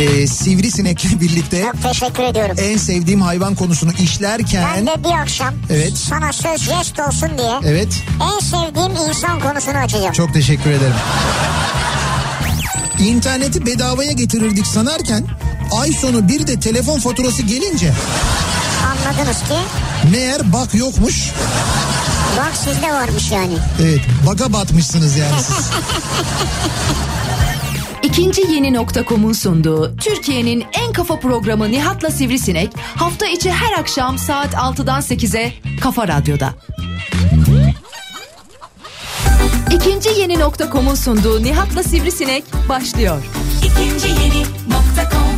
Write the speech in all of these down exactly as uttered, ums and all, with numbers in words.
Ee, Sivrisinek'le birlikte. Çok teşekkür ediyorum. En sevdiğim hayvan konusunu işlerken. Ben de bir akşam evet. sana söz jest olsun diye. Evet. En sevdiğim insan konusunu açacağım. Çok teşekkür ederim. İnterneti bedavaya getirirdik sanarken ay sonu bir de telefon faturası gelince. Anladınız ki. Meğer bak yokmuş. Bak sizde varmış yani. Evet, baka batmışsınız yani siz. İkinci Yeni nokta com'un sunduğu Türkiye'nin en kafa programı Nihat'la Sivrisinek hafta içi her akşam saat altıdan sekize Kafa Radyo'da. İkinci Yeni nokta com'un sunduğu Nihat'la Sivrisinek başlıyor. İkinci Yeni nokta com.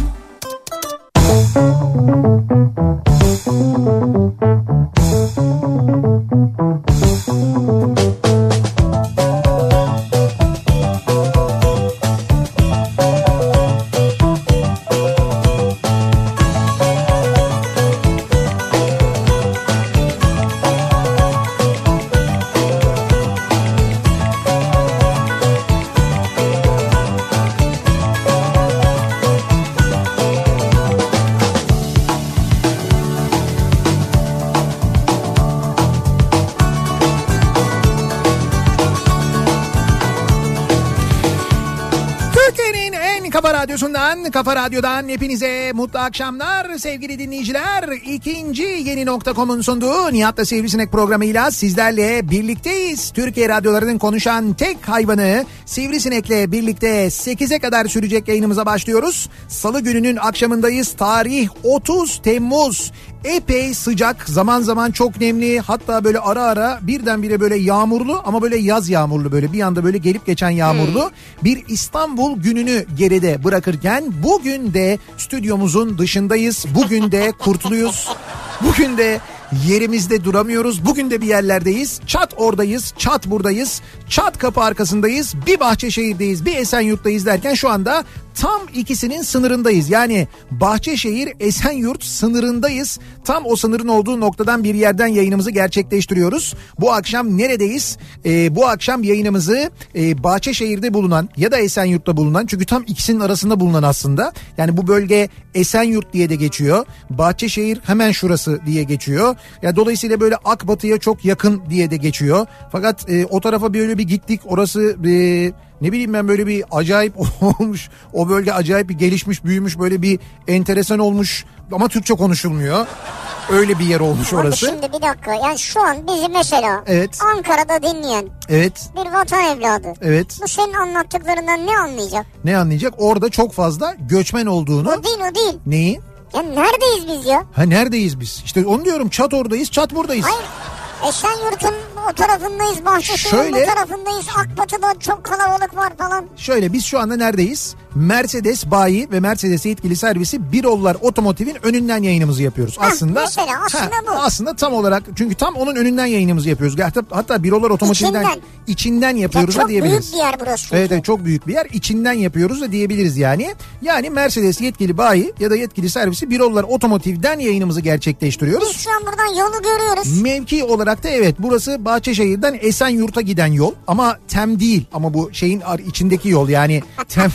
Radyosu'ndan, Kafa Radyo'dan hepinize mutlu akşamlar sevgili dinleyiciler. İkinci Yeni nokta com'un sunduğu Nihat'la Sivrisinek programıyla sizlerle birlikteyiz. Türkiye radyolarının konuşan tek hayvanı Sivrisinek'le birlikte sekize kadar sürecek yayınımıza başlıyoruz. Salı gününün akşamındayız. Tarih otuz Temmuz. Epey sıcak, zaman zaman çok nemli, hatta böyle ara ara birdenbire böyle yağmurlu ama böyle yaz yağmurlu, böyle bir anda böyle gelip geçen yağmurlu hmm. bir İstanbul gününü geride bırakırken bugün de stüdyomuzun dışındayız. Bugün de kurtuluyuz. Bugün de yerimizde duramıyoruz. Bugün de bir yerlerdeyiz. Çat oradayız, çat buradayız. Çat kapı arkasındayız. Bir Bahçeşehir'deyiz, bir Esenyurt'tayız derken şu anda tam ikisinin sınırındayız. Yani Bahçeşehir Esenyurt sınırındayız. Tam o sınırın olduğu noktadan bir yerden yayınımızı gerçekleştiriyoruz. Bu akşam neredeyiz? Ee, bu akşam yayınımızı e, Bahçeşehir'de bulunan ya da Esenyurt'ta bulunan, çünkü tam ikisinin arasında bulunan aslında. Yani bu bölge Esenyurt diye de geçiyor. Bahçeşehir hemen şurası diye geçiyor. Ya dolayısıyla böyle Akbatı'ya çok yakın diye de geçiyor. Fakat e, o tarafa böyle bir gittik. Orası e, ne bileyim ben, böyle bir acayip olmuş. O bölge acayip bir gelişmiş, büyümüş, böyle bir enteresan olmuş. Ama Türkçe konuşulmuyor. Öyle bir yer olmuş orası. Şimdi bir dakika, yani şu an bizi mesela evet. Ankara'da dinleyen evet. bir vatan evladı. Evet. Bu senin anlattıklarından ne anlayacak? Ne anlayacak? Orada çok fazla göçmen olduğunu. O değil, o değil. Neyi? Ya neredeyiz biz ya? Ha neredeyiz biz? İşte onu diyorum, çat oradayız, çat buradayız. Hayır. Esenyurt'un o tarafındayız, Bahçeşehir'in bu tarafındayız, Akbatı'da çok kalabalık var falan. Şöyle, biz şu anda neredeyiz? Mercedes bayi ve Mercedes yetkili servisi Birollar Otomotiv'in önünden yayınımızı yapıyoruz. Heh, aslında mesela aslında ha, bu. Aslında tam olarak, çünkü tam onun önünden yayınımızı yapıyoruz. Hatta, hatta Birollar Otomotiv'den içinden, içinden yapıyoruz da diyebiliriz. Çok büyük bir yer burası. Evet, evet, çok büyük bir yer. İçinden yapıyoruz da diyebiliriz yani. Yani Mercedes yetkili bayi ya da yetkili servisi Birollar Otomotiv'den yayınımızı gerçekleştiriyoruz. Biz şu an buradan yolu görüyoruz. Mevki olarak da evet, burası Bahçeşehir'den Esenyurt'a giden yol ama Tem değil, ama bu şeyin içindeki yol yani Tem.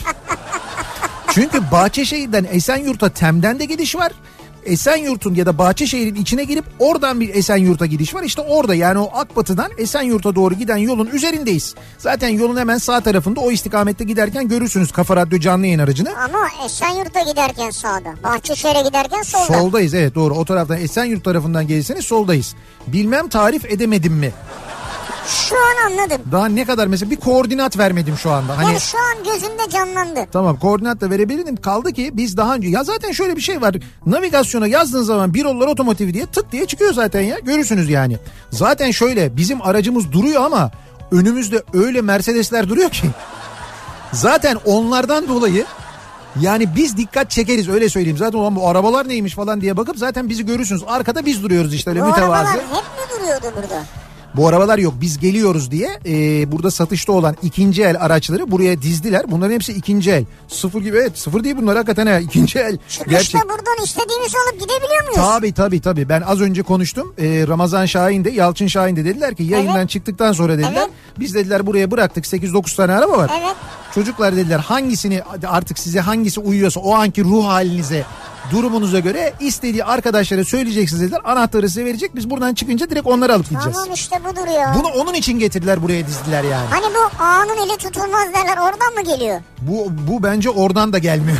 Çünkü Bahçeşehir'den Esenyurt'a Tem'den de gidiş var. Esenyurt'un ya da Bahçeşehir'in içine girip oradan bir Esenyurt'a gidiş var. İşte orada, yani o Akbatı'dan Esenyurt'a doğru giden yolun üzerindeyiz. Zaten yolun hemen sağ tarafında, o istikamette giderken görürsünüz Kafa Radyo canlı yayın aracını. Ama Esenyurt'a giderken sağda, Bahçeşehir'e giderken solda. Soldayız, evet, doğru. O taraftan Esenyurt tarafından gelirseniz soldayız. Bilmem tarif edemedim mi? Şu an anladım. Daha ne kadar, mesela bir koordinat vermedim şu anda. Hani... Yani şu an gözümde canlandı. Tamam, koordinat da verebilirdim. Kaldı ki biz daha önce, ya zaten şöyle bir şey var. Navigasyona yazdığın zaman Birollar Otomotiv diye tık diye çıkıyor zaten ya. Görürsünüz yani. Zaten şöyle, bizim aracımız duruyor ama önümüzde öyle Mercedesler duruyor ki. Zaten onlardan dolayı yani biz dikkat çekeriz, öyle söyleyeyim. Zaten olan bu arabalar neymiş falan diye bakıp zaten bizi görürsünüz. Arkada biz duruyoruz işte öyle bu mütevazı. Bu arabalar hep mi duruyordu burada? Bu arabalar yok. Biz geliyoruz diye e, burada satışta olan ikinci el araçları buraya dizdiler. Bunların hepsi ikinci el. Sıfır gibi, evet sıfır değil bunlar hakikaten ha, ikinci el. Çıkışta Gerçek... buradan istediğimizi alıp gidebiliyor muyuz? Tabii tabii tabii. Ben az önce konuştum. Ee, Ramazan Şahin de Yalçın Şahin de dediler ki yayından evet. çıktıktan sonra dediler. Evet. Biz dediler buraya bıraktık sekiz dokuz tane araba var. Evet. Çocuklar dediler hangisini artık size hangisi uyuyorsa o anki ruh halinize, durumunuza göre istediği arkadaşlara söyleyeceksiniz dediler. Anahtarı size verecek. Biz buradan çıkınca direkt onları alıp gideceğiz. Tamam işte budur ya. Bunu onun için getirdiler, buraya dizdiler yani. Hani bu ağanın eli tutulmaz derler, oradan mı geliyor? Bu, bu bence oradan da gelmiyor.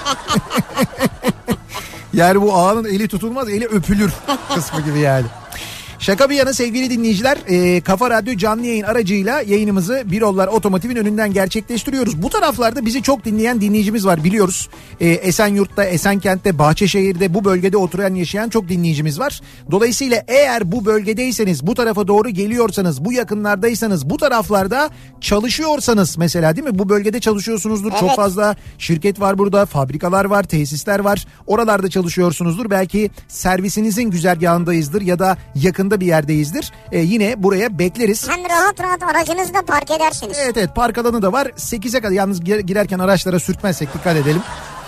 Yani bu ağanın eli tutulmaz, eli öpülür kısmı gibi yani. Şaka bir yana sevgili dinleyiciler, e, Kafa Radyo canlı yayın aracıyla yayınımızı Birollar Otomotiv'in önünden gerçekleştiriyoruz. Bu taraflarda bizi çok dinleyen dinleyicimiz var biliyoruz. E, Esenyurt'ta, Esenkent'te, Bahçeşehir'de bu bölgede oturan yaşayan çok dinleyicimiz var. Dolayısıyla eğer bu bölgedeyseniz, bu tarafa doğru geliyorsanız, bu yakınlardaysanız, bu taraflarda çalışıyorsanız mesela değil mi? Bu bölgede çalışıyorsunuzdur. Evet. Çok fazla şirket var burada, fabrikalar var, tesisler var. Oralarda çalışıyorsunuzdur. Belki servisinizin güzergahındayızdır ya da yakında bir yerdeyizdir. Ee, yine buraya bekleriz. Hem rahat rahat aracınızı da park edersiniz. Evet evet, park alanı da var. sekize kadar yalnız girerken araçlara sürtmezsek dikkat edelim.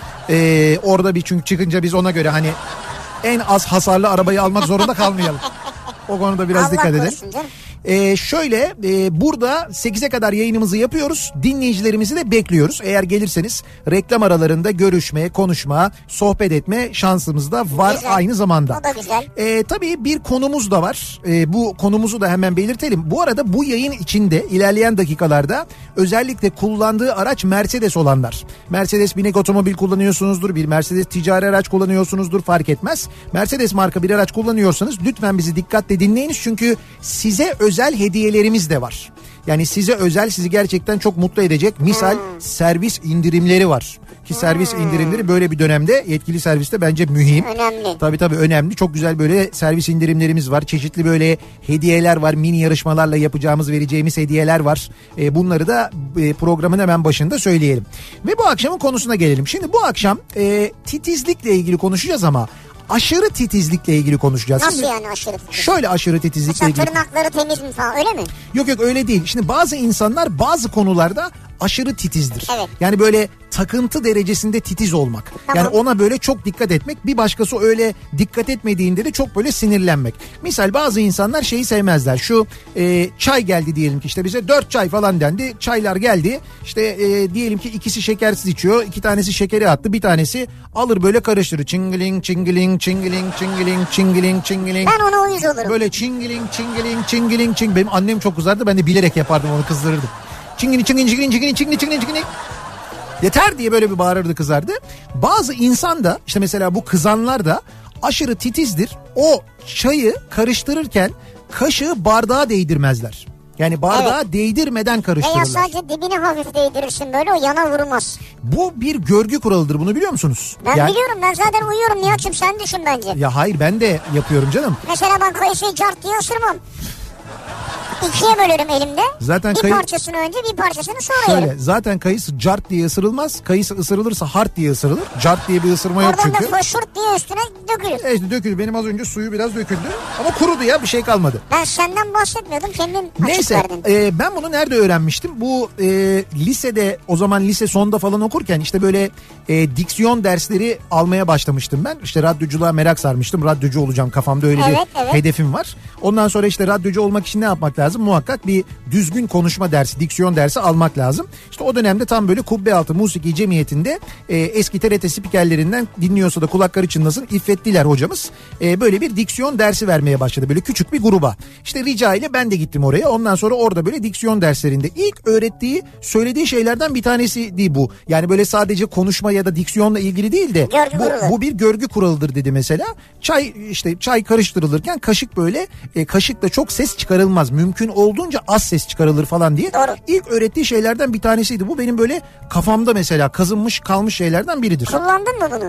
Ee, orada bir çünkü çıkınca biz ona göre hani en az hasarlı arabayı almak zorunda kalmayalım. O konuda biraz Allah dikkat edelim. Ee, şöyle e, burada sekize kadar yayınımızı yapıyoruz. Dinleyicilerimizi de bekliyoruz. Eğer gelirseniz reklam aralarında görüşme, konuşma, sohbet etme şansımız da var güzel. Aynı zamanda. O da güzel. Ee, tabii bir konumuz da var. Ee, bu konumuzu da hemen belirtelim. Bu arada bu yayın içinde ilerleyen dakikalarda özellikle kullandığı araç Mercedes olanlar. Mercedes binek otomobil kullanıyorsunuzdur. Bir Mercedes ticari araç kullanıyorsunuzdur, fark etmez. Mercedes marka bir araç kullanıyorsanız lütfen bizi dikkatle dinleyiniz. Çünkü size özel hediyelerimiz de var. Yani size özel, sizi gerçekten çok mutlu edecek misal hmm. servis indirimleri var. Ki servis hmm. indirimleri böyle bir dönemde yetkili serviste bence mühim. Önemli. Tabii tabii önemli. Çok güzel böyle servis indirimlerimiz var. Çeşitli böyle hediyeler var. Mini yarışmalarla yapacağımız, vereceğimiz hediyeler var. E, bunları da e, programın hemen başında söyleyelim. Ve bu akşamın konusuna gelelim. Şimdi bu akşam e, titizlikle ilgili konuşacağız ama aşırı titizlikle ilgili konuşacağız. Nasıl yani aşırı titizlik? Şöyle aşırı titizlikle mesela ilgili. Tırnakları temiz mi falan, öyle mi? Yok yok öyle değil. Şimdi bazı insanlar bazı konularda aşırı titizdir. Evet. Yani böyle takıntı derecesinde titiz olmak. Tamam. Yani ona böyle çok dikkat etmek. Bir başkası öyle dikkat etmediğinde de çok böyle sinirlenmek. Misal bazı insanlar şeyi sevmezler. Şu e, çay geldi diyelim ki, işte bize dört çay falan dendi. Çaylar geldi. İşte e, diyelim ki ikisi şekersiz içiyor. İki tanesi şekeri attı. Bir tanesi alır böyle karıştırır. Çingiling çingiling çingiling çingiling çingiling çingiling. Ben ona uyuz olurum. Böyle çingiling çingiling çingiling çing. Benim annem çok kızardı. Ben de bilerek yapardım, onu kızdırırdım. Çingini çingini çingini çingini çingini çingini çingini. Yeter diye böyle bir bağırırdı, kızardı. Bazı insan da işte mesela bu kızanlar da aşırı titizdir. O çayı karıştırırken kaşığı bardağa değdirmezler. Yani bardağa evet. değdirmeden karıştırırlar. Veya sadece dibine hafif değdirirsin, böyle o yana vurmaz. Bu bir görgü kuralıdır, bunu biliyor musunuz? Ben yani... biliyorum, ben zaten uyuyorum Nihat'cığım, sen düşün bence. Ya hayır, ben de yapıyorum canım. Mesela ben kayısıyı cart diye ısırmam. İkiye bölürüm elimde. Zaten bir kayı... parçasını önce, bir parçasını sonra Şöyle, yerim. zaten kayısı cart diye ısırılmaz. Kayısı ısırılırsa hard diye ısırılır. Cart diye bir ısırma yok çünkü. Oradan da foşurt diye üstüne dökülür. Evet dökülür. Benim az önce suyu biraz döküldü. Ama kurudu ya, bir şey kalmadı. Ben senden bahsetmiyordum, kendin Neyse, açık verdin. E, ben bunu nerede öğrenmiştim? Bu e, lisede, o zaman lise sonda falan okurken işte böyle e, diksiyon dersleri almaya başlamıştım ben. İşte radyoculuğa merak sarmıştım. Radyocu olacağım, kafamda öyle evet, bir evet. hedefim var. Ondan sonra işte radyocu olmak için ne yapmak lazım? Muhakkak bir düzgün konuşma dersi, diksiyon dersi almak lazım. İşte o dönemde tam böyle Kubbealtı Musiki Cemiyeti'nde e, eski T R T spikerlerinden, dinliyorsa da kulakları çınlasın, İffettiler hocamız e, böyle bir diksiyon dersi vermeye başladı. Böyle küçük bir gruba. İşte rica ile ben de gittim oraya. Ondan sonra orada böyle diksiyon derslerinde ilk öğrettiği, söylediği şeylerden bir tanesi değil bu. Yani böyle sadece konuşma ya da diksiyonla ilgili değil de bu, bu bir görgü kuralıdır dedi mesela. Çay işte çay karıştırılırken kaşık böyle e, kaşıkla çok ses çıkarılmaz. Mümkün olduğunca az ses çıkarılır falan diye. Doğru. İlk öğrettiği şeylerden bir tanesiydi. Bu benim böyle kafamda mesela kazınmış kalmış şeylerden biridir. Kullandın mı bunu?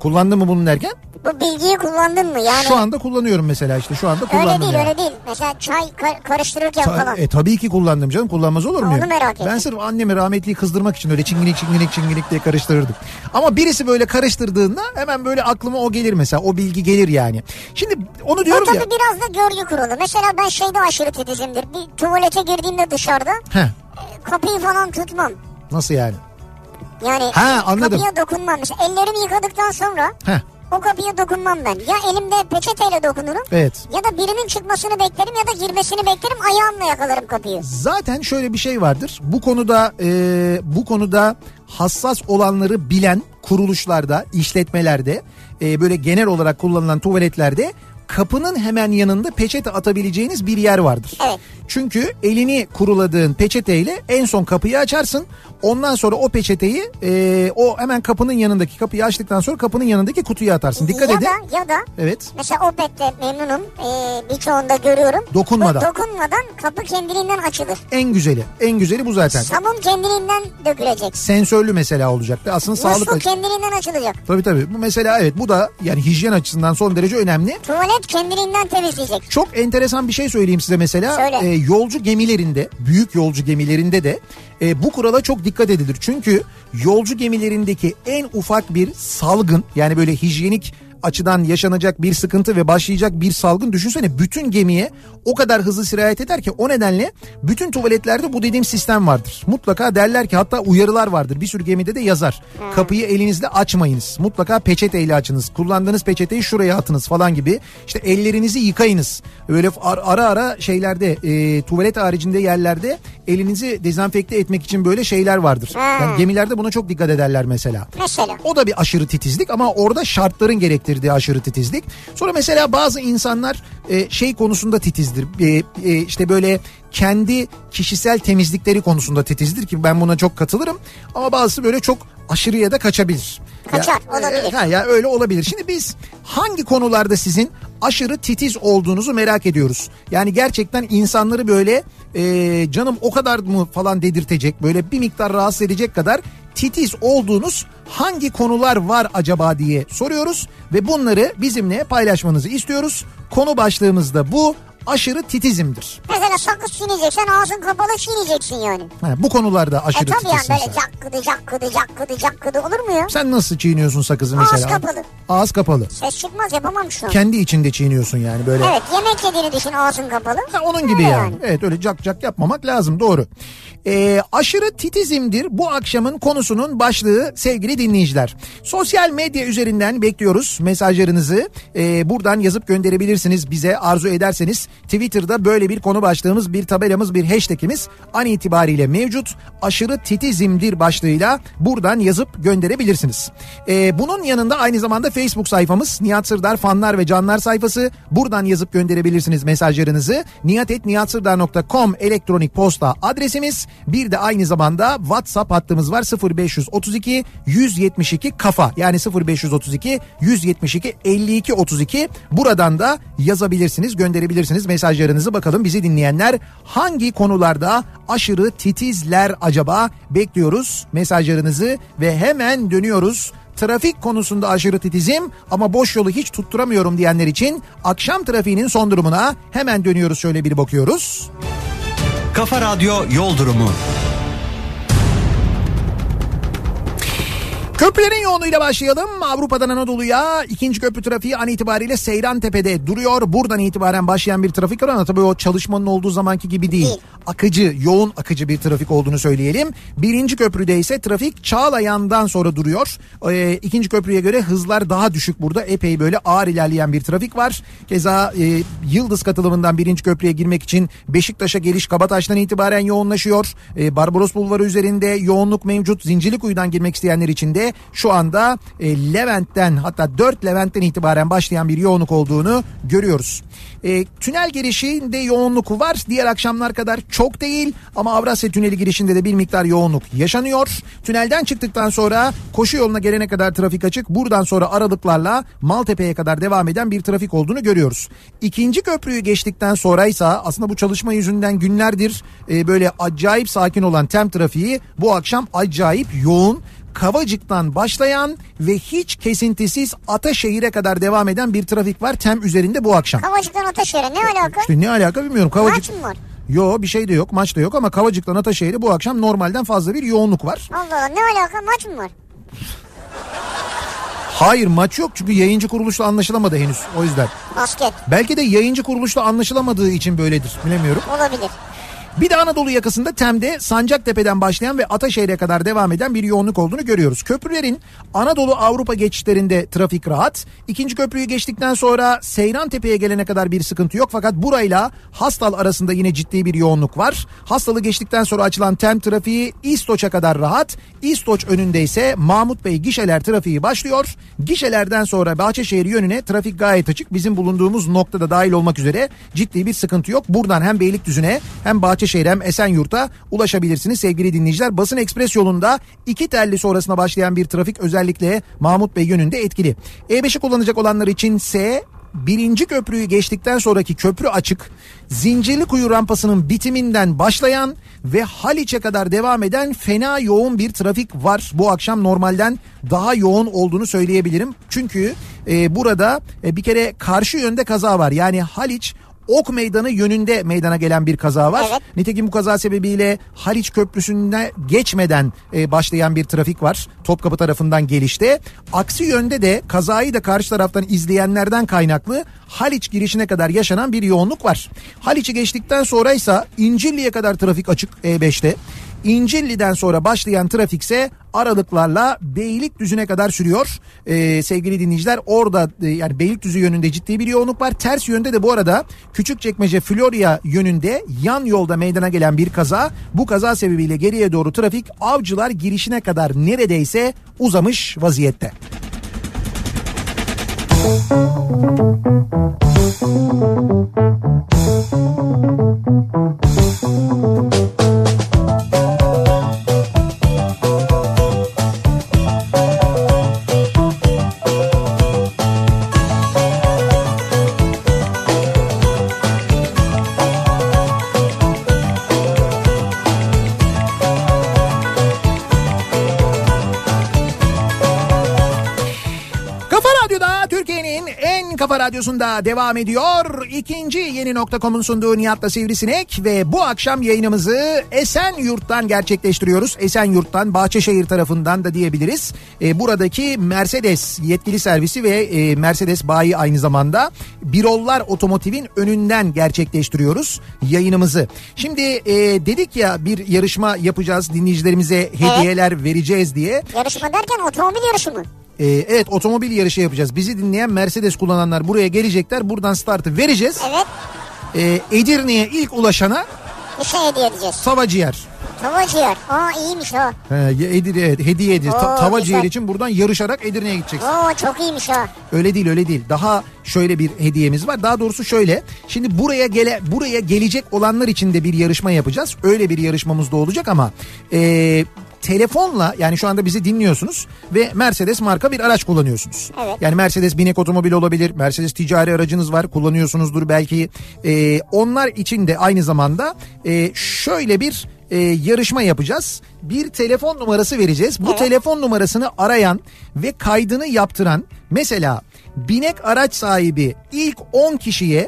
Kullandın mı bunu derken? Bu bilgiyi kullandın mı? Yani şu anda kullanıyorum mesela işte şu anda kullandım. Öyle değil yani. öyle değil. Mesela çay kar- karıştırırken Ta- falan. E tabii ki kullandım canım, kullanmaz olur muyum? Onu merak ettim. Ben sırf annemi rahmetliyi kızdırmak için öyle çinginik çinginik çinginik diye karıştırırdım. Ama birisi böyle karıştırdığında hemen böyle aklıma o gelir mesela, o bilgi gelir yani. Şimdi onu diyorum o ya. tabii biraz da görgü kurulu. Mesela ben şeyde aşırı titizimdir. Bir tuvalete girdiğimde dışarıda Heh. kapıyı falan tutmam. Nasıl yani? Yani ha, anladım. kapıya dokunmam. Mesela ellerimi yıkadıktan sonra Heh. o kapıya dokunmam ben. Ya elimde peçeteyle dokunurum. Evet. Ya da birinin çıkmasını beklerim ya da girmesini beklerim, ayağımla yakalarım kapıyı. Zaten şöyle bir şey vardır. Bu konuda e, bu konuda hassas olanları bilen kuruluşlarda, işletmelerde, e, böyle genel olarak kullanılan tuvaletlerde kapının hemen yanında peçete atabileceğiniz bir yer vardır. Evet. Çünkü elini kuruladığın peçeteyle en son kapıyı açarsın. Ondan sonra o peçeteyi e, o hemen kapının yanındaki, kapıyı açtıktan sonra kapının yanındaki kutuya atarsın. Dikkat ya edin. Da, ya da evet. mesela Opet'te memnunum. Ee, birçoğunda görüyorum. Dokunmadan. Bu dokunmadan kapı kendiliğinden açılır. En güzeli. En güzeli bu zaten. Sabun kendiliğinden dökülecek. Sensörlü mesela olacak. Aslında sağlık Musluğu kendiliğinden açılacak. Tabii tabii. Bu mesela evet, bu da yani hijyen açısından son derece önemli. Tuvalet kendiliğinden temizleyecek. Çok enteresan bir şey söyleyeyim size mesela. Söyle. E, yolcu gemilerinde, büyük yolcu gemilerinde de e, bu kurala çok dikkat edilir. Çünkü yolcu gemilerindeki en ufak bir salgın, yani böyle hijyenik açıdan yaşanacak bir sıkıntı ve başlayacak bir salgın, düşünsene bütün gemiye o kadar hızlı sirayet eder ki, o nedenle bütün tuvaletlerde bu dediğim sistem vardır. Mutlaka derler ki, hatta uyarılar vardır. Bir sürü gemide de yazar. Hmm. Kapıyı elinizle açmayınız. Mutlaka peçeteyle açınız. Kullandığınız peçeteyi şuraya atınız falan gibi. İşte ellerinizi yıkayınız. Öyle ara ara şeylerde, e, tuvalet haricinde yerlerde elinizi dezenfekte etmek için böyle şeyler vardır. Hmm. Yani gemilerde buna çok dikkat ederler mesela. Mesela. O da bir aşırı titizlik ama orada şartların gerektirdiği aşırı titizlik. Sonra mesela bazı insanlar e, şey konusunda titizdir. E, e, işte böyle kendi kişisel temizlikleri konusunda titizdir ki ben buna çok katılırım. Ama bazısı böyle çok aşırıya da kaçabilir. Kaçar, ya, olabilir. E, ha, ya öyle olabilir. Şimdi biz hangi konularda sizin aşırı titiz olduğunuzu merak ediyoruz. Yani gerçekten insanları böyle e, canım o kadar mı falan dedirtecek, böyle bir miktar rahatsız edecek kadar titiz olduğunuz hangi konular var acaba diye soruyoruz ve bunları bizimle paylaşmanızı istiyoruz. Konu başlığımız da bu. Aşırı titizimdir. Mesela sakız çiğneyeceksen ağzın kapalı çiğneyeceksin yani. Ha, bu konularda aşırı e, tabii titizsin yani sen. böyle cakkıdı cakkıdı cakkıdı cakkıdı olur mu ya? Sen nasıl çiğniyorsun sakızı mesela? Ağız kapalı. Ağız kapalı. Ses çıkmaz, yapamam şu an. Kendi içinde çiğniyorsun yani böyle. Evet, yemek yediğini düşün, ağzın kapalı. Ha, onun gibi öyle yani. yani. Evet, öyle cak cak yapmamak lazım, doğru. Ee, aşırı titizimdir bu akşamın konusunun başlığı sevgili dinleyiciler. Sosyal medya üzerinden bekliyoruz mesajlarınızı. Ee, buradan yazıp gönderebilirsiniz bize, arzu ederseniz. Twitter'da böyle bir konu başlığımız, bir tabelamız, bir hashtagimiz an itibariyle mevcut. Aşırı titizimdir başlığıyla buradan yazıp gönderebilirsiniz. Ee, bunun yanında aynı zamanda Facebook sayfamız Nihat Sırdar fanlar ve canlar sayfası. Buradan yazıp gönderebilirsiniz mesajlarınızı. nihat et nihat sırdar nokta com elektronik posta adresimiz. Bir de aynı zamanda WhatsApp hattımız var, sıfır beş otuz iki yüz yetmiş iki kafa, yani sıfır beş otuz iki yüz yetmiş iki elli iki otuz iki. Buradan da yazabilirsiniz, gönderebilirsiniz mesajlarınızı. Bakalım bizi dinleyenler hangi konularda aşırı titizler acaba? Bekliyoruz mesajlarınızı ve hemen dönüyoruz. Trafik konusunda aşırı titizim ama boş yolu hiç tutturamıyorum diyenler için akşam trafiğinin son durumuna hemen dönüyoruz, şöyle bir bakıyoruz. Kafa Radyo Yol Durumu. Köprülerin yoğunluğuyla başlayalım. Avrupa'dan Anadolu'ya ikinci köprü trafiği an itibariyle Seyrantepe'de duruyor. Buradan itibaren başlayan bir trafik var ama tabii o çalışmanın olduğu zamanki gibi değil. değil. Akıcı, yoğun akıcı bir trafik olduğunu söyleyelim. Birinci köprüde ise trafik Çağlayan'dan sonra duruyor. Ee, ikinci köprüye göre hızlar daha düşük burada. Epey böyle ağır ilerleyen bir trafik var. Keza e, Yıldız katılımından birinci köprüye girmek için Beşiktaş'a geliş Kabataş'tan itibaren yoğunlaşıyor. E, Barbaros Bulvarı üzerinde yoğunluk mevcut. Zincirlikuyu'dan girmek isteyenler için de şu anda e, Levent'ten, hatta dört Levent'ten itibaren başlayan bir yoğunluk olduğunu görüyoruz. E, tünel girişinde yoğunluk var. Diğer akşamlar kadar çok değil ama Avrasya Tüneli girişinde de bir miktar yoğunluk yaşanıyor. Tünelden çıktıktan sonra koşu yoluna gelene kadar trafik açık. Buradan sonra aralıklarla Maltepe'ye kadar devam eden bir trafik olduğunu görüyoruz. İkinci köprüyü geçtikten sonraysa aslında bu çalışma yüzünden günlerdir e, böyle acayip sakin olan TEM trafiği bu akşam acayip yoğun. Kavacık'tan başlayan ve hiç kesintisiz Ataşehir'e kadar devam eden bir trafik var TEM üzerinde bu akşam. Kavacık'tan Ataşehir'e ne alaka? İşte ne alaka bilmiyorum. Kavacık... Maç mı var? Yo, bir şey de yok, maç da yok ama Kavacık'tan Ataşehir'e bu akşam normalden fazla bir yoğunluk var. Allah Allah, ne alaka, maç mı var? Hayır, maç yok çünkü yayıncı kuruluşla anlaşılamadı henüz, o yüzden. Basket. Belki de yayıncı kuruluşla anlaşılamadığı için böyledir, bilemiyorum. Olabilir. Bir de Anadolu yakasında TEM'de Sancaktepe'den başlayan ve Ataşehir'e kadar devam eden bir yoğunluk olduğunu görüyoruz. Köprülerin Anadolu Avrupa geçişlerinde trafik rahat. İkinci köprüyü geçtikten sonra Seyrantepe'ye gelene kadar bir sıkıntı yok. Fakat burayla Hastal arasında yine ciddi bir yoğunluk var. Hastal'ı geçtikten sonra açılan TEM trafiği İstoç'a kadar rahat. İstoç önünde ise Mahmut Bey gişeler trafiği başlıyor. Gişelerden sonra Bahçeşehir yönüne trafik gayet açık. Bizim bulunduğumuz noktada dahil olmak üzere ciddi bir sıkıntı yok. Buradan hem Beylikdüzü'ne hem Bahçeşehir'e Bahçeşehir hem Esenyurt'a ulaşabilirsiniz sevgili dinleyiciler. Basın Ekspres yolunda iki telli sonrasına başlayan bir trafik özellikle Mahmut Bey yönünde etkili. E beşi kullanacak olanlar için ise birinci köprüyü geçtikten sonraki köprü açık. Zincirlikuyu rampasının bitiminden başlayan ve Haliç'e kadar devam eden fena yoğun bir trafik var. Bu akşam normalden daha yoğun olduğunu söyleyebilirim. Çünkü e, burada e, bir kere karşı yönde kaza var. Yani Haliç Ok Meydanı yönünde meydana gelen bir kaza var. Evet. Nitekim bu kaza sebebiyle Haliç Köprüsü'ne geçmeden e, başlayan bir trafik var. Topkapı tarafından gelişte. Aksi yönde de kazayı da karşı taraftan izleyenlerden kaynaklı Haliç girişine kadar yaşanan bir yoğunluk var. Haliç'i geçtikten sonraysa İncirli'ye kadar trafik açık E beşte. İncirli'den sonra başlayan trafikse aralıklarla Beylikdüzü'ne kadar sürüyor. Ee, sevgili dinleyiciler, orada e, yani Beylikdüzü yönünde ciddi bir yoğunluk var. Ters yönde de bu arada Küçükçekmece Florya yönünde yan yolda meydana gelen bir kaza. Bu kaza sebebiyle geriye doğru trafik Avcılar girişine kadar neredeyse uzamış vaziyette. Kafa Radyosu'nda devam ediyor. İkinci yeni nokta com'un sunduğu Nihat'la Sivrisinek ve bu akşam yayınımızı Esenyurt'tan gerçekleştiriyoruz. Esenyurt'tan, Bahçeşehir tarafından da diyebiliriz. E, buradaki Mercedes yetkili servisi ve e, Mercedes bayi aynı zamanda Birollar Otomotiv'in önünden gerçekleştiriyoruz yayınımızı. Şimdi e, dedik ya bir yarışma yapacağız, dinleyicilerimize hediyeler evet. vereceğiz diye. Yarışma derken otomobil yarışı mı? Ee, evet, otomobil yarışı yapacağız. Bizi dinleyen Mercedes kullananlar buraya gelecekler. Buradan startı vereceğiz. Evet. Ee, Edirne'ye ilk ulaşana bir şey hediye edeceğiz. Tava ciğer. Tava ciğer. Aa, iyiymiş o. He, Edir, evet, hediye edeceğiz. Ta, tava güzel. Ciğer için buradan yarışarak Edirne'ye gideceksin. Oo, çok iyiymiş o. Öyle değil öyle değil. Daha şöyle bir hediyemiz var. Daha doğrusu şöyle. Şimdi buraya gele buraya gelecek olanlar için de bir yarışma yapacağız. Öyle bir yarışmamız da olacak ama Eee telefonla, yani şu anda bizi dinliyorsunuz ve Mercedes marka bir araç kullanıyorsunuz. Evet. Yani Mercedes binek otomobil olabilir, Mercedes ticari aracınız var, kullanıyorsunuzdur belki. Ee, onlar için de aynı zamanda e, şöyle bir e, yarışma yapacağız. Bir telefon numarası vereceğiz. Bu evet. telefon numarasını arayan ve kaydını yaptıran, mesela binek araç sahibi ilk on kişiye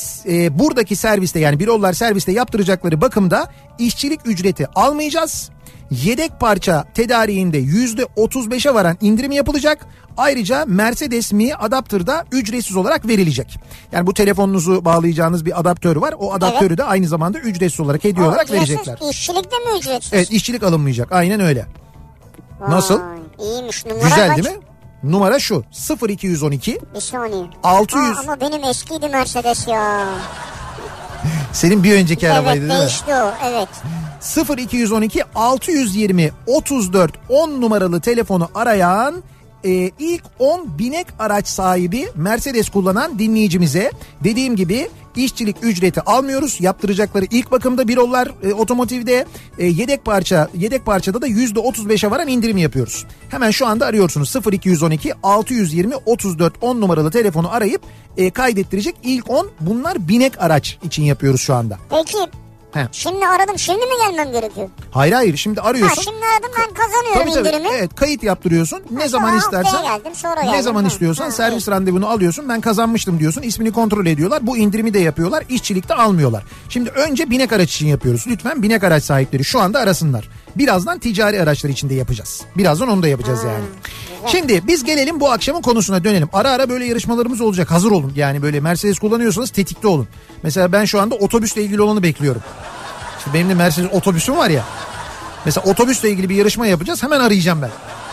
e, buradaki serviste, yani Birollar serviste yaptıracakları bakımda işçilik ücreti almayacağız. Yedek parça tedariğinde yüzde otuz beşe varan indirim yapılacak. Ayrıca Mercedes Mi adaptör da ücretsiz olarak verilecek. Yani bu telefonunuzu bağlayacağınız bir adaptör var. O adaptörü evet. de aynı zamanda ücretsiz olarak hediye o olarak ücretsiz, verecekler. İşçilik de mi ücretsiz? Evet, işçilik alınmayacak. Aynen öyle. Vay, nasıl? İyiymiş. Numara güzel kaç? Değil mi? Numara şu: sıfır iki yüz on iki. Bir saniye. altı yüz. Aa, ama benim eskiydi Mercedes ya. Senin bir önceki evet, arabaydı değil mi? Evet, değişti o. Evet. sıfır iki yüz on iki altı yüz yirmi otuz dört on numaralı telefonu arayan e, ilk on binek araç sahibi Mercedes kullanan dinleyicimize dediğim gibi işçilik ücreti almıyoruz. Yaptıracakları ilk bakımda Birollar e, Otomotiv'de e, yedek parça yedek parçada da yüzde otuz beşe varan indirim yapıyoruz. Hemen şu anda arıyorsunuz sıfır iki on iki altı yüz yirmi otuz dört on numaralı telefonu arayıp e, kaydettirecek ilk on, bunlar binek araç için yapıyoruz şu anda. Peki. He. Şimdi aradım, şimdi mi gelmem gerekiyor? Hayır hayır, şimdi arıyorsun. Ha, şimdi aradım, ben kazanıyorum tabii, indirimi. Tabii, evet, kayıt yaptırıyorsun. Ha, ne zaman istersen. Geldim, sonra ne geldim. zaman ha. istiyorsan ha, servis evet. randevunu alıyorsun. Ben kazanmıştım diyorsun. İsmini kontrol ediyorlar. Bu indirimi de yapıyorlar. İşçilikte almıyorlar. Şimdi önce binek araç için yapıyoruz. Lütfen binek araç sahipleri şu anda arasınlar. Birazdan ticari araçlar için de yapacağız. Birazdan onu da yapacağız hmm, yani. Güzel. Şimdi biz gelelim bu akşamın konusuna dönelim. Ara ara böyle yarışmalarımız olacak. Hazır olun. Yani böyle Mercedes kullanıyorsanız tetikte olun. Mesela ben şu anda otobüsle ilgili olanı bekliyorum. İşte benim de Mercedes otobüsüm var ya. Mesela otobüsle ilgili bir yarışma yapacağız. Hemen arayacağım ben.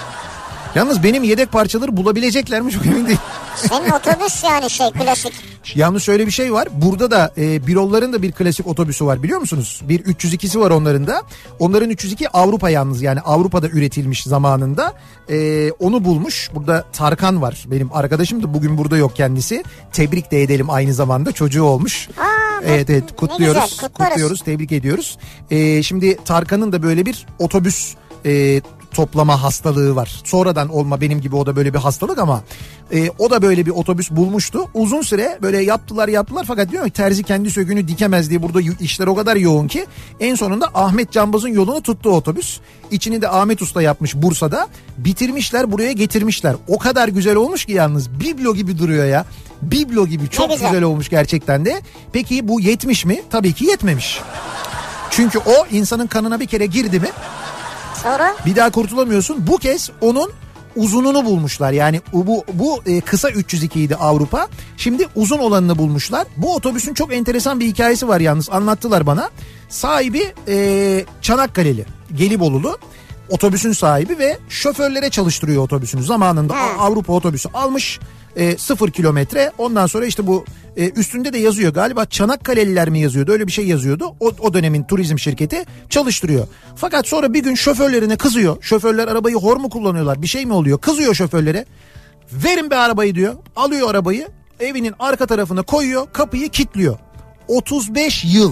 Yalnız benim yedek parçaları bulabilecekler mi çok emin değilim. Senin otobüs yani şey klasik. Yalnız şöyle bir şey var. Burada da e, Birolların da bir klasik otobüsü var, biliyor musunuz? Bir üç yüz ikisi var onların da. Onların üç yüz iki Avrupa yalnız, yani Avrupa'da üretilmiş zamanında. E, onu bulmuş. Burada Tarkan var. Benim arkadaşım da bugün burada yok kendisi. Tebrik de edelim aynı zamanda. Çocuğu olmuş. Aa, evet evet kutluyoruz. Güzel, kutluyoruz. Tebrik ediyoruz. E, şimdi Tarkan'ın da böyle bir otobüs e, toplama hastalığı var. Sonradan olma benim gibi o da böyle bir hastalık ama e, o da böyle bir otobüs bulmuştu. Uzun süre böyle yaptılar yaptılar fakat diyor ki terzi kendi söküğünü dikemez diye burada işler o kadar yoğun ki en sonunda Ahmet Cambaz'ın yolunu tuttu otobüs. İçini de Ahmet Usta yapmış Bursa'da. Bitirmişler, buraya getirmişler. O kadar güzel olmuş ki yalnız biblo gibi duruyor ya. Biblo gibi çok güzel. güzel olmuş gerçekten de. Peki bu yetmiş mi? Tabii ki yetmemiş. Çünkü o insanın kanına bir kere girdi mi? Sonra? Bir daha kurtulamıyorsun. Bu kez onun uzununu bulmuşlar. Yani bu bu e, kısa üç yüz iki idi Avrupa. Şimdi uzun olanını bulmuşlar. Bu otobüsün çok enteresan bir hikayesi var yalnız. Anlattılar bana. Sahibi e, Çanakkale'li, Gelibolulu. Otobüsün sahibi ve şoförlere çalıştırıyor otobüsünü. Zamanında hmm. Avrupa otobüsü almış. E, sıfır kilometre. Ondan sonra işte bu e, üstünde de yazıyor galiba, Çanakkale'liler mi yazıyordu, öyle bir şey yazıyordu. O, o dönemin turizm şirketi çalıştırıyor. Fakat sonra bir gün şoförlerine kızıyor. Şoförler arabayı hor mu kullanıyorlar, bir şey mi oluyor? Kızıyor şoförlere. Verin be arabayı diyor. Alıyor arabayı, evinin arka tarafına koyuyor, kapıyı kilitliyor. otuz beş yıl.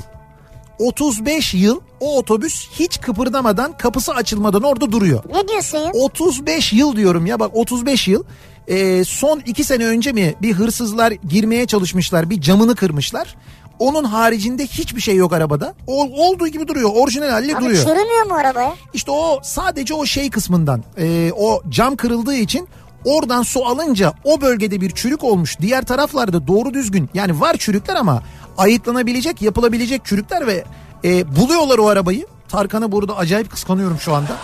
otuz beş yıl o otobüs hiç kıpırdamadan, kapısı açılmadan orada duruyor. Ne diyorsun ya? otuz beş yıl diyorum ya, bak otuz beş yıl. Ee, son iki sene önce mi bir hırsızlar girmeye çalışmışlar, bir camını kırmışlar. Onun haricinde hiçbir şey yok arabada. O, olduğu gibi duruyor, orijinal haliyle Abi duruyor. Abi çürümüyor mu arabaya? İşte o sadece o şey kısmından, e, o cam kırıldığı için oradan su alınca o bölgede bir çürük olmuş. Diğer taraflarda doğru düzgün, yani var çürükler ama ayıklanabilecek, yapılabilecek çürükler ve e, buluyorlar o arabayı. Tarkan'ı burada acayip kıskanıyorum şu anda.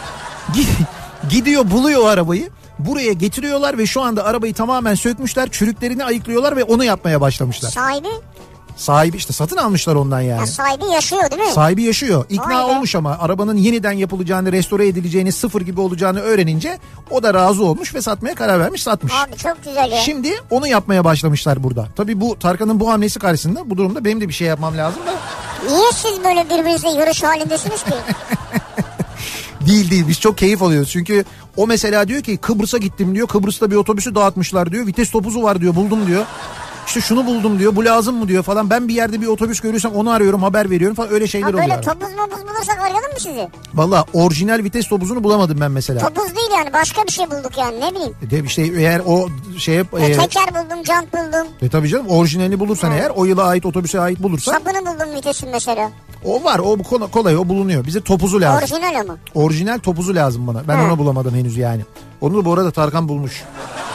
Gidiyor buluyor o arabayı. Buraya getiriyorlar ve şu anda arabayı tamamen sökmüşler. Çürüklerini ayıklıyorlar ve onu yapmaya başlamışlar. Sahibi? Sahibi işte satın almışlar ondan yani. Ya sahibi yaşıyor değil mi? Sahibi yaşıyor. İkna Vay olmuş be. ama arabanın yeniden yapılacağını, restore edileceğini, sıfır gibi olacağını öğrenince o da razı olmuş ve satmaya karar vermiş, satmış. Abi çok güzel ya. Şimdi onu yapmaya başlamışlar burada. Tabii bu Tarkan'ın bu hamlesi karşısında bu durumda benim de bir şey yapmam lazım da. Niye siz böyle birbirinizle yarış halindesiniz ki? Değil değil, biz çok keyif alıyoruz çünkü o mesela diyor ki Kıbrıs'a gittim diyor, Kıbrıs'ta bir otobüsü dağıtmışlar diyor, vites topuzu var diyor, buldum diyor. İşte şunu buldum diyor, bu lazım mı diyor falan. Ben bir yerde bir otobüs görürsem onu arıyorum, haber veriyorum falan, öyle şeyler ha, böyle oluyor. Böyle topuz mopuz bulursak arayalım mı sizi? Valla orijinal vites topuzunu bulamadım ben mesela. Topuz değil yani, başka bir şey bulduk yani, ne bileyim. De işte eğer o şey... E, e, teker buldum, jant buldum. E tabii canım, orijinalini bulursan ha. eğer, o yıla ait, otobüse ait bulursan. Sapını buldum vitesin mesela. O var, o kolay, o bulunuyor. Bize topuzu lazım. Orijinal ama. Orijinal topuzu lazım bana. Ben ha. onu bulamadım henüz yani. Onu da bu arada Tarkan bulmuş.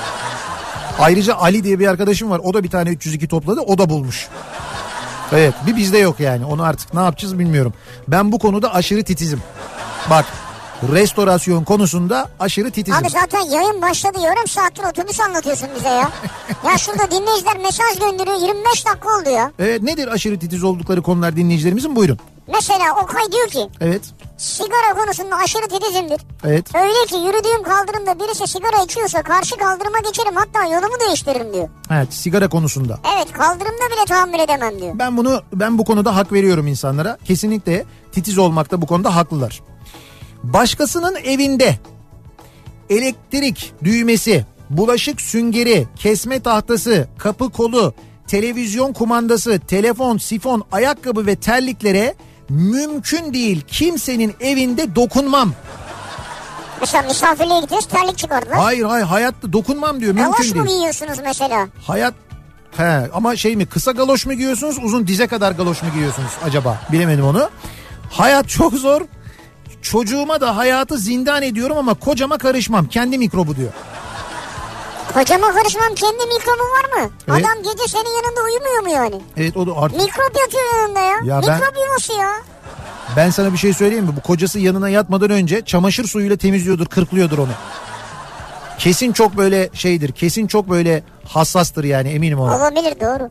Ayrıca Ali diye bir arkadaşım var. O da bir tane üç yüz iki topladı. O da bulmuş. Evet, bir bizde yok yani. Onu artık ne yapacağız bilmiyorum. Ben bu konuda aşırı titizim. Bak, restorasyon konusunda aşırı titizim. Abi zaten yayın başladı, yarım saattir otobüs anlatıyorsun bize ya. Ya şurada dinleyiciler mesaj gönderiyor, yirmi beş dakika oldu ya. Evet, nedir aşırı titiz oldukları konular dinleyicilerimizin? Buyurun. Mesela Okay diyor ki. Evet. Sigara konusunda aşırı titizimdir. Evet. Öyle ki yürüdüğüm kaldırımda birisi sigara içiyorsa karşı kaldırıma geçerim, hatta yolumu değiştiririm diyor. Evet, sigara konusunda. Evet, kaldırımda bile tahammül edemem diyor. Ben bunu ben bu konuda hak veriyorum insanlara. Kesinlikle titiz olmakta bu konuda haklılar. Başkasının evinde elektrik düğmesi, bulaşık süngeri, kesme tahtası, kapı kolu, televizyon kumandası, telefon, sifon, ayakkabı ve terliklere mümkün değil kimsenin evinde dokunmam. Mesela misafirliğe gidiyoruz, terlik çıkardılar. Hayır hayır hayatta dokunmam diyor, mümkün Galoş değil. mu giyiyorsunuz mesela? Hayat he, ama şey mi, kısa galoş mu giyiyorsunuz, uzun dize kadar galoş mu giyiyorsunuz acaba, bilemedim onu. Hayat çok zor, çocuğuma da hayatı zindan ediyorum ama kocama karışmam, kendi mikrobu diyor. Kocama karışmam, kendi mikrobu var mı? Evet. Adam gece senin yanında uyumuyor mu yani? Evet, o da artık. Mikrop yatıyor yanında ya. Ya ben- Mikrop yuvası ya. Ben sana bir şey söyleyeyim mi? Bu kocası yanına yatmadan önce çamaşır suyuyla temizliyordur, kırklıyordur onu. Kesin çok böyle şeydir. Kesin çok böyle hassastır yani, eminim ona. Olabilir, doğru.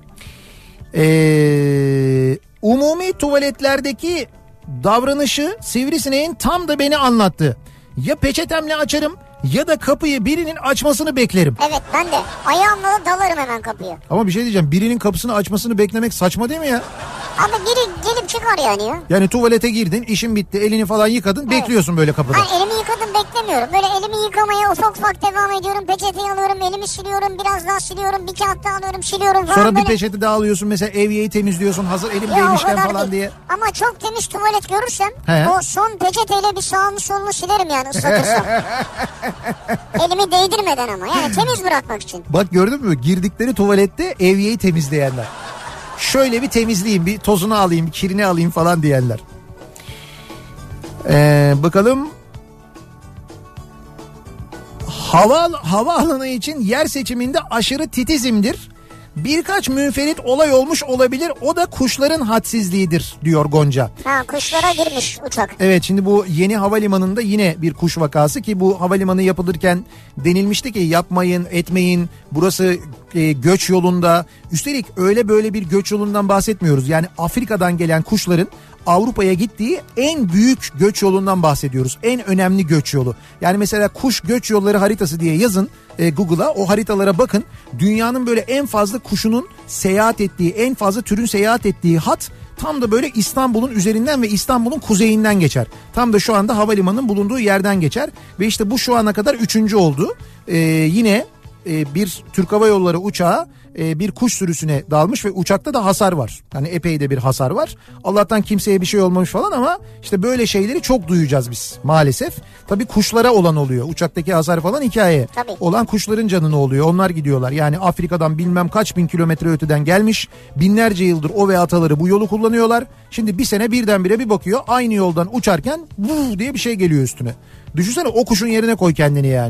Ee, umumi tuvaletlerdeki davranışı sivrisineğin tam da beni anlattı. Ya peçetemle açarım ya da kapıyı birinin açmasını beklerim. Evet, ben de ayağımla da dalarım hemen kapıya. Ama bir şey diyeceğim, birinin kapısını açmasını beklemek saçma değil mi ya? Abi biri gelip çıkar yani ya. Yani tuvalete girdin, işin bitti, elini falan yıkadın, Evet. bekliyorsun böyle kapıda. Hayır, elimi yıkadım beklemiyorum. Böyle elimi yıkamaya ufak ufak devam ediyorum. Peçeteyi alıyorum, elimi siliyorum, biraz daha siliyorum, bir kağıt daha alıyorum, siliyorum falan. Sonra bir böyle. peçete daha alıyorsun mesela, evyeyi temizliyorsun hazır Ya, o elimdeymişken kadar falan değil. diye. Ama çok temiz tuvalet görürsem He. o son peçeteyle bir sağını solunu silerim yani, ıslatırsam. Elimi değdirmeden ama yani temiz bırakmak için. Bak gördün mü, girdikleri tuvalette evyeyi temizleyenler. Şöyle bir temizleyeyim, bir tozunu alayım, bir kirini alayım falan diyenler. Ee, bakalım. Hava, havaalanı için yer seçiminde aşırı titizimdir. Birkaç münferit olay olmuş olabilir, o da kuşların hadsizliğidir diyor Gonca. Ha, kuşlara girmiş uçak. Evet, şimdi bu yeni havalimanında yine bir kuş vakası, ki bu havalimanı yapılırken denilmişti ki yapmayın etmeyin, burası e, göç yolunda, üstelik öyle böyle bir göç yolundan bahsetmiyoruz. Yani Afrika'dan gelen kuşların Avrupa'ya gittiği en büyük göç yolundan bahsediyoruz. En önemli göç yolu. Yani mesela kuş göç yolları haritası diye yazın e, Google'a, o haritalara bakın. Dünyanın böyle en fazla kuşunun seyahat ettiği, en fazla türün seyahat ettiği hat tam da böyle İstanbul'un üzerinden ve İstanbul'un kuzeyinden geçer. Tam da şu anda havalimanının bulunduğu yerden geçer. Ve işte bu şu ana kadar üçüncü oldu. Ee, yine e, bir Türk Hava Yolları uçağı e, bir kuş sürüsüne dalmış ve uçakta da hasar var. Yani epey de bir hasar var. Allah'tan kimseye bir şey olmamış falan, ama işte böyle şeyleri çok duyacağız biz maalesef. Tabii kuşlara olan oluyor. Uçaktaki hasar falan hikaye. Tabii. Olan kuşların canına oluyor. Onlar gidiyorlar. Yani Afrika'dan bilmem kaç bin kilometre öteden gelmiş. Binlerce yıldır o ve ataları bu yolu kullanıyorlar. Şimdi bir sene birdenbire bir bakıyor, aynı yoldan uçarken vuv diye bir şey geliyor üstüne. Düşünsene, o kuşun yerine koy kendini yani.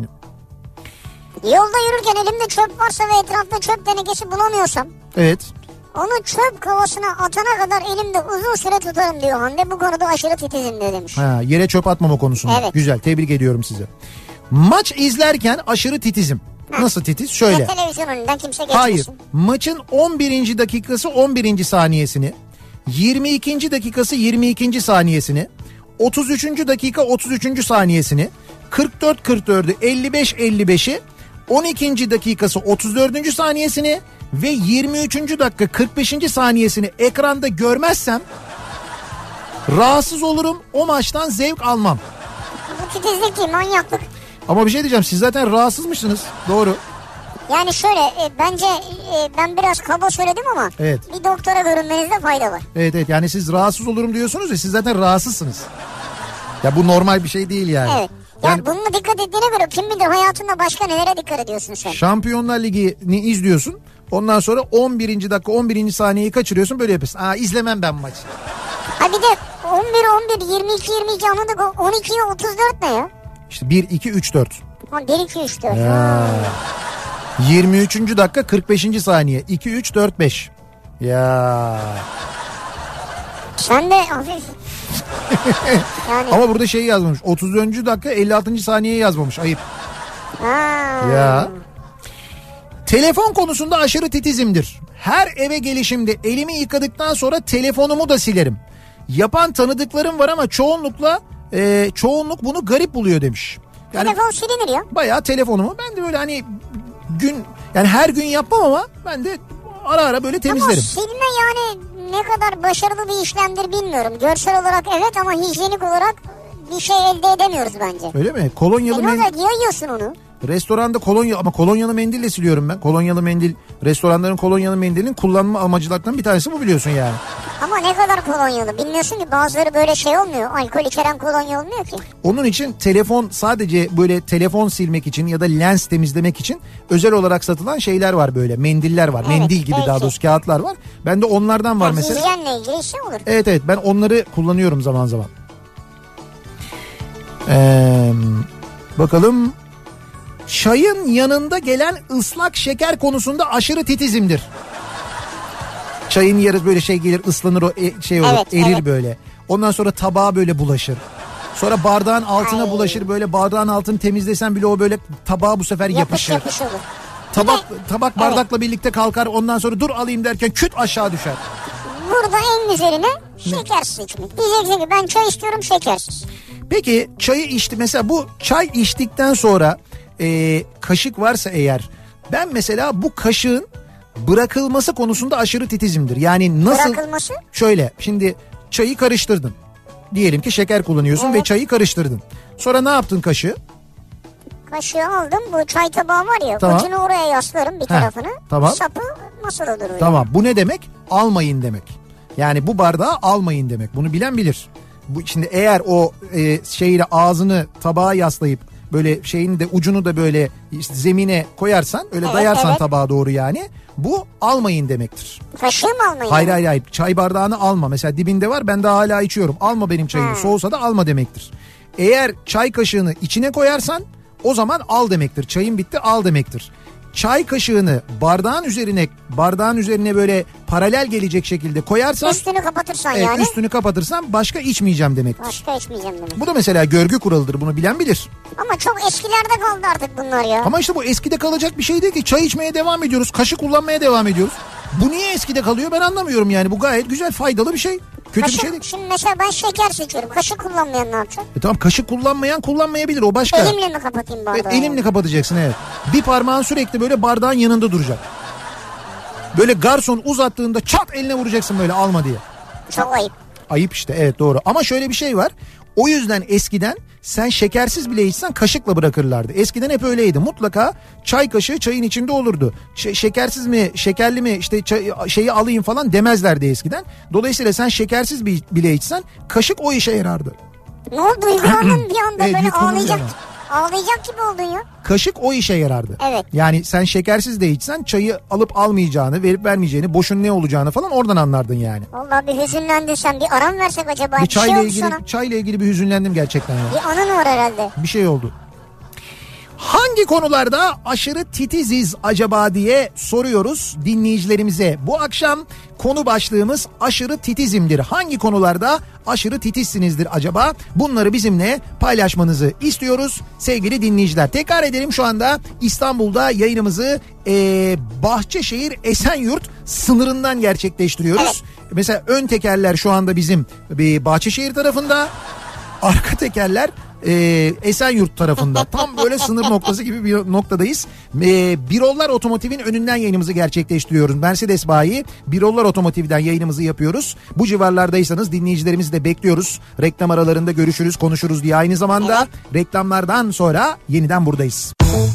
Yolda yürürken elimde çöp varsa ve etrafta çöp tenekesi bulamıyorsam, Evet. onu çöp kovasına atana kadar elimde uzun süre tutarım diyor Hande. Bu konuda aşırı titizimdir demiş. Ha, yere çöp atmama konusunda. Evet. Güzel, tebrik ediyorum sizi. Maç izlerken aşırı titizim. Ha. Nasıl titiz? Şöyle. Ve televizyon önünden kimse geçmesin. Hayır. Maçın on birinci dakikası on birinci saniyesini, yirmi ikinci dakikası yirmi ikinci saniyesini, otuz üçüncü dakika otuz üçüncü saniyesini, kırk dört kırk dördü, elli beş elli beşi, on ikinci dakikası otuz dördüncü saniyesini ve yirmi üçüncü dakika kırk beşinci saniyesini ekranda görmezsem rahatsız olurum, o maçtan zevk almam. Bu titizlik değil, manyaklık. Ama bir şey diyeceğim, siz zaten rahatsızmışsınız. Doğru. Yani şöyle e, bence e, ben biraz kaba söyledim ama Evet. bir doktora görünmenizde fayda var. Evet evet, yani siz rahatsız olurum diyorsunuz ya, siz zaten rahatsızsınız. Ya bu normal bir şey değil yani. Evet. Ya Yani bununla dikkat ettiğine göre kim bilir hayatında başka nelere dikkat ediyorsun sen. Şampiyonlar Ligi'ni izliyorsun. Ondan sonra on birinci dakika on birinci saniyeyi kaçırıyorsun, böyle yapıyorsun. Aa, izlemem ben maçı. Ha bir de on bir on bir yirmi iki yirmi iki anladık, on ikiye otuz dört ne ya? İşte bir iki üç dört. Ha bir iki üç dört. Ya. yirmi üçüncü dakika kırk beşinci saniye. iki üç dört beş. Ya. Sen de hafif. Yani. Ama burada şey yazmamış. otuz dördüncü dakika elli altıncı saniye yazmamış. Ayıp. Ha. Ya. Telefon konusunda aşırı titizimdir. Her eve gelişimde elimi yıkadıktan sonra telefonumu da silerim. Yapan tanıdıklarım var ama çoğunlukla e, çoğunluk bunu garip buluyor demiş. Yani Telefon silinir ya. bayağı telefonumu ben de böyle hani gün, yani her gün yapmam ama ben de ara ara böyle temizlerim. Ama silme yani ne kadar başarılı bir işlemdir bilmiyorum. Görsel olarak evet ama hijyenik olarak bir şey elde edemiyoruz bence. Öyle mi? Kolonyalı E ne mendil. olacak, yayıyorsun onu. Restoranda kolonya ama kolonyalı mendille siliyorum ben. Kolonyalı mendil, restoranların kolonyalı mendilin kullanma amacılarından bir tanesi bu, biliyorsun yani. Ama ne kadar kolonyalı bilmiyorsun ki, bazıları böyle şey olmuyor. Alkol içeren kolonya olmuyor ki. Onun için telefon, sadece böyle telefon silmek için ya da lens temizlemek için özel olarak satılan şeyler var, böyle mendiller var. Evet, Mendil gibi belki. daha doğrusu kağıtlar var. Bende onlardan var Yani mesela. hijyenle ilgili şey olur. Evet evet, ben onları kullanıyorum zaman zaman. Ee, bakalım. Çayın yanında gelen ıslak şeker konusunda aşırı titizimdir. Çayın yarısı böyle şey gelir, ıslanır, o e, şey olur, Evet, erir evet. böyle. Ondan sonra tabağa böyle bulaşır. Sonra bardağın altına Ay. bulaşır, böyle bardağın altını temizlesen bile o böyle tabağa bu sefer Yapış yapışır. yapış olur. Tabak Bir de- tabak bardakla birlikte kalkar, ondan sonra dur alayım derken küt aşağı düşer. Burada en güzeline şekersiz içmek. Diyeceksin ki ben çay istiyorum şekersiz. Peki çayı içti, mesela bu çay içtikten sonra e, kaşık varsa eğer, ben mesela bu kaşığın bırakılması konusunda aşırı titizimdir. Yani nasıl? Bırakılması? Şöyle, şimdi çayı karıştırdın. Diyelim ki şeker kullanıyorsun, Evet. ve çayı karıştırdın. Sonra ne yaptın kaşığı? Kaşığı aldım, bu çay tabağı var ya, Tamam. ucunu oraya yaslarım bir tarafını. tamam. Sapı masada duruyor. Tamam, bu ne demek? Almayın demek. Yani bu bardağı almayın demek. Bunu bilen bilir. Bu şimdi eğer o e, şeyle ağzını tabağa yaslayıp böyle şeyini de ucunu da böyle işte zemine koyarsan, öyle Evet, dayarsan evet. tabağa doğru, yani bu almayın demektir. Kaşığı mı almayın? Hayır hayır hayır, çay bardağını alma. Mesela dibinde var, ben daha hala içiyorum. Alma benim çayımı. Ha. Soğusa da alma demektir. Eğer çay kaşığını içine koyarsan o zaman al demektir. Çayın bitti, al demektir. Çay kaşığını bardağın üzerine bardağın üzerine böyle paralel gelecek şekilde koyarsan, Üstünü kapatırsan evet, yani. üstünü kapatırsan başka içmeyeceğim demektir. Başka içmeyeceğim demek. Bu da mesela görgü kuralıdır, bunu bilen bilir. Ama çok eskilerde kaldı artık bunlar ya. Ama işte bu eskide kalacak bir şey değil ki. Çay içmeye devam ediyoruz, kaşık kullanmaya devam ediyoruz. Bu niye eskide kalıyor ben anlamıyorum yani. Bu gayet güzel, faydalı bir şey. Kötü Kaşık, bir şey değil. Şimdi mesela ben şeker seçiyorum. Kaşık kullanmayan ne yapacak? E tamam, kaşık kullanmayan kullanmayabilir, o başka. Elimle mi kapatayım bardağı? Evet, elinle kapatacaksın, evet. Bir parmağın sürekli böyle bardağın yanında duracak. Böyle garson uzattığında çat eline vuracaksın böyle, alma diye. Çok ayıp. Ayıp işte, evet doğru. Ama şöyle bir şey var. O yüzden eskiden sen şekersiz bile içsen kaşıkla bırakırlardı. Eskiden hep öyleydi. Mutlaka çay kaşığı çayın içinde olurdu. Ş- şekersiz mi, şekerli mi, işte çay, şeyi alayım falan demezlerdi eskiden. Dolayısıyla sen şekersiz bir, bile içsen kaşık o işe yarardı. Ne oldu? Duygulandın bir anda, Evet, böyle yutkunun ağlayacak. yana. Ağlayacak gibi oldun ya. Kaşık o işe yarardı. Evet. Yani sen şekersiz de içsen çayı alıp almayacağını, verip vermeyeceğini, boşun ne olacağını falan oradan anlardın yani. Vallahi bir hüzünlendin sen. Bir aram versek acaba? Bir Bir şey çayla oldu ilgili sana. çayla ilgili bir hüzünlendim gerçekten ya. Bir anın var herhalde. Bir şey oldu. Hangi konularda aşırı titiziz acaba diye soruyoruz dinleyicilerimize. Bu akşam konu başlığımız aşırı titizimdir. Hangi konularda aşırı titizsinizdir acaba? Bunları bizimle paylaşmanızı istiyoruz sevgili dinleyiciler. Tekrar edelim, şu anda İstanbul'da yayınımızı e, Bahçeşehir Esenyurt sınırından gerçekleştiriyoruz. Evet. Mesela ön tekerler şu anda bizim e, Bahçeşehir tarafında, arka tekerler e, Esenyurt tarafında. Tam böyle sınır noktası gibi bir noktadayız. E, Birollar Otomotiv'in önünden yayınımızı gerçekleştiriyoruz. Mercedes bayi Birollar Otomotiv'den yayınımızı yapıyoruz. Bu civarlardaysanız dinleyicilerimizi de bekliyoruz. Reklam aralarında görüşürüz, konuşuruz diye. Aynı zamanda evet, reklamlardan sonra yeniden buradayız.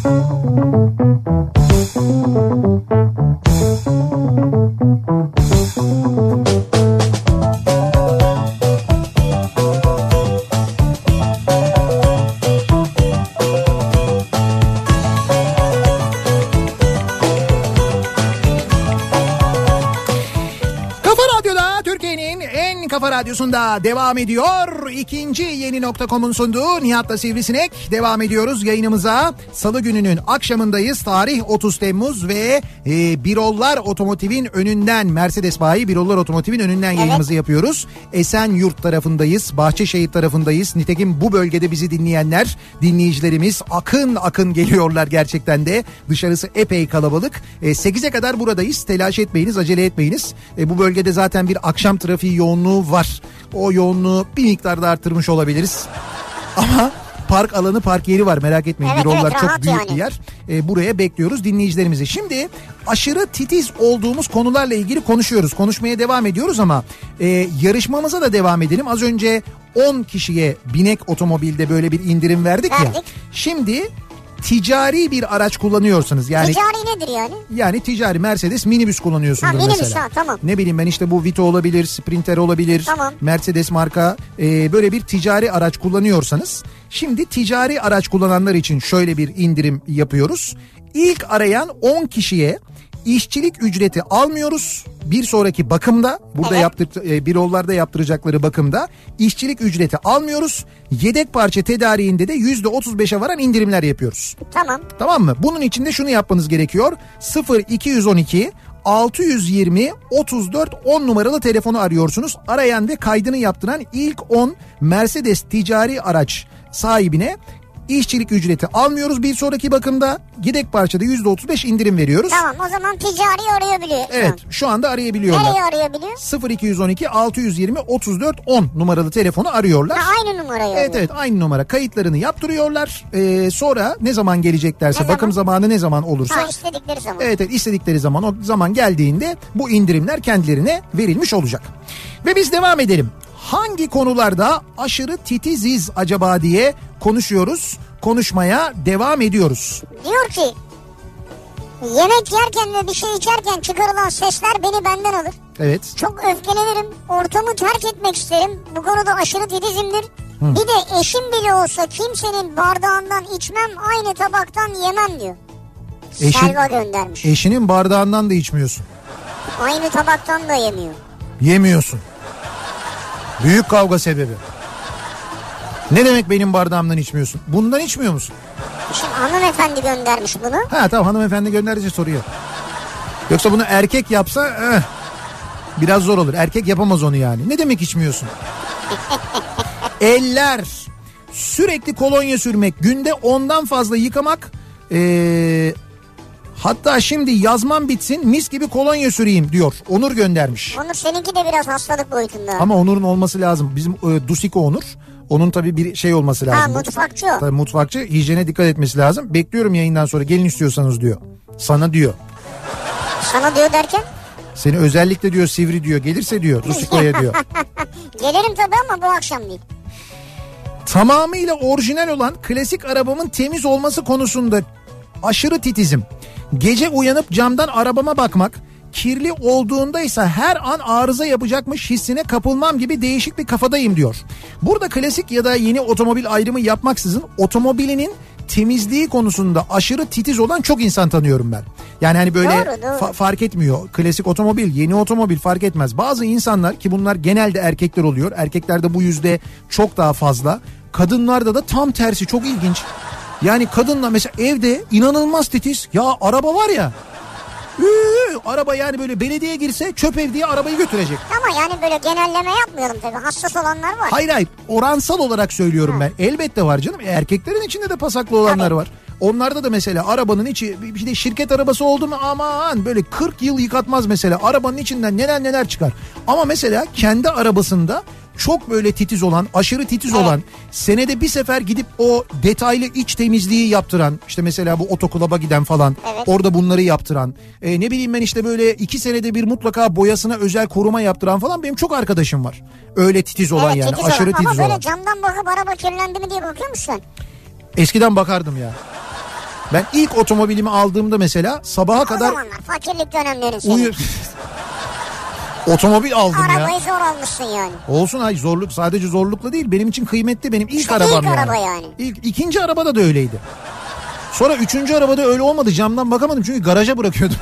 Kafa Radyosu'nda devam ediyor. İkinci yeni nokta com'un sunduğu Nihat'la Sivrisinek. Devam ediyoruz yayınımıza. Salı gününün akşamındayız. Tarih otuz Temmuz ve e, Birollar Otomotiv'in önünden, Mercedes bayi Birollar Otomotiv'in önünden evet, yayınımızı yapıyoruz. Esenyurt tarafındayız. Bahçeşehir tarafındayız. Nitekim bu bölgede bizi dinleyenler, dinleyicilerimiz akın akın geliyorlar gerçekten de. Dışarısı epey kalabalık. E, sekize kadar buradayız. Telaş etmeyiniz, acele etmeyiniz. E, bu bölgede zaten bir akşam trafiği yoğunluğu var. O yoğunluğu bir miktar da arttırmış olabiliriz. Ama park alanı, park yeri var, merak etmeyin. Evet, Birollar evet, çok rahat büyük yani. bir yer. E, buraya bekliyoruz dinleyicilerimizi. Şimdi aşırı titiz olduğumuz konularla ilgili konuşuyoruz. Konuşmaya devam ediyoruz ama e, yarışmamıza da devam edelim. Az önce on kişiye binek otomobilde böyle bir indirim verdik, Verdik. ya. Şimdi ticari bir araç kullanıyorsanız, yani Ticari nedir yani? yani ticari Mercedes minibüs kullanıyorsundur Ha, minibüs, mesela. ha, tamam. Ne bileyim ben işte bu Vito olabilir, Sprinter olabilir, Tamam. Mercedes marka e, böyle bir ticari araç kullanıyorsanız, şimdi ticari araç kullananlar için şöyle bir indirim yapıyoruz. İlk arayan on kişiye işçilik ücreti almıyoruz. Bir sonraki bakımda, burada Evet. yaptır, e, Birollarda yaptıracakları bakımda işçilik ücreti almıyoruz. Yedek parça tedariğinde de yüzde otuz beşe varan indirimler yapıyoruz. Tamam. Tamam mı? Bunun için de şunu yapmanız gerekiyor. sıfır iki on iki altı yüz yirmi otuz dört on numaralı telefonu arıyorsunuz. Arayan ve kaydını yaptıran ilk on Mercedes ticari araç sahibine işçilik ücreti almıyoruz bir sonraki bakımda. Yedek parçada yüzde otuz beş indirim veriyoruz. Tamam, o zaman ticari arayabiliyor. şu Evet, an. şu anda arayabiliyorlar. Nereye arayabiliyor? sıfır iki on iki altı yüz yirmi otuz dört on numaralı telefonu arıyorlar. Ha, aynı numarayı Evet arıyor. evet, aynı numara, kayıtlarını yaptırıyorlar. Ee, sonra ne zaman geleceklerse, Ne bakım zaman? zamanı ne zaman olursa. Ha, istedikleri zaman. Evet evet, istedikleri zaman, o zaman geldiğinde bu indirimler kendilerine verilmiş olacak. Ve biz devam edelim. Hangi konularda aşırı titiziz acaba diye konuşuyoruz. Konuşmaya devam ediyoruz. Diyor ki yemek yerken ve bir şey içerken çıkarılan sesler beni benden alır. Evet. Çok öfkelenirim. Ortamı terk etmek isterim. Bu konuda aşırı titizimdir. Bir de eşim bile olsa kimsenin bardağından içmem, aynı tabaktan yemem diyor. Eşin- Selva göndermiş. Eşinin bardağından da içmiyorsun. Aynı tabaktan da yemiyor. Yemiyorsun. Büyük kavga sebebi. Ne demek benim bardağımdan içmiyorsun? Bundan içmiyor musun? Şimdi hanımefendi göndermiş bunu. Ha tamam, hanımefendi gönderici soruyor. Yoksa bunu erkek yapsa eh, biraz zor olur. Erkek yapamaz onu yani. Ne demek içmiyorsun? Eller. Sürekli kolonya sürmek. Günde ondan fazla yıkamak. Ee, hatta şimdi yazmam bitsin mis gibi kolonya süreyim diyor. Onur göndermiş. Onur, seninki de biraz hastalık boyutunda. Ama Onur'un olması lazım. Bizim e, Dusiko Onur. Onun tabii bir şey olması lazım. Ha, mutfakçı o. Tabii mutfakçı, hijyene dikkat etmesi lazım. Bekliyorum yayından sonra, gelin istiyorsanız diyor. Sana diyor. Sana diyor derken? Seni özellikle diyor Sivri diyor. Gelirse diyor Dusiko'ya diyor. Gelirim tabii ama bu akşam değil. Tamamıyla orijinal olan klasik arabamın temiz olması konusunda aşırı titizim. Gece uyanıp camdan arabama bakmak, kirli olduğundaysa her an arıza yapacakmış hissine kapılmam gibi değişik bir kafadayım diyor. Burada klasik ya da yeni otomobil ayrımı yapmaksızın otomobilinin temizliği konusunda aşırı titiz olan çok insan tanıyorum ben. Yani hani böyle Doğru, doğru. fa- fark etmiyor. Klasik otomobil, yeni otomobil fark etmez. Bazı insanlar, ki bunlar genelde erkekler oluyor. Erkeklerde bu yüzde çok daha fazla. Kadınlarda da tam tersi, çok ilginç. Yani kadınla mesela evde inanılmaz titiz. Ya araba var ya. Üü, araba yani böyle belediye girse çöp ev diye arabayı götürecek. Ama yani böyle genelleme yapmayalım tabii. Hassas olanlar var. Hayır hayır, oransal olarak söylüyorum ben. Elbette var canım. E, erkeklerin içinde de pasaklı olanlar Tabii. var. Onlarda da mesela arabanın içi, bir de şirket arabası oldu mu aman böyle kırk yıl yıkatmaz mesela. Arabanın içinden neler neler çıkar. Ama mesela kendi arabasında çok böyle titiz olan, aşırı titiz Evet. olan, senede bir sefer gidip o detaylı iç temizliği yaptıran, işte mesela bu otoklaba giden falan, Evet. orada bunları yaptıran, e, ne bileyim ben işte böyle iki senede bir mutlaka boyasına özel koruma yaptıran falan benim çok arkadaşım var. Öyle titiz olan Evet, yani, titiz aşırı olan. titiz Ama böyle olan. camdan bakıp araba kirlendi mi diye bakıyor musun? Eskiden bakardım ya. Ben ilk otomobilimi aldığımda mesela sabaha O kadar zamanlar fakirlik dönemlerin senin. uyu... Otomobil aldım Arabayı ya. zor almışsın yani. Olsun, ay zorluk, sadece zorlukla değil, benim için kıymetli, benim ilk İşte arabam ilk yani. araba yani. İlk, ikinci arabada da öyleydi. Sonra üçüncü arabada öyle olmadı, camdan bakamadım çünkü garaja bırakıyordum.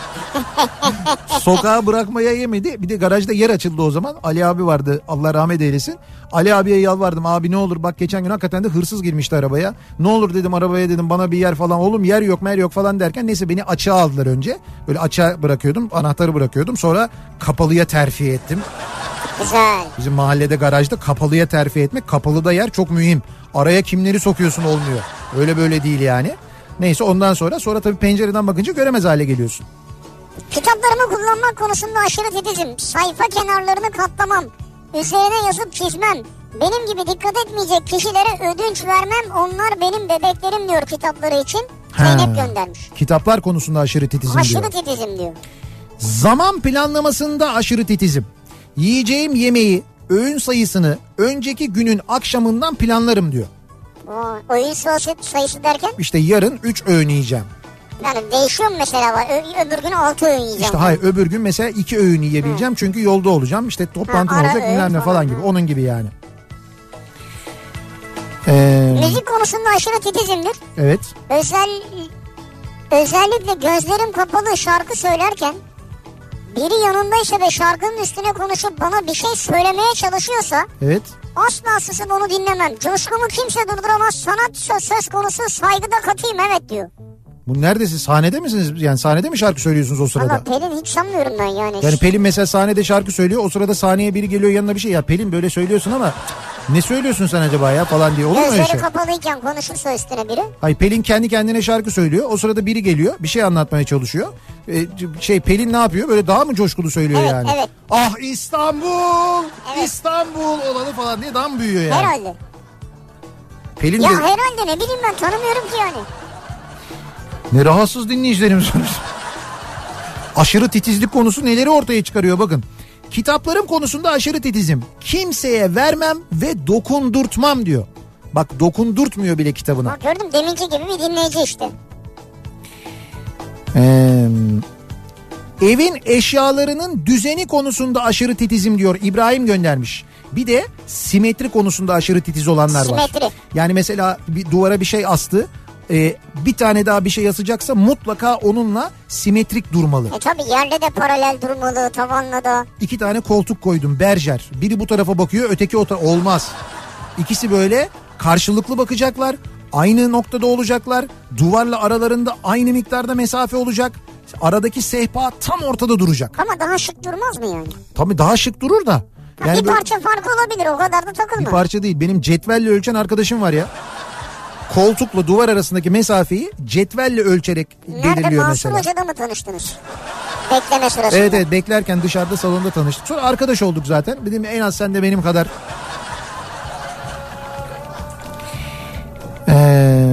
Sokağa bırakmaya yemedi. Bir de garajda yer açıldı o zaman. Ali abi vardı, Allah rahmet eylesin. Ali abiye yalvardım, abi ne olur bak geçen gün hakikaten de hırsız girmişti arabaya. Ne olur dedim arabaya, dedim bana bir yer falan, oğlum yer yok mer yok falan derken neyse beni açığa aldılar önce. Böyle açığa bırakıyordum, anahtarı bırakıyordum, sonra kapalıya terfi ettim. Güzel. Bizim mahallede garajda kapalıya terfi etmek, kapalıda yer çok mühim. Araya kimleri sokuyorsun olmuyor. Öyle böyle değil yani. Neyse ondan sonra sonra tabii pencereden bakınca göremez hale geliyorsun. Kitaplarımı kullanmak konusunda aşırı titizim. Sayfa kenarlarını katlamam. Üzerine yazıp çizmem. Benim gibi dikkat etmeyecek kişilere ödünç vermem, onlar benim bebeklerim diyor kitapları için. Zeynep göndermiş. Kitaplar konusunda aşırı titizim aşırı diyor. Aşırı titizim diyor. Zaman planlamasında aşırı titizim. Yiyeceğim yemeği, öğün sayısını önceki günün akşamından planlarım diyor. O, öğün sayısı, sayısı derken? İşte yarın üç öğün yiyeceğim. Yani değişiyor mu mesela? Ö- öbür gün altı öğün yiyeceğim. İşte hayır, öbür gün mesela iki öğün yiyebileceğim. Hı. Çünkü yolda olacağım. İşte toplantım ha, olacak bilmem ne falan gibi. Hı. Onun gibi yani. Ee, Müzik konusunda aşırı titizimdir. Evet. Özel, özellikle gözlerim kapalı şarkı söylerken biri yanındaysa ve şarkının üstüne konuşup bana bir şey söylemeye çalışıyorsa, evet, asla susup onu dinlemem. Coşkumu kimse durduramaz. Sanat söz, söz konusu, saygıda katıyım, evet diyor. Bu neredesin? Sahnede misiniz? Yani sahnede mi şarkı söylüyorsunuz o sırada? Valla Pelin hiç sanmıyorum ben yani. Yani Pelin mesela sahnede şarkı söylüyor. O sırada sahneye biri geliyor yanına bir şey. Ya Pelin böyle söylüyorsun ama ne söylüyorsun sen acaba ya falan diye. Olur mu öyle şey? Gözleri kapalıyken konuşursa üstüne biri. Hayır, Pelin kendi kendine şarkı söylüyor. O sırada biri geliyor, bir şey anlatmaya çalışıyor. Ee, şey Pelin ne yapıyor? Böyle daha mı coşkulu söylüyor evet, yani? Evet. Ah İstanbul, evet. İstanbul olanı falan diye daha mı büyüyor yani? Herhalde. Pelin ya de... herhalde, ne bileyim ben, tanımıyorum ki yani. Ne rahatsız dinleyicilerimiz var. Aşırı titizlik konusu neleri ortaya çıkarıyor bakın. Kitaplarım konusunda aşırı titizim. Kimseye vermem ve dokundurtmam diyor. Bak dokundurtmuyor bile kitabına. Bak gördüm, deminki gibi bir dinleyici işte. Ee, evin eşyalarının düzeni konusunda aşırı titizim diyor. İbrahim göndermiş. Bir de simetri konusunda aşırı titiz olanlar simetri. var. Yani mesela bir duvara bir şey astı. Ee, bir tane daha bir şey asacaksa mutlaka onunla simetrik durmalı. E tabi yerde de paralel durmalı, tavanla da. İki tane koltuk koydum berjer. Biri bu tarafa bakıyor, öteki o tarafa. Olmaz. İkisi böyle karşılıklı bakacaklar. Aynı noktada olacaklar. Duvarla aralarında aynı miktarda mesafe olacak. Aradaki sehpa tam ortada duracak. Ama daha şık durmaz mı yani? Tabii daha şık durur da. Yani bir parça böyle... farkı olabilir, o kadar da takılma. Bir parça değil, benim cetvelle ölçen arkadaşım var ya. Koltukla duvar arasındaki mesafeyi cetvelle ölçerek nerede, belirliyor mesela. Nerede, Mansur Hoca'da mı tanıştınız? Bekleme sırasında. Evet evet, beklerken dışarıda salonda tanıştık. Sonra arkadaş olduk zaten. Dedim en az sen de benim kadar. Ee,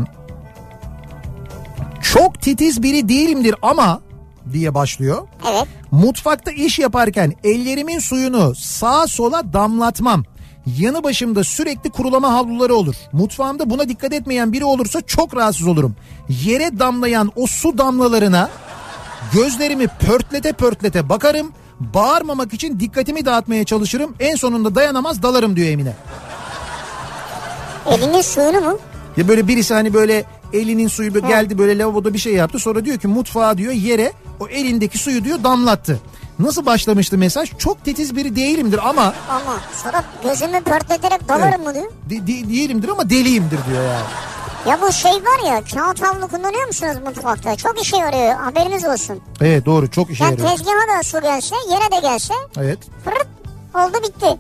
çok titiz biri değilimdir ama diye başlıyor. Evet. Mutfakta iş yaparken ellerimin suyunu sağa sola damlatmam. Yanı başımda sürekli kurulama havluları olur. Mutfağımda buna dikkat etmeyen biri olursa çok rahatsız olurum. Yere damlayan o su damlalarına gözlerimi pörtlete pörtlete bakarım. Bağırmamak için dikkatimi dağıtmaya çalışırım. En sonunda dayanamaz dalarım diyor Emine. Elinin suyunu mu? Ya böyle birisi hani böyle elinin suyu böyle geldi, böyle lavaboda bir şey yaptı. Sonra diyor ki mutfağa diyor yere o elindeki suyu diyor damlattı. Nasıl başlamıştı mesaj? Çok titiz biri değilimdir ama... Ama sonra gözümü pörtleterek dalarım evet. mı diyor? De, de, değilimdir ama deliyimdir diyor yani. Ya bu şey var ya, kağıt havlu kullanıyor musunuz mutfakta? Çok işe yarıyor, haberiniz olsun. Evet doğru, çok işe yani yarıyor. Yani tezgaha da su gelse, yere de gelse. Evet. Fırıp oldu bitti.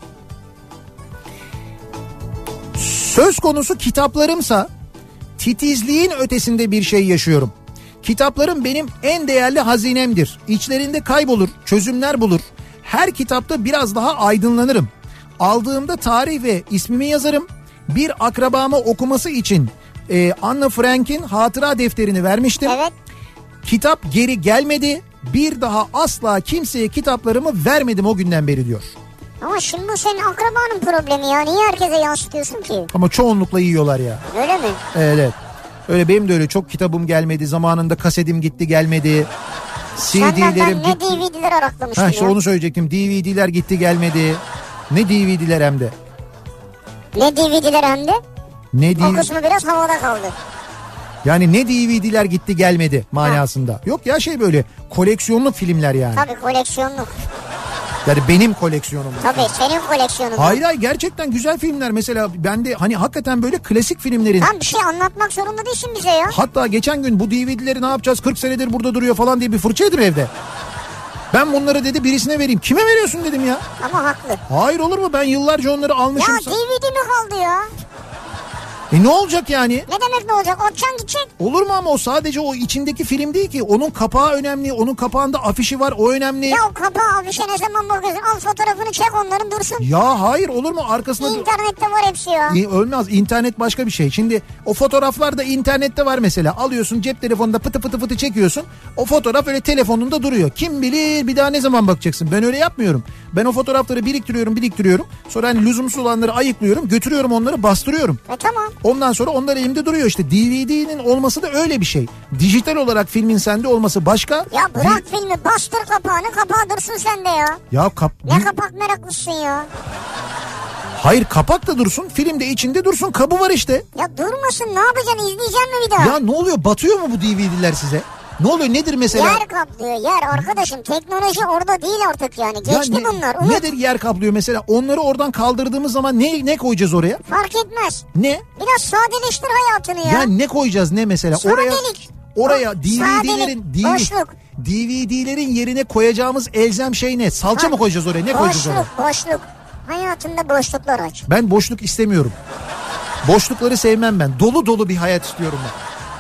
Söz konusu kitaplarımsa titizliğin ötesinde bir şey yaşıyorum. Kitaplarım benim en değerli hazinemdir. İçlerinde kaybolur, çözümler bulur. Her kitapta biraz daha aydınlanırım. Aldığımda tarih ve ismimi yazarım. Bir akrabama okuması için e, Anne Frank'in hatıra defterini vermiştim. Evet. Kitap geri gelmedi. Bir daha asla kimseye kitaplarımı vermedim o günden beri diyor. Ama şimdi bu senin akrabanın problemi ya. Niye herkese yansıtıyorsun ki? Ama çoğunlukla yiyorlar ya. Öyle mi? Evet. Öyle benim de öyle çok kitabım gelmedi. Zamanında kasetim gitti gelmedi. C D'lerim Senden ben ne gitti. D V D'ler araklamıştım ha, ya. işte onu söyleyecektim. D V D'ler gitti gelmedi. Ne D V D'ler hem de. Ne D V D'ler hem de? Ne D V D... O kısmı biraz havada kaldı. Yani ne D V D'ler gitti gelmedi manasında. Ha. Yok ya şey böyle koleksiyonluk filmler yani. Tabii koleksiyonluk. Yani benim koleksiyonum. Tabii senin koleksiyonun. Hayır hayır, gerçekten güzel filmler. Mesela ben de hani hakikaten böyle klasik filmlerin. Tam bir şey anlatmak zorunda değilsin bize ya. Hatta geçen gün bu D V D'leri ne yapacağız kırk senedir burada duruyor falan diye bir fırça yedim evde. Ben bunları dedi birisine vereyim. Kime veriyorsun dedim ya. Ama haklı. Hayır olur mu, ben yıllarca onları almışım. Ya D V D mi kaldı ya? E ne olacak yani? Ne demek ne olacak? Atacaksın gidecek. Olur mu ama o sadece o içindeki film değil ki. Onun kapağı önemli. Onun kapağında afişi var, o önemli. Ya o kapağı afişe ne zaman bakıyorsun? Al fotoğrafını çek, onların dursun. Ya hayır, olur mu? Arkasında... İnternette var hepsi ya. Ölmez. İnternet başka bir şey. Şimdi o fotoğraflar da internette var mesela. Alıyorsun cep telefonunda pıtı pıtı pıtı çekiyorsun. O fotoğraf öyle telefonunda duruyor. Kim bilir bir daha ne zaman bakacaksın. Ben öyle yapmıyorum. Ben o fotoğrafları biriktiriyorum biriktiriyorum. Sonra hani lüzumsuz olanları ayıklıyorum. Götürüyorum onları, bastırıyorum. E tamam. Ondan sonra onlar elimde duruyor işte. D V D'nin olması da öyle bir şey. Dijital olarak filmin sende olması başka. Ya bırak Di- filmi, bastır kapağını, kapağı dursun sende ya. Ya kap... Ne kapak meraklısın ya. Hayır, kapak da dursun, film de içinde dursun, kabı var işte. Ya durmasın, ne yapacaksın, izleyeceksin mi bir daha? Ya ne oluyor, batıyor mu bu D V D'ler size? Ne oluyor, nedir mesela? Yer kaplıyor yer arkadaşım, teknoloji orada değil artık yani, geçti ya ne, bunlar. Unut. Nedir yer kaplıyor mesela? Onları oradan kaldırdığımız zaman ne ne koyacağız oraya? Fark etmez. Ne? Biraz sadeleştir hayatını ya. Ya ne koyacağız ne mesela? Sadelik. Oraya oraya D V D'lerin D V D, boşluk. D V D'lerin yerine koyacağımız elzem şey ne? Salça ha. mı koyacağız oraya? Ne boşluk, koyacağız oraya? Boşluk boşluk. Hayatında boşluklar aç. Ben boşluk istemiyorum. Boşlukları sevmem ben. Dolu dolu bir hayat istiyorum ben.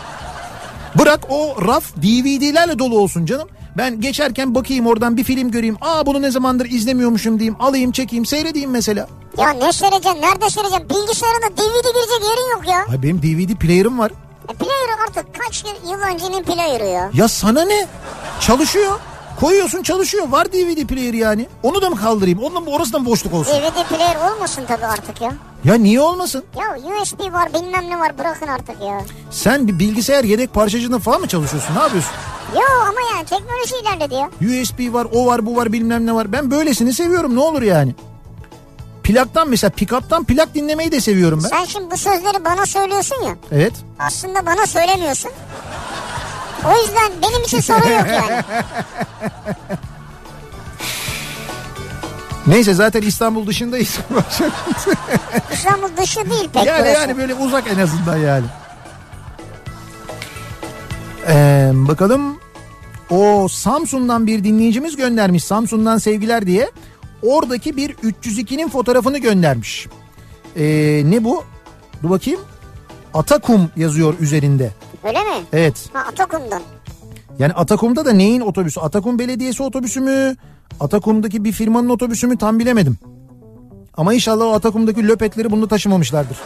Bırak o raf D V D'lerle dolu olsun canım. Ben geçerken bakayım oradan bir film göreyim. Aa bunu ne zamandır izlemiyormuşum diyeyim. Alayım, çekeyim, seyredeyim mesela. Ya ne seyredeceksin? Nerede seyredeceksin? Bilgisayarında D V D girecek yerin yok ya. Hayır, benim D V D player'ım var. E player artık kaç yıl öncenin player'ı ya. Ya sana ne? Çalışıyor. Koyuyorsun, çalışıyor. Var D V D player yani. Onu da mı kaldırayım? Ondan mı, orası da mı boşluk olsun? D V D player olmasın tabii artık ya. Ya niye olmasın? Ya U S B var, bilmem ne var, bırakın artık ya. Sen bir bilgisayar yedek parçacığında falan mı çalışıyorsun? Ne yapıyorsun? Yo ama yani teknoloji ilerledi ya. U S B var, o var, bu var, bilmem ne var. Ben böylesini seviyorum, ne olur yani. Plaktan mesela, pick-up'tan plak dinlemeyi de seviyorum ben. Sen şimdi bu sözleri bana söylüyorsun ya. Evet. Aslında bana söylemiyorsun. O yüzden benim için sorun yok yani. Neyse, zaten İstanbul dışındayız. İstanbul dışı değil pek yani, burası. yani böyle uzak en azından yani. Ee, bakalım. O Samsun'dan bir dinleyicimiz göndermiş. Samsun'dan sevgiler diye. Oradaki bir üç yüz ikinin fotoğrafını göndermiş. Ee, ne bu? Dur bakayım. Atakum yazıyor üzerinde. Öyle mi? Evet. Ha, Atakum'dan. Yani Atakum'da da neyin otobüsü? Atakum Belediyesi otobüsü mü? Atakum'daki bir firmanın otobüsü mü? Tam bilemedim. Ama inşallah o Atakum'daki löpetleri bunu taşımamışlardır.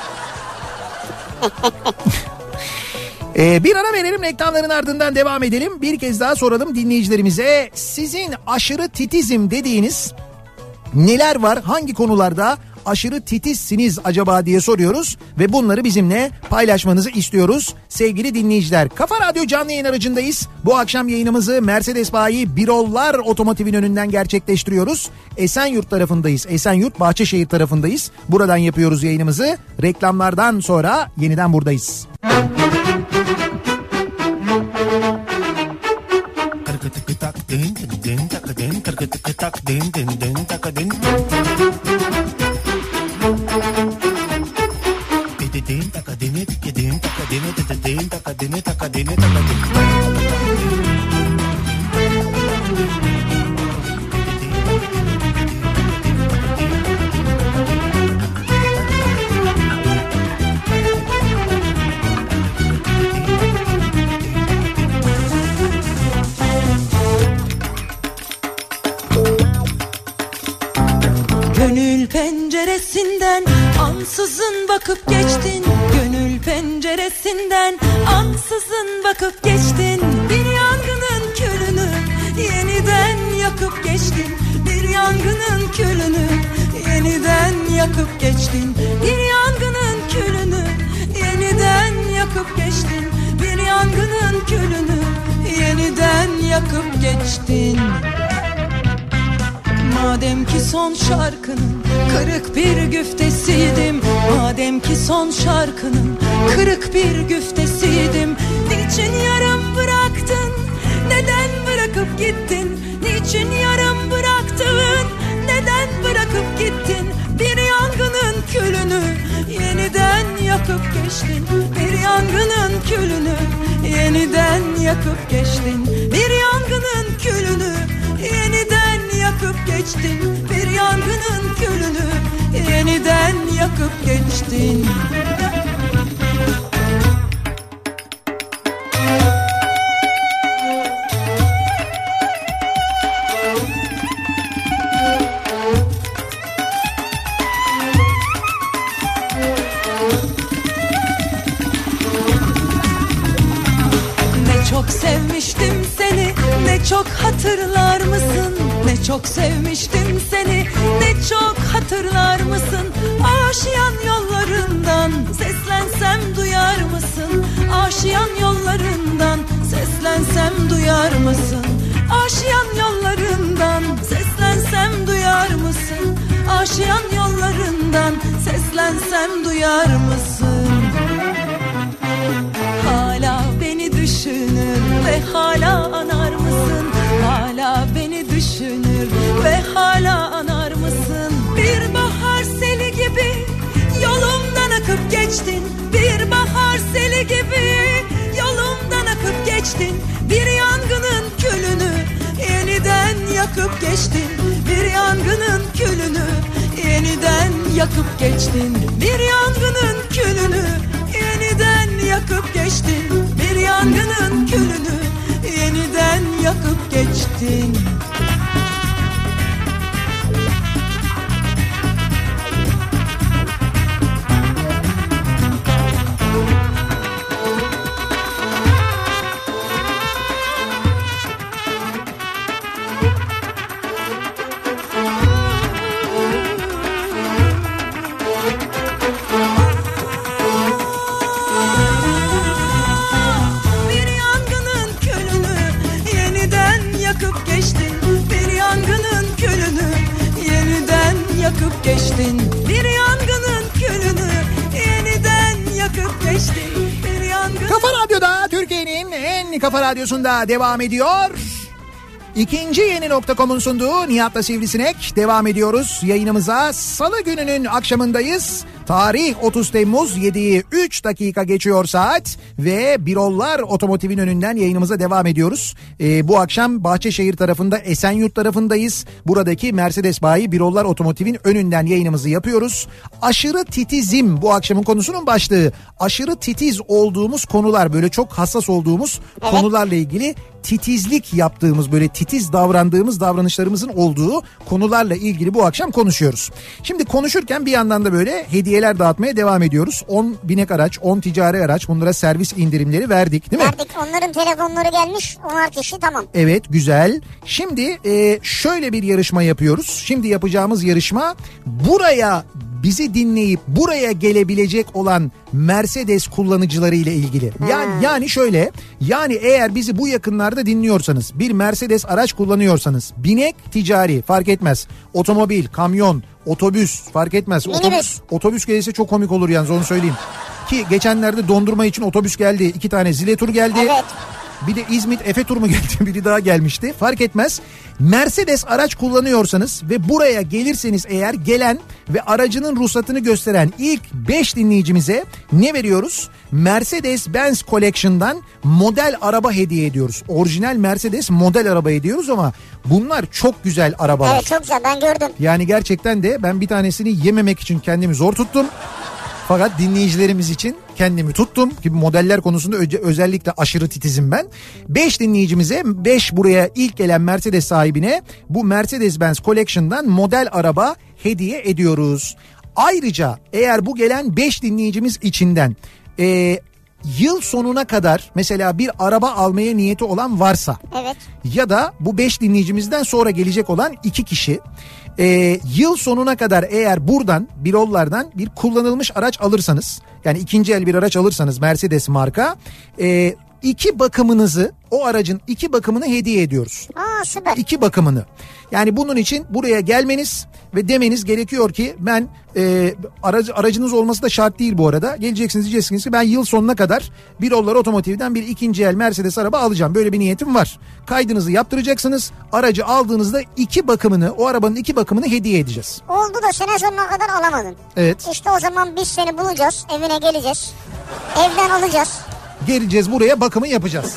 ee, bir ara verelim, reklamların ardından devam edelim. Bir kez daha soralım dinleyicilerimize. Sizin aşırı titizim dediğiniz neler var? Hangi konularda aşırı titizsiniz acaba diye soruyoruz ve bunları bizimle paylaşmanızı istiyoruz sevgili dinleyiciler. Kafa Radyo canlı yayın aracındayız. Bu akşam yayınımızı Mercedes bayi Birollar Otomotiv'in önünden gerçekleştiriyoruz. Esenyurt tarafındayız. Esenyurt Bahçeşehir tarafındayız. Buradan yapıyoruz yayınımızı. Reklamlardan sonra yeniden buradayız. Gönül penceresinden ansızın bakıp geçtin. Gönül penceresinden ansızın bakıp geçtin. Bir yangının külünü yeniden yakıp geçtin. Bir yangının külünü yeniden yakıp geçtin. Bir yangının külünü yeniden yakıp geçtin. Bir yangının külünü yeniden yakıp geçtin. Madem ki son şarkının kırık bir güftesiydim, madem ki son şarkının kırık bir güftesiydim, niçin yarım bıraktın, neden bırakıp gittin, niçin yarım bıraktın, neden bırakıp gittin, bir yangının külünü yeniden yakıp geçtin, bir yangının külünü yeniden yakıp geçtin, bir yangının külünü yeniden yakıp geçtin, bir yangının külünü yeniden yakıp geçtin. çok sevmiştim seni, ne çok hatırlar mısın? Ne çok sevmiştim seni, ne çok hatırlar mısın? Aşiyan yollarından seslensem duyar mısın? Aşiyan yollarından seslensem duyar mısın? Aşiyan yollarından seslensem duyar mısın? Aşiyan yollarından seslensem duyar mısın? Hala beni düşünür ve hala anar mısın? Hala beni düşünür ve hala anar mısın? Bir bahar seli gibi yolumdan akıp geçtin. Bir bahar seli gibi yolumdan akıp geçtin. Bir yangının külünü yeniden yakıp geçtin. Bir yangının külünü yeniden yakıp geçtin. Bir yangının külünü yeniden yakıp geçtin. Bir yangının külünü yeniden yakıp geçtin. Yakıp geçtin bir yangının külünü yeniden yakıp geçtin bir yangının... Kafa Radyo'da, Türkiye'nin en kafa radyosunda devam ediyor. İkinci yeni nokta com'un sunduğu Nihat'la Sivrisinek devam ediyoruz yayınımıza. Salı gününün akşamındayız. Tarih otuz Temmuz, yediyi üç dakika geçiyor saat ve Birollar Otomotiv'in önünden yayınımıza devam ediyoruz. Ee, bu akşam Bahçeşehir tarafında, Esenyurt tarafındayız. Buradaki Mercedes bayi Birollar Otomotiv'in önünden yayınımızı yapıyoruz. Aşırı titizim bu akşamın konusunun başlığı. Aşırı titiz olduğumuz konular, böyle çok hassas olduğumuz evet. konularla ilgili titizlik yaptığımız, böyle titiz davrandığımız davranışlarımızın olduğu konularla ilgili bu akşam konuşuyoruz. Şimdi konuşurken bir yandan da böyle hediyeler dağıtmaya devam ediyoruz. on binek araç, on ticari araç, bunlara servis indirimleri verdik değil mi? Verdik, onların telefonları gelmiş, onar kişi tamam. Evet, güzel. Şimdi e, şöyle bir yarışma yapıyoruz. Şimdi yapacağımız yarışma buraya bizi dinleyip buraya gelebilecek olan Mercedes kullanıcıları ile ilgili. Yani, hmm. yani şöyle, yani eğer bizi bu yakınlarda dinliyorsanız, bir Mercedes araç kullanıyorsanız, binek ticari fark etmez, otomobil, kamyon, otobüs fark etmez. Otobüs, otobüs gelirse çok komik olur yalnız, onu söyleyeyim. Ki geçenlerde dondurma için otobüs geldi, iki tane Ziletur geldi. Evet. Bir de İzmit Efe Tur mu geldi, biri daha gelmişti, fark etmez. Mercedes araç kullanıyorsanız ve buraya gelirseniz eğer, gelen ve aracının ruhsatını gösteren ilk beş dinleyicimize ne veriyoruz? Mercedes-Benz Collection'dan model araba hediye ediyoruz. Orijinal Mercedes model araba ediyoruz ama bunlar çok güzel arabalar. Evet, çok güzel, ben gördüm. Yani gerçekten de ben bir tanesini yememek için kendimi zor tuttum. Fakat dinleyicilerimiz için kendimi tuttum ki modeller konusunda ö- özellikle aşırı titizim ben. beş dinleyicimize, beş buraya ilk gelen Mercedes sahibine bu Mercedes-Benz Collection'dan model araba hediye ediyoruz. Ayrıca eğer bu gelen beş dinleyicimiz içinden e, yıl sonuna kadar mesela bir araba almaya niyeti olan varsa, evet. ya da bu beş dinleyicimizden sonra gelecek olan iki kişi Ee, yıl sonuna kadar eğer buradan, Birollar'dan bir kullanılmış araç alırsanız, yani ikinci el bir araç alırsanız Mercedes marka, e, iki bakımınızı, o aracın iki bakımını hediye ediyoruz. Aa, süper. İki bakımını. Yani bunun için buraya gelmeniz ve demeniz gerekiyor ki ben e, aracı, aracınız olması da şart değil bu arada. Geleceksiniz, diyeceksiniz ki ben yıl sonuna kadar Birollar Otomotiv'den bir ikinci el Mercedes araba alacağım. Böyle bir niyetim var. Kaydınızı yaptıracaksınız. Aracı aldığınızda iki bakımını, o arabanın iki bakımını hediye edeceğiz. Oldu da sene sonuna kadar alamadın. Evet. İşte o zaman biz seni bulacağız, evine geleceğiz. Evden alacağız. Geleceğiz buraya, bakımı yapacağız.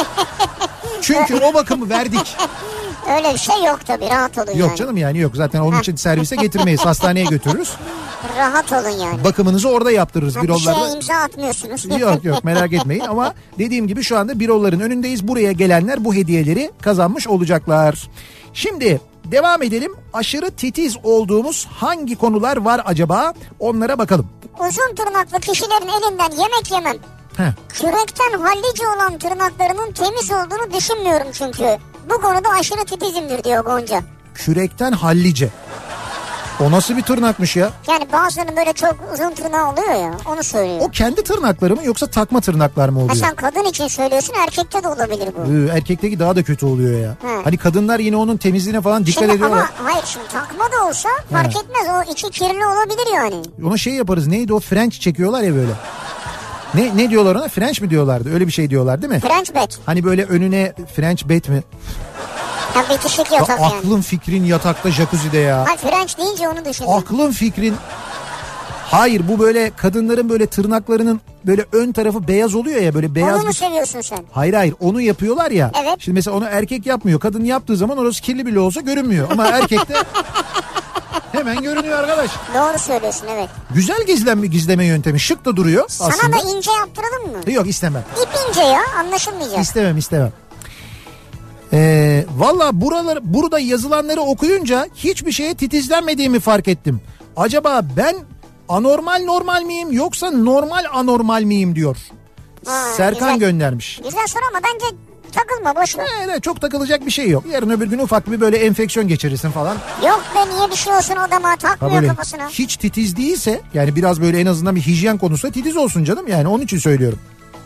Çünkü o bakımı verdik. Öyle bir şey yok tabii, rahat olun yok yani. Yok canım, yani yok. Zaten onun için servise getirmeyiz. Hastaneye götürürüz. Rahat olun yani. Bakımınızı orada yaptırırız. Ha, Birollarda. Bir şeye imza atmıyorsunuz. Yok yok, merak etmeyin ama dediğim gibi şu anda Birolların önündeyiz. Buraya gelenler bu hediyeleri kazanmış olacaklar. Şimdi devam edelim. Aşırı titiz olduğumuz hangi konular var acaba? Onlara bakalım. Uzun tırnaklı kişilerin elinden yemek yemem. Heh. Kürekten hallice olan tırnaklarının temiz olduğunu düşünmüyorum çünkü. Bu konuda aşırı titizimdir diyor Gonca. Kürekten hallice. O nasıl bir tırnakmış ya? Yani bazılarının böyle çok uzun tırnağı oluyor ya, onu söylüyor. O kendi tırnakları mı yoksa takma tırnaklar mı oluyor? Ha sen kadın için söylüyorsun, erkekte de olabilir bu. Ee, erkekteki daha da kötü oluyor ya. He. Hani kadınlar yine onun temizliğine falan dikkat Şimdi ediyorlar. ama hayır, şimdi takma da olsa fark He. etmez, o içi kirli olabilir yani. Ona şey yaparız, neydi o, French çekiyorlar ya böyle. Ne ne diyorlar ona? French mi diyorlardı? Öyle bir şey diyorlar değil mi? French bed. Hani böyle önüne French bed mi? Ha bitişik Ya yatak yani. aklın fikrin yatakta jacuzzi'de ya. Hayır, French deyince onu düşündüm. Aklın fikrin. Hayır, bu böyle kadınların böyle tırnaklarının böyle ön tarafı beyaz oluyor ya, böyle beyaz. Onu mu bir... seviyorsun sen? Hayır hayır, onu yapıyorlar ya. Evet. Şimdi mesela onu erkek yapmıyor. Kadın yaptığı zaman orası kirli bile olsa görünmüyor. Ama erkekte hemen görünüyor arkadaş. Doğru söylüyorsun, evet. Güzel gizleme, gizleme yöntemi, şık da duruyor Sana aslında. da ince yaptıralım mı? Yok, istemem. İp ince ya, anlaşılmayacak. İstemem istemem. Ee, Valla buralar, burada yazılanları okuyunca hiçbir şeye titizlenmediğimi fark ettim. Acaba ben anormal normal miyim yoksa normal anormal miyim diyor. Ha, Serkan güzel. göndermiş. Güzel soru ama bence takılma, boş ver. Evet, çok takılacak bir şey yok. Yarın öbür gün ufak bir böyle enfeksiyon geçirirsin falan. Yok be, niye bir şey olsun adama, Ha takmıyor böyle kafasına. hiç titiz değilse, yani biraz böyle en azından bir hijyen konusunda titiz olsun canım, yani onun için söylüyorum.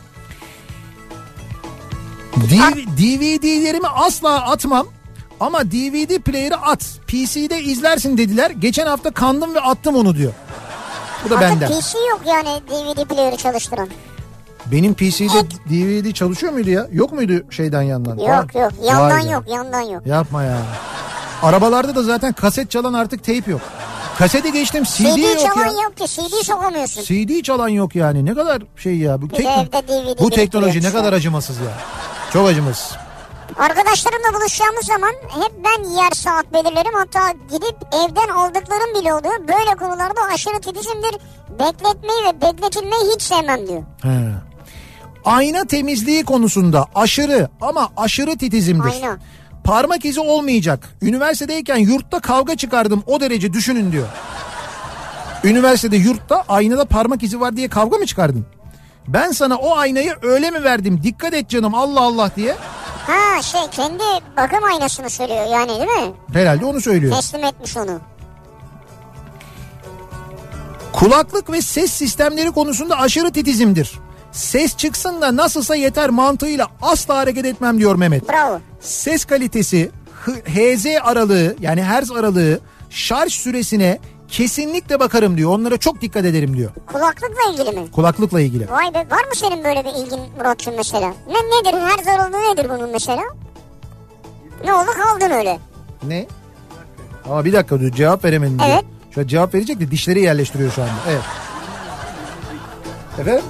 D V D'lerimi asla atmam ama D V D player'ı at. P C'de izlersin dediler. Geçen hafta kandım ve attım onu diyor. Bu da Artık benden. P C yok yani D V D player'ı çalıştıran. Benim P C'de D V D çalışıyor muydu ya? Yok muydu şeyden yandan? Yok Vay- yok, yandan Vay be. yok, yandan yok. Yapma ya. Arabalarda da zaten kaset çalan artık teyp yok. Kasete geçtim, C D, C D yok çalan ya. yok ki, C D sokamıyorsun. C D çalan yok yani. Ne kadar şey ya. Bu, Bir tek... de evde D V D bu teknoloji ne biriktiriyormuş kadar ya. acımasız ya. Çok acımasız. Arkadaşlarımla buluşacağımız zaman hep ben yer saat belirlerim. Hatta gidip evden aldıklarım bile oluyor. Böyle konularda aşırı titizimdir. Bekletmeyi ve bekletilmeyi hiç sevmem diyor. He. Ayna temizliği konusunda aşırı ama aşırı titizimdir. Ayna. Parmak izi olmayacak. Üniversitedeyken yurtta kavga çıkardım, o derece düşünün diyor. Üniversitede yurtta aynada parmak izi var diye kavga mı çıkardın? Ben sana o aynayı öyle mi verdim? Dikkat et canım, Allah Allah diye. Ha şey, kendi bakım aynasını söylüyor yani, değil mi? Herhalde onu söylüyor. Teslim etmiş onu. Kulaklık ve ses sistemleri konusunda aşırı titizimdir. Ses çıksın da nasılsa yeter mantığıyla asla hareket etmem diyor Mehmet. Bravo. Ses kalitesi, H Z aralığı yani hertz aralığı, şarj süresine kesinlikle bakarım diyor. Onlara çok dikkat ederim diyor. Kulaklıkla ilgili mi? Kulaklıkla ilgili. Vay be, var mı senin böyle bir ilgin Murat'cığım mesela? Ne nedir, her zararlı nedir bunun mesela? Ne oldu, kaldın öyle. Ne? Ama bir dakika diyor, cevap veremedim diyor. Evet. Şu an cevap verecek de dişleri yerleştiriyor şu anda. Evet. Efendim?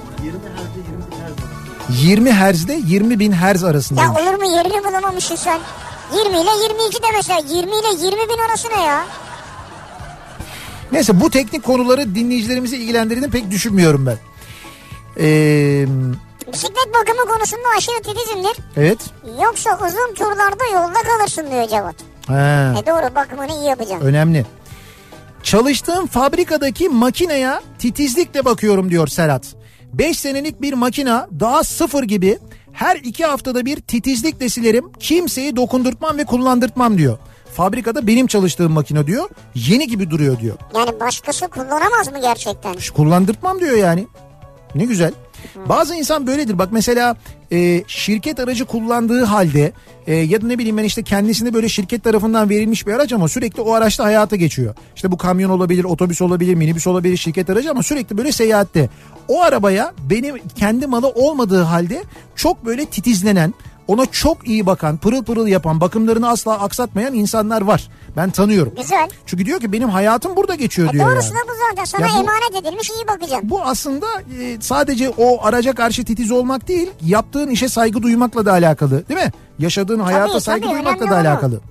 yirmi hertzde yirmi bin hertz arasındaymış. Ya olur mu, yerini bulamamışsın sen. yirmi ile yirmi iki de mesela, yirmi ile yirmi bin arası ne ya? Neyse, bu teknik konuları dinleyicilerimizi ilgilendirdiğini pek düşünmüyorum ben. Ee, Bisiklet bakımı konusunda aşırı titizimdir. evet. Yoksa uzun turlarda yolda kalırsın diyor Cevat. Ha, E doğru, bakımını iyi yapacaksın. önemli. Çalıştığım fabrikadaki makineye titizlikle bakıyorum diyor Serhat. beş senelik bir makina, daha sıfır gibi, her iki haftada bir titizlikle silerim. Kimseyi dokundurtmam ve kullandırtmam diyor. Fabrikada benim çalıştığım makine diyor. Yeni gibi duruyor diyor. Yani başkası kullanamaz mı gerçekten? Kullandırtmam diyor yani. Ne güzel. Bazı insan böyledir. Bak mesela e, şirket aracı kullandığı halde e, ya da ne bileyim ben işte kendisine böyle şirket tarafından verilmiş bir araç ama sürekli o araçta hayata geçiyor. İşte bu kamyon olabilir, otobüs olabilir, minibüs olabilir, şirket aracı ama sürekli böyle seyahatte. O arabaya benim kendi malı olmadığı halde çok böyle titizlenen, ona çok iyi bakan, pırıl pırıl yapan, bakımlarını asla aksatmayan insanlar var. Ben tanıyorum. Güzel. Çünkü diyor ki benim hayatım burada geçiyor E diyor doğrusu yani. da bu zaten. Sana Ya bu- emanet edilmiş, iyi bakacaksın. Bu aslında e, sadece o araca karşı titiz olmak değil, yaptığın işe saygı duymakla da alakalı, değil mi? Yaşadığın hayata Tabii, saygı tabii, duymakla da önemli olan o. alakalı.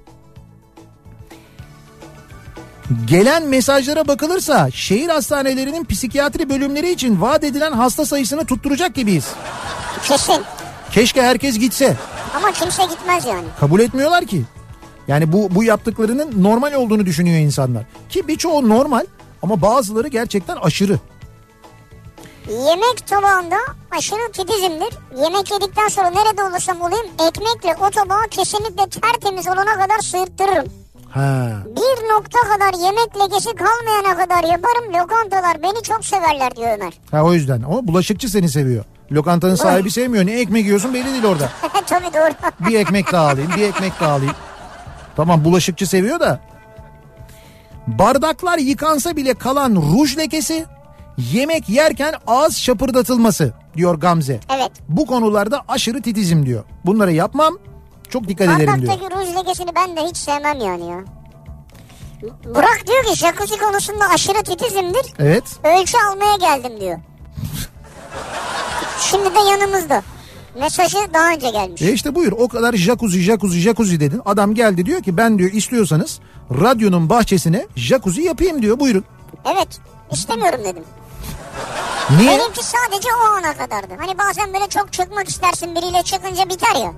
Gelen mesajlara bakılırsa şehir hastanelerinin psikiyatri bölümleri için vaat edilen hasta sayısını tutturacak gibiyiz. Kesin. Keşke herkes gitse. Ama kimse gitmez yani. Kabul etmiyorlar ki. Yani bu bu yaptıklarının normal olduğunu düşünüyor insanlar. Ki birçoğu normal ama bazıları gerçekten aşırı. Yemek tabağında aşırı titizimdir. Yemek yedikten sonra nerede olursam olayım ekmekle o tabağı kesinlikle tertemiz olana kadar sıyırttırırım. Ha. Bir nokta kadar yemek lekesi kalmayana kadar yaparım. Lokantalar beni çok severler diyor Ömer. Ha o yüzden. Ama bulaşıkçı seni seviyor. Lokantanın sahibi sevmiyor. Ne ekmek yiyorsun belli değil orada. Tabii doğru. Bir ekmek daha alayım, bir ekmek daha alayım. Tamam bulaşıkçı seviyor da. Bardaklar yıkansa bile kalan ruj lekesi, yemek yerken ağız şapırdatılması diyor Gamze. Evet. Bu konularda aşırı titizim diyor. Bunları yapmam, çok dikkat ederim diyor. Bardaktaki ruj lekesini ben de hiç sevmem yani ya. Burak diyor ki jacuzzi konusunda aşırı titizimdir. Evet. Ölçü almaya geldim diyor. Şimdi de yanımızda. Mesajı daha önce gelmiş. E işte buyur, o kadar jacuzzi jacuzzi jacuzzi dedin. Adam geldi diyor ki ben diyor istiyorsanız radyonun bahçesine jacuzzi yapayım diyor, buyurun. Evet, istemiyorum dedim. Niye? Benimki sadece o ana kadardı. Hani bazen böyle çok çıkmak istersin, biriyle çıkınca biter ya.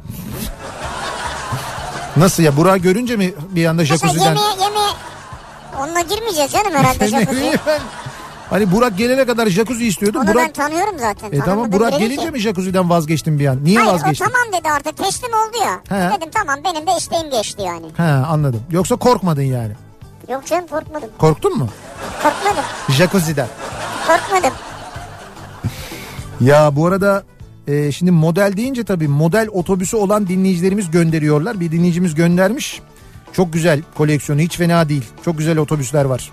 Nasıl ya, Burak'ı görünce mi bir anda jacuzzi'den? Mesela yemeğe yemeğe onunla girmeyeceğiz canım herhalde jacuzziye. Hani Burak gelene kadar jacuzzi istiyordu. Onu Burak... ben tanıyorum zaten. E tamam, Burak gelince ki. mi jacuzzi'den vazgeçtin bir an? Niye Hayır, vazgeçtin? o tamam dedi artık, teslim oldu ya. He. Dedim tamam, benim de isteğim geçti yani. He, anladım. Yoksa korkmadın yani. Yok canım, korkmadım. Korktun mu? Korkmadım. Jacuzzi'den. Korkmadım. Ya bu arada e, şimdi model deyince tabii model otobüsü olan dinleyicilerimiz gönderiyorlar. Bir dinleyicimiz göndermiş. Çok güzel koleksiyonu, hiç fena değil. Çok güzel otobüsler var.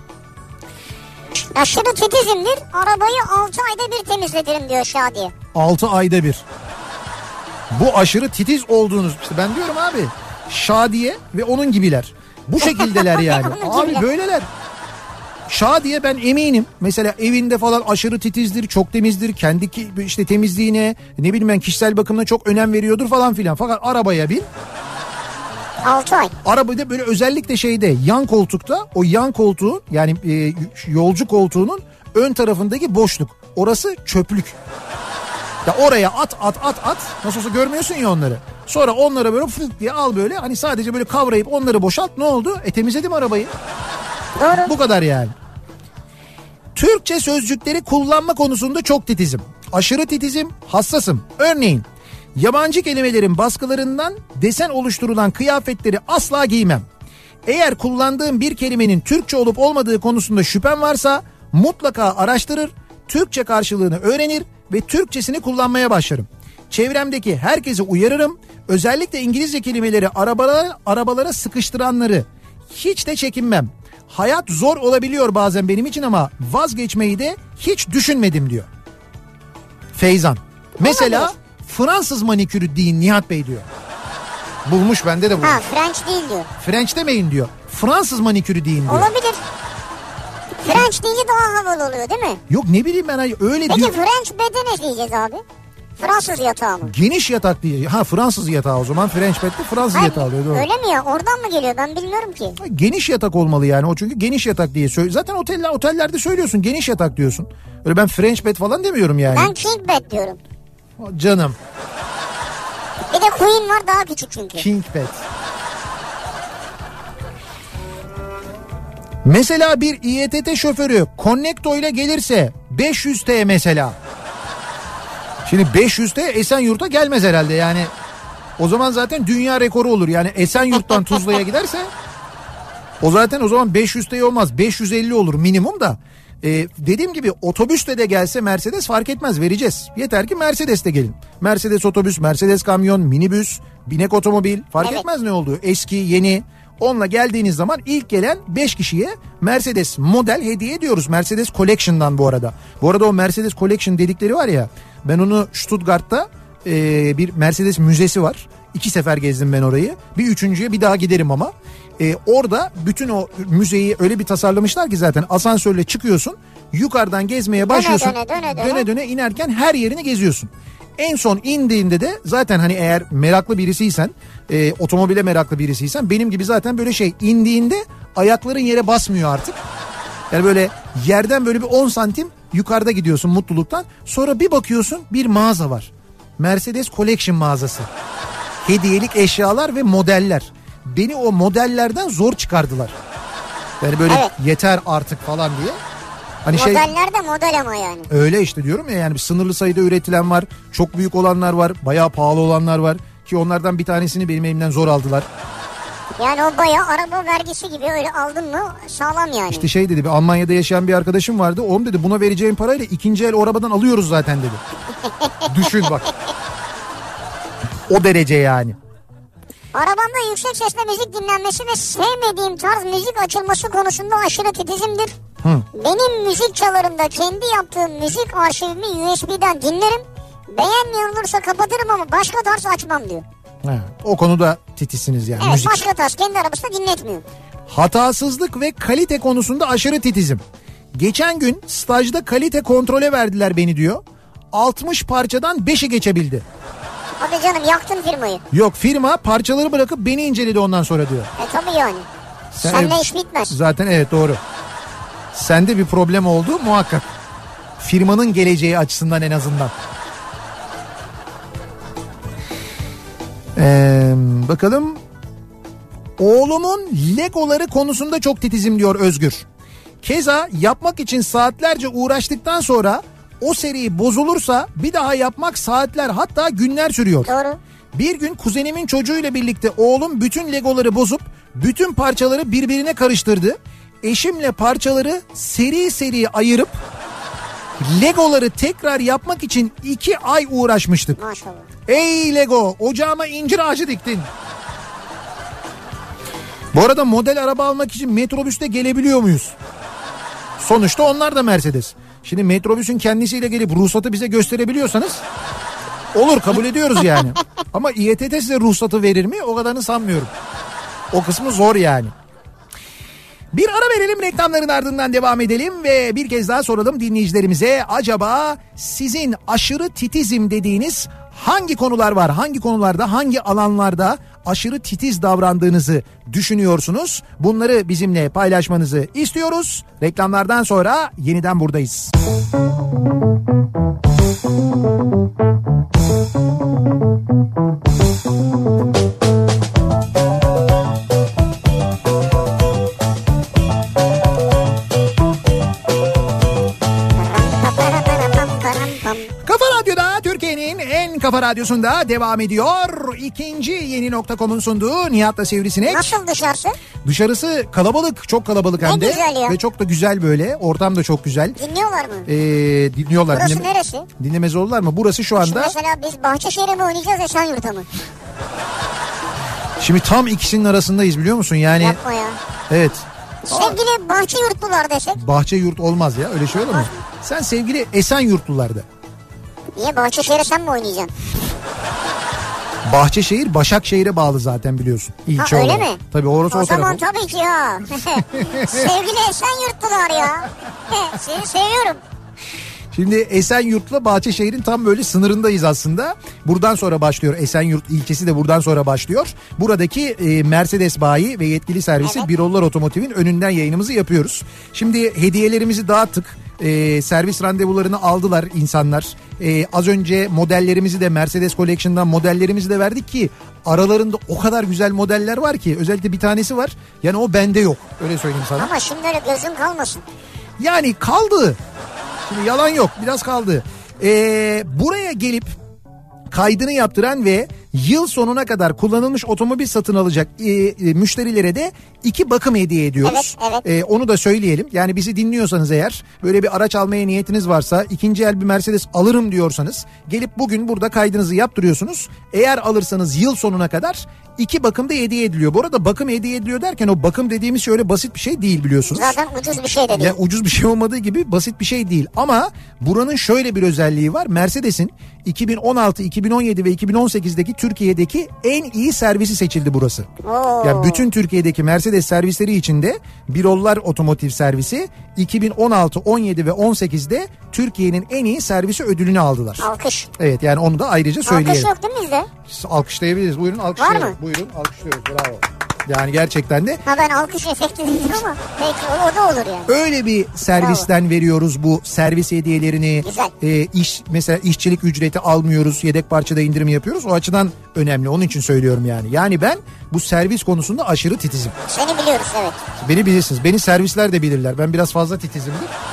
Aşırı titizimdir. Arabayı altı ayda bir temizletirim diyor Şadiye. altı ayda bir. Bu aşırı titiz olduğunuz, işte ben diyorum abi, Şadiye ve onun gibiler. Bu şekildeler yani. Abi böyleler. Şadiye ben eminim mesela evinde falan aşırı titizdir, çok temizdir. Kendi işte temizliğine, ne bileyim ben, kişisel bakımına çok önem veriyordur falan filan. Fakat arabaya bin. altı ay. Arabada böyle özellikle şeyde, yan koltukta, o yan koltuğun yani e, yolcu koltuğunun ön tarafındaki boşluk. Orası çöplük. Ya oraya at at at at. Nasıl olsa görmüyorsun ya onları. Sonra onları böyle fıt diye al böyle. Hani sadece böyle kavrayıp onları boşalt. Ne oldu? E temizledim arabayı. Doğru. Bu kadar yani. Türkçe sözcükleri kullanma konusunda çok titizim. Aşırı titizim, hassasım. Örneğin yabancı kelimelerin baskılarından desen oluşturulan kıyafetleri asla giymem. Eğer kullandığım bir kelimenin Türkçe olup olmadığı konusunda şüphem varsa mutlaka araştırır, Türkçe karşılığını öğrenir ve Türkçesini kullanmaya başlarım. Çevremdeki herkesi uyarırım. Özellikle İngilizce kelimeleri arabalara, arabalara sıkıştıranları hiç de çekinmem. Hayat zor olabiliyor bazen benim için ama vazgeçmeyi de hiç düşünmedim diyor Feyzan. Mesela Fransız manikürü deyin Nihat Bey diyor. Bulmuş, bende de bulmuş. Ha, French değil diyor. French demeyin diyor. Fransız manikürü deyin diyor. Olabilir. French deyince daha havalı oluyor değil mi? Yok ne bileyim ben, öyle Peki diyor. Peki French bed ne diyeceğiz abi? Fransız yatağı mı? Geniş yatak diye. Ha, Fransız yatağı o zaman. French bed'de Fransız Hayır, yatağı oluyor. Doğru. Öyle mi ya? Oradan mı geliyor? Ben bilmiyorum ki. Geniş yatak olmalı yani. O çünkü geniş yatak diye söylüyor. Zaten oteller, otellerde söylüyorsun. Geniş yatak diyorsun. Öyle ben French bed falan demiyorum yani. Ben king bed diyorum. Canım. Bir de queen var, daha küçük çünkü. King bed. Mesela bir İ E T T şoförü Connecto ile gelirse beş yüz T mesela. Şimdi beş yüz T Esenyurt'a gelmez herhalde yani. O zaman zaten dünya rekoru olur. Yani Esenyurt'tan Tuzla'ya giderse o zaten o zaman beş yüz T olmaz. beş yüz elli olur minimum da. Ee, dediğim gibi otobüste de gelse Mercedes fark etmez, vereceğiz. Yeter ki Mercedes'te gelin. Mercedes otobüs, Mercedes kamyon, minibüs, binek otomobil fark evet. etmez ne olduğu. Eski, yeni. Onunla geldiğiniz zaman ilk gelen beş kişiye Mercedes model hediye ediyoruz. Mercedes Collection'dan bu arada. Bu arada o Mercedes Collection dedikleri var ya, ben onu Stuttgart'ta e, bir Mercedes müzesi var. İki sefer gezdim ben orayı. Bir üçüncüye bir daha giderim ama. E, orada bütün o müzeyi öyle bir tasarlamışlar ki zaten asansörle çıkıyorsun. Yukarıdan gezmeye başlıyorsun. Döne döne, döne, döne. döne döne inerken her yerini geziyorsun. En son indiğinde de zaten hani eğer meraklı birisiysen, e, otomobile meraklı birisiysen, benim gibi zaten böyle şey, indiğinde ayakların yere basmıyor artık. Yani böyle yerden böyle bir on santim yukarıda gidiyorsun mutluluktan. Sonra bir bakıyorsun bir mağaza var. Mercedes Collection mağazası. Hediyelik eşyalar ve modeller. Beni o modellerden zor çıkardılar. Yani böyle evet. Yeter artık falan diye. Hani Modeller şey, de model ama yani. Öyle işte diyorum ya, yani sınırlı sayıda üretilen var. Çok büyük olanlar var. Bayağı pahalı olanlar var. Ki onlardan bir tanesini benim elimden zor aldılar. Yani o bayağı araba vergisi gibi, öyle aldın mı sağlam yani. İşte şey dedi, bir Almanya'da yaşayan bir arkadaşım vardı. Oğlum dedi, buna vereceğim parayla ikinci el o arabadan alıyoruz zaten dedi. Düşün bak. O derece yani. Arabamda yüksek sesle müzik dinlenmesi ve sevmediğim tarz müzik açılması konusunda aşırı titizimdir. Hı. Benim müzik çalarımda kendi yaptığım müzik arşivimi U S B'den dinlerim. Beğenmiyor olursa kapatırım ama başka tarz açmam diyor. He, o konuda titizsiniz yani. Evet, müzik. başka tarz kendi arabasında dinletmiyor. Hatasızlık ve kalite konusunda aşırı titizim. Geçen gün stajda kalite kontrole verdiler beni diyor. altmış parçadan beşi geçebildi. Hadi canım, yaktın firmayı. Yok, firma parçaları bırakıp beni inceledi ondan sonra diyor. E tabii yani. Sen, Seninle iş bitmez. Zaten evet, doğru. Sende bir problem oldu muhakkak. Firmanın geleceği açısından en azından. Ee, bakalım. Oğlumun legoları konusunda çok titizim diyor Özgür. Keza yapmak için saatlerce uğraştıktan sonra o seri bozulursa bir daha yapmak saatler, hatta günler sürüyor. Doğru. Bir gün kuzenimin çocuğuyla birlikte oğlum bütün legoları bozup bütün parçaları birbirine karıştırdı. Eşimle parçaları seri seri ayırıp legoları tekrar yapmak için iki ay uğraşmıştık. Maşallah. Ey Lego, ocağıma incir ağacı diktin. Bu arada model araba almak için metrobüste gelebiliyor muyuz? Sonuçta onlar da Mercedes. Şimdi metrobüsün kendisiyle gelip ruhsatı bize gösterebiliyorsanız olur, kabul ediyoruz yani. Ama İ E T T size ruhsatı verir mi? O kadarını sanmıyorum. O kısmı zor yani. Bir ara verelim, reklamların ardından devam edelim ve bir kez daha soralım dinleyicilerimize. Acaba sizin aşırı titizim dediğiniz hangi konular var? Hangi konularda, hangi alanlarda aşırı titiz davrandığınızı düşünüyorsunuz? Bunları bizimle paylaşmanızı istiyoruz. Reklamlardan sonra yeniden buradayız. Kafa Radyo'da, Türkiye'nin en kafa radyosunda devam ediyor. İkinci yeni nokta com'un sunduğu Nihat'la Sivrisinek. Nasıl dışarısı? Dışarısı kalabalık, çok kalabalık Ne hem de. güzel ya. Ve çok da güzel böyle. Ortam da çok güzel. Dinliyorlar mı? Ee, dinliyorlar. Burası Dinleme... neresi? Dinlemez olurlar mı? Burası şu anda. Şimdi mesela biz Bahçeşehir'e mi oynayacağız, Esenyurt'a mı? Şimdi tam ikisinin arasındayız, biliyor musun? Yani. Yapma ya. Evet. Sevgili Bahçeyurtlular desek. Bahçeyurt olmaz ya, öyle şey olur mu? Sen sevgili Esenyurtlular da. Niye, Bahçeşehir'e sen mi oynayacaksın? Bahçeşehir Başakşehir'e bağlı zaten, biliyorsun. İlçe Ha, öyle olarak. mi? Tabii orası o, o zaman tarafı. tabii ki ya. Sevgili Esenyurtlular ya. Seni seviyorum. Şimdi Esenyurt'la Bahçeşehir'in tam böyle sınırındayız aslında. Buradan sonra başlıyor. Esenyurt ilçesi de buradan sonra başlıyor. Buradaki e, Mercedes bayi ve yetkili servisi Evet. Birollar Otomotiv'in önünden yayınımızı yapıyoruz. Şimdi hediyelerimizi dağıttık. E, servis randevularını aldılar insanlar. E, az önce modellerimizi de, Mercedes Collection'dan modellerimizi de verdik ki aralarında o kadar güzel modeller var ki, özellikle bir tanesi var. Yani o bende yok. Öyle söyleyeyim sana. Ama şimdi öyle gözün kalmasın. Yani kaldı. Şimdi yalan yok, biraz kaldı. Ee, buraya gelip kaydını yaptıran ve yıl sonuna kadar kullanılmış otomobil satın alacak e, e, müşterilere de iki bakım hediye ediyoruz. Evet, evet. Ee, onu da söyleyelim. Yani bizi dinliyorsanız eğer, böyle bir araç almaya niyetiniz varsa, ikinci el bir Mercedes alırım diyorsanız gelip bugün burada kaydınızı yaptırıyorsunuz. Eğer alırsanız yıl sonuna kadar iki bakım da hediye ediliyor. Bu arada bakım hediye ediliyor derken o bakım dediğimiz şey öyle basit bir şey değil, biliyorsunuz. Zaten ucuz bir şey de değil. Yani ucuz bir şey olmadığı gibi basit bir şey değil. Ama buranın şöyle bir özelliği var. Mercedes'in iki bin on altı, iki bin on yedi ve iki bin on sekizdeki Türkiye'deki en iyi servisi seçildi burası. Oo. Yani bütün Türkiye'deki Mercedes servisleri içinde Birollar Otomotiv servisi iki bin on altı, on yedi ve on sekizde Türkiye'nin en iyi servisi ödülünü aldılar. Alkış. Evet, yani onu da ayrıca söyleyelim. Alkış yok değil mi bizde? Alkışlayabiliriz. Buyurun alkışlayalım. Var mı? Buyurun alkışlıyoruz. Bravo. Yani gerçekten de Ha, ben alkış efekti dedim ama peki o, o da olur yani. öyle bir servisten veriyoruz bu servis hediyelerini. Güzel. E, iş mesela işçilik ücreti almıyoruz. Yedek parçada indirim yapıyoruz. O açıdan önemli. Onun için söylüyorum yani. Yani ben bu servis konusunda aşırı titizim. Seni biliyoruz, evet. Beni bilirsiniz. Beni servisler de bilirler. Ben biraz fazla titizimdir.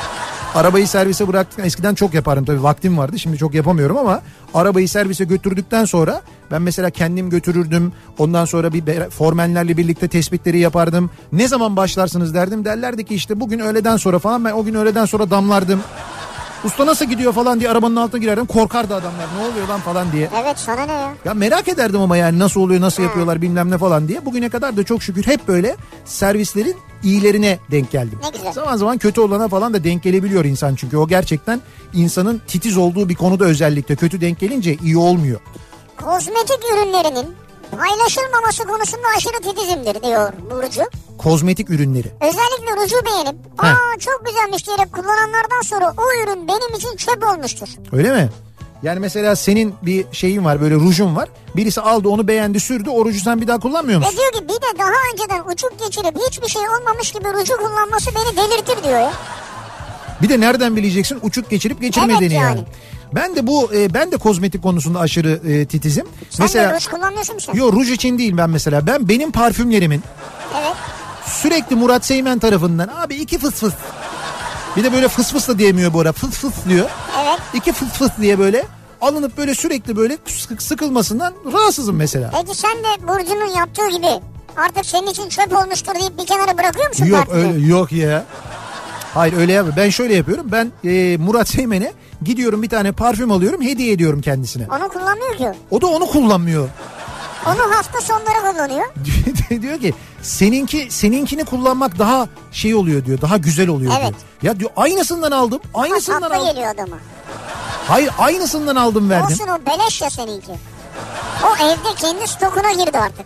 Arabayı servise bıraktık. Eskiden çok yapardım tabii, vaktim vardı. Şimdi çok yapamıyorum ama arabayı servise götürdükten sonra ben mesela kendim götürürdüm. Ondan sonra bir formenlerle birlikte tespitleri yapardım. Ne zaman başlarsınız derdim. Derlerdi ki işte bugün öğleden sonra falan. Ben o gün öğleden sonra damlardım. Usta nasıl gidiyor falan diye arabanın altına girerdim. Korkardı adamlar, ne oluyor lan falan diye. Evet, sana ne ya? Ya merak ederdim ama yani nasıl oluyor, nasıl yapıyorlar bilmem ne falan diye. Bugüne kadar da çok şükür hep böyle servislerin iyilerine denk geldim. Ne güzel. Zaman zaman kötü olana falan da denk gelebiliyor insan, çünkü o gerçekten insanın titiz olduğu bir konuda özellikle kötü denk gelince iyi olmuyor. Kozmetik ürünlerinin paylaşılmaması konusunda aşırı titizimdir diyor Burcu. Kozmetik ürünleri. Özellikle ruju beğenip aa Heh. çok güzelmiş diyerek kullananlardan sonra o ürün benim için çöp olmuştur. Öyle mi? Yani mesela senin bir şeyin var, böyle rujun var. Birisi aldı onu beğendi, sürdü, o ruju sen bir daha kullanmıyor musun? Ve diyor ki bir de daha önceden uçuk geçirip hiçbir şey olmamış gibi ruju kullanması beni delirtir diyor ya. Bir de nereden bileceksin uçuk geçirip geçirmediğini evet yani. yani. Ben de bu e, ben de kozmetik konusunda aşırı e, titizim. Sen mesela, de ruj kullanmıyorsun mu sen? Yok, ruj için değil ben mesela. Ben benim parfümlerimin evet. sürekli Murat Seymen tarafından abi iki fıs fıs. Bir de böyle fıs fıs da diyemiyor bu ara, fıs fıs diyor. Evet. İki fıs fıs diye böyle alınıp böyle sürekli böyle sıkılmasından rahatsızım mesela. Peki sen de Burcu'nun yaptığı gibi artık senin için çöp olmuştur deyip bir kenara bırakıyor musun? Yok parfümü? öyle, yok ya. Hayır öyle yapmıyorum. Ben şöyle yapıyorum. Ben e, Murat Seymen'e gidiyorum, bir tane parfüm alıyorum, hediye ediyorum kendisine. Onu kullanmıyor ki. O da onu kullanmıyor. Onu hafta sonları kullanıyor. Diyor ki seninki seninkini kullanmak daha şey oluyor diyor. Daha güzel oluyor evet. diyor. Ya diyor aynısından aldım. Aynısından aldım. aldım. Geliyor adama. Hayır aynısından aldım verdim. Olsun, o beleş ya seninki. O evde kendi stokuna girdi artık.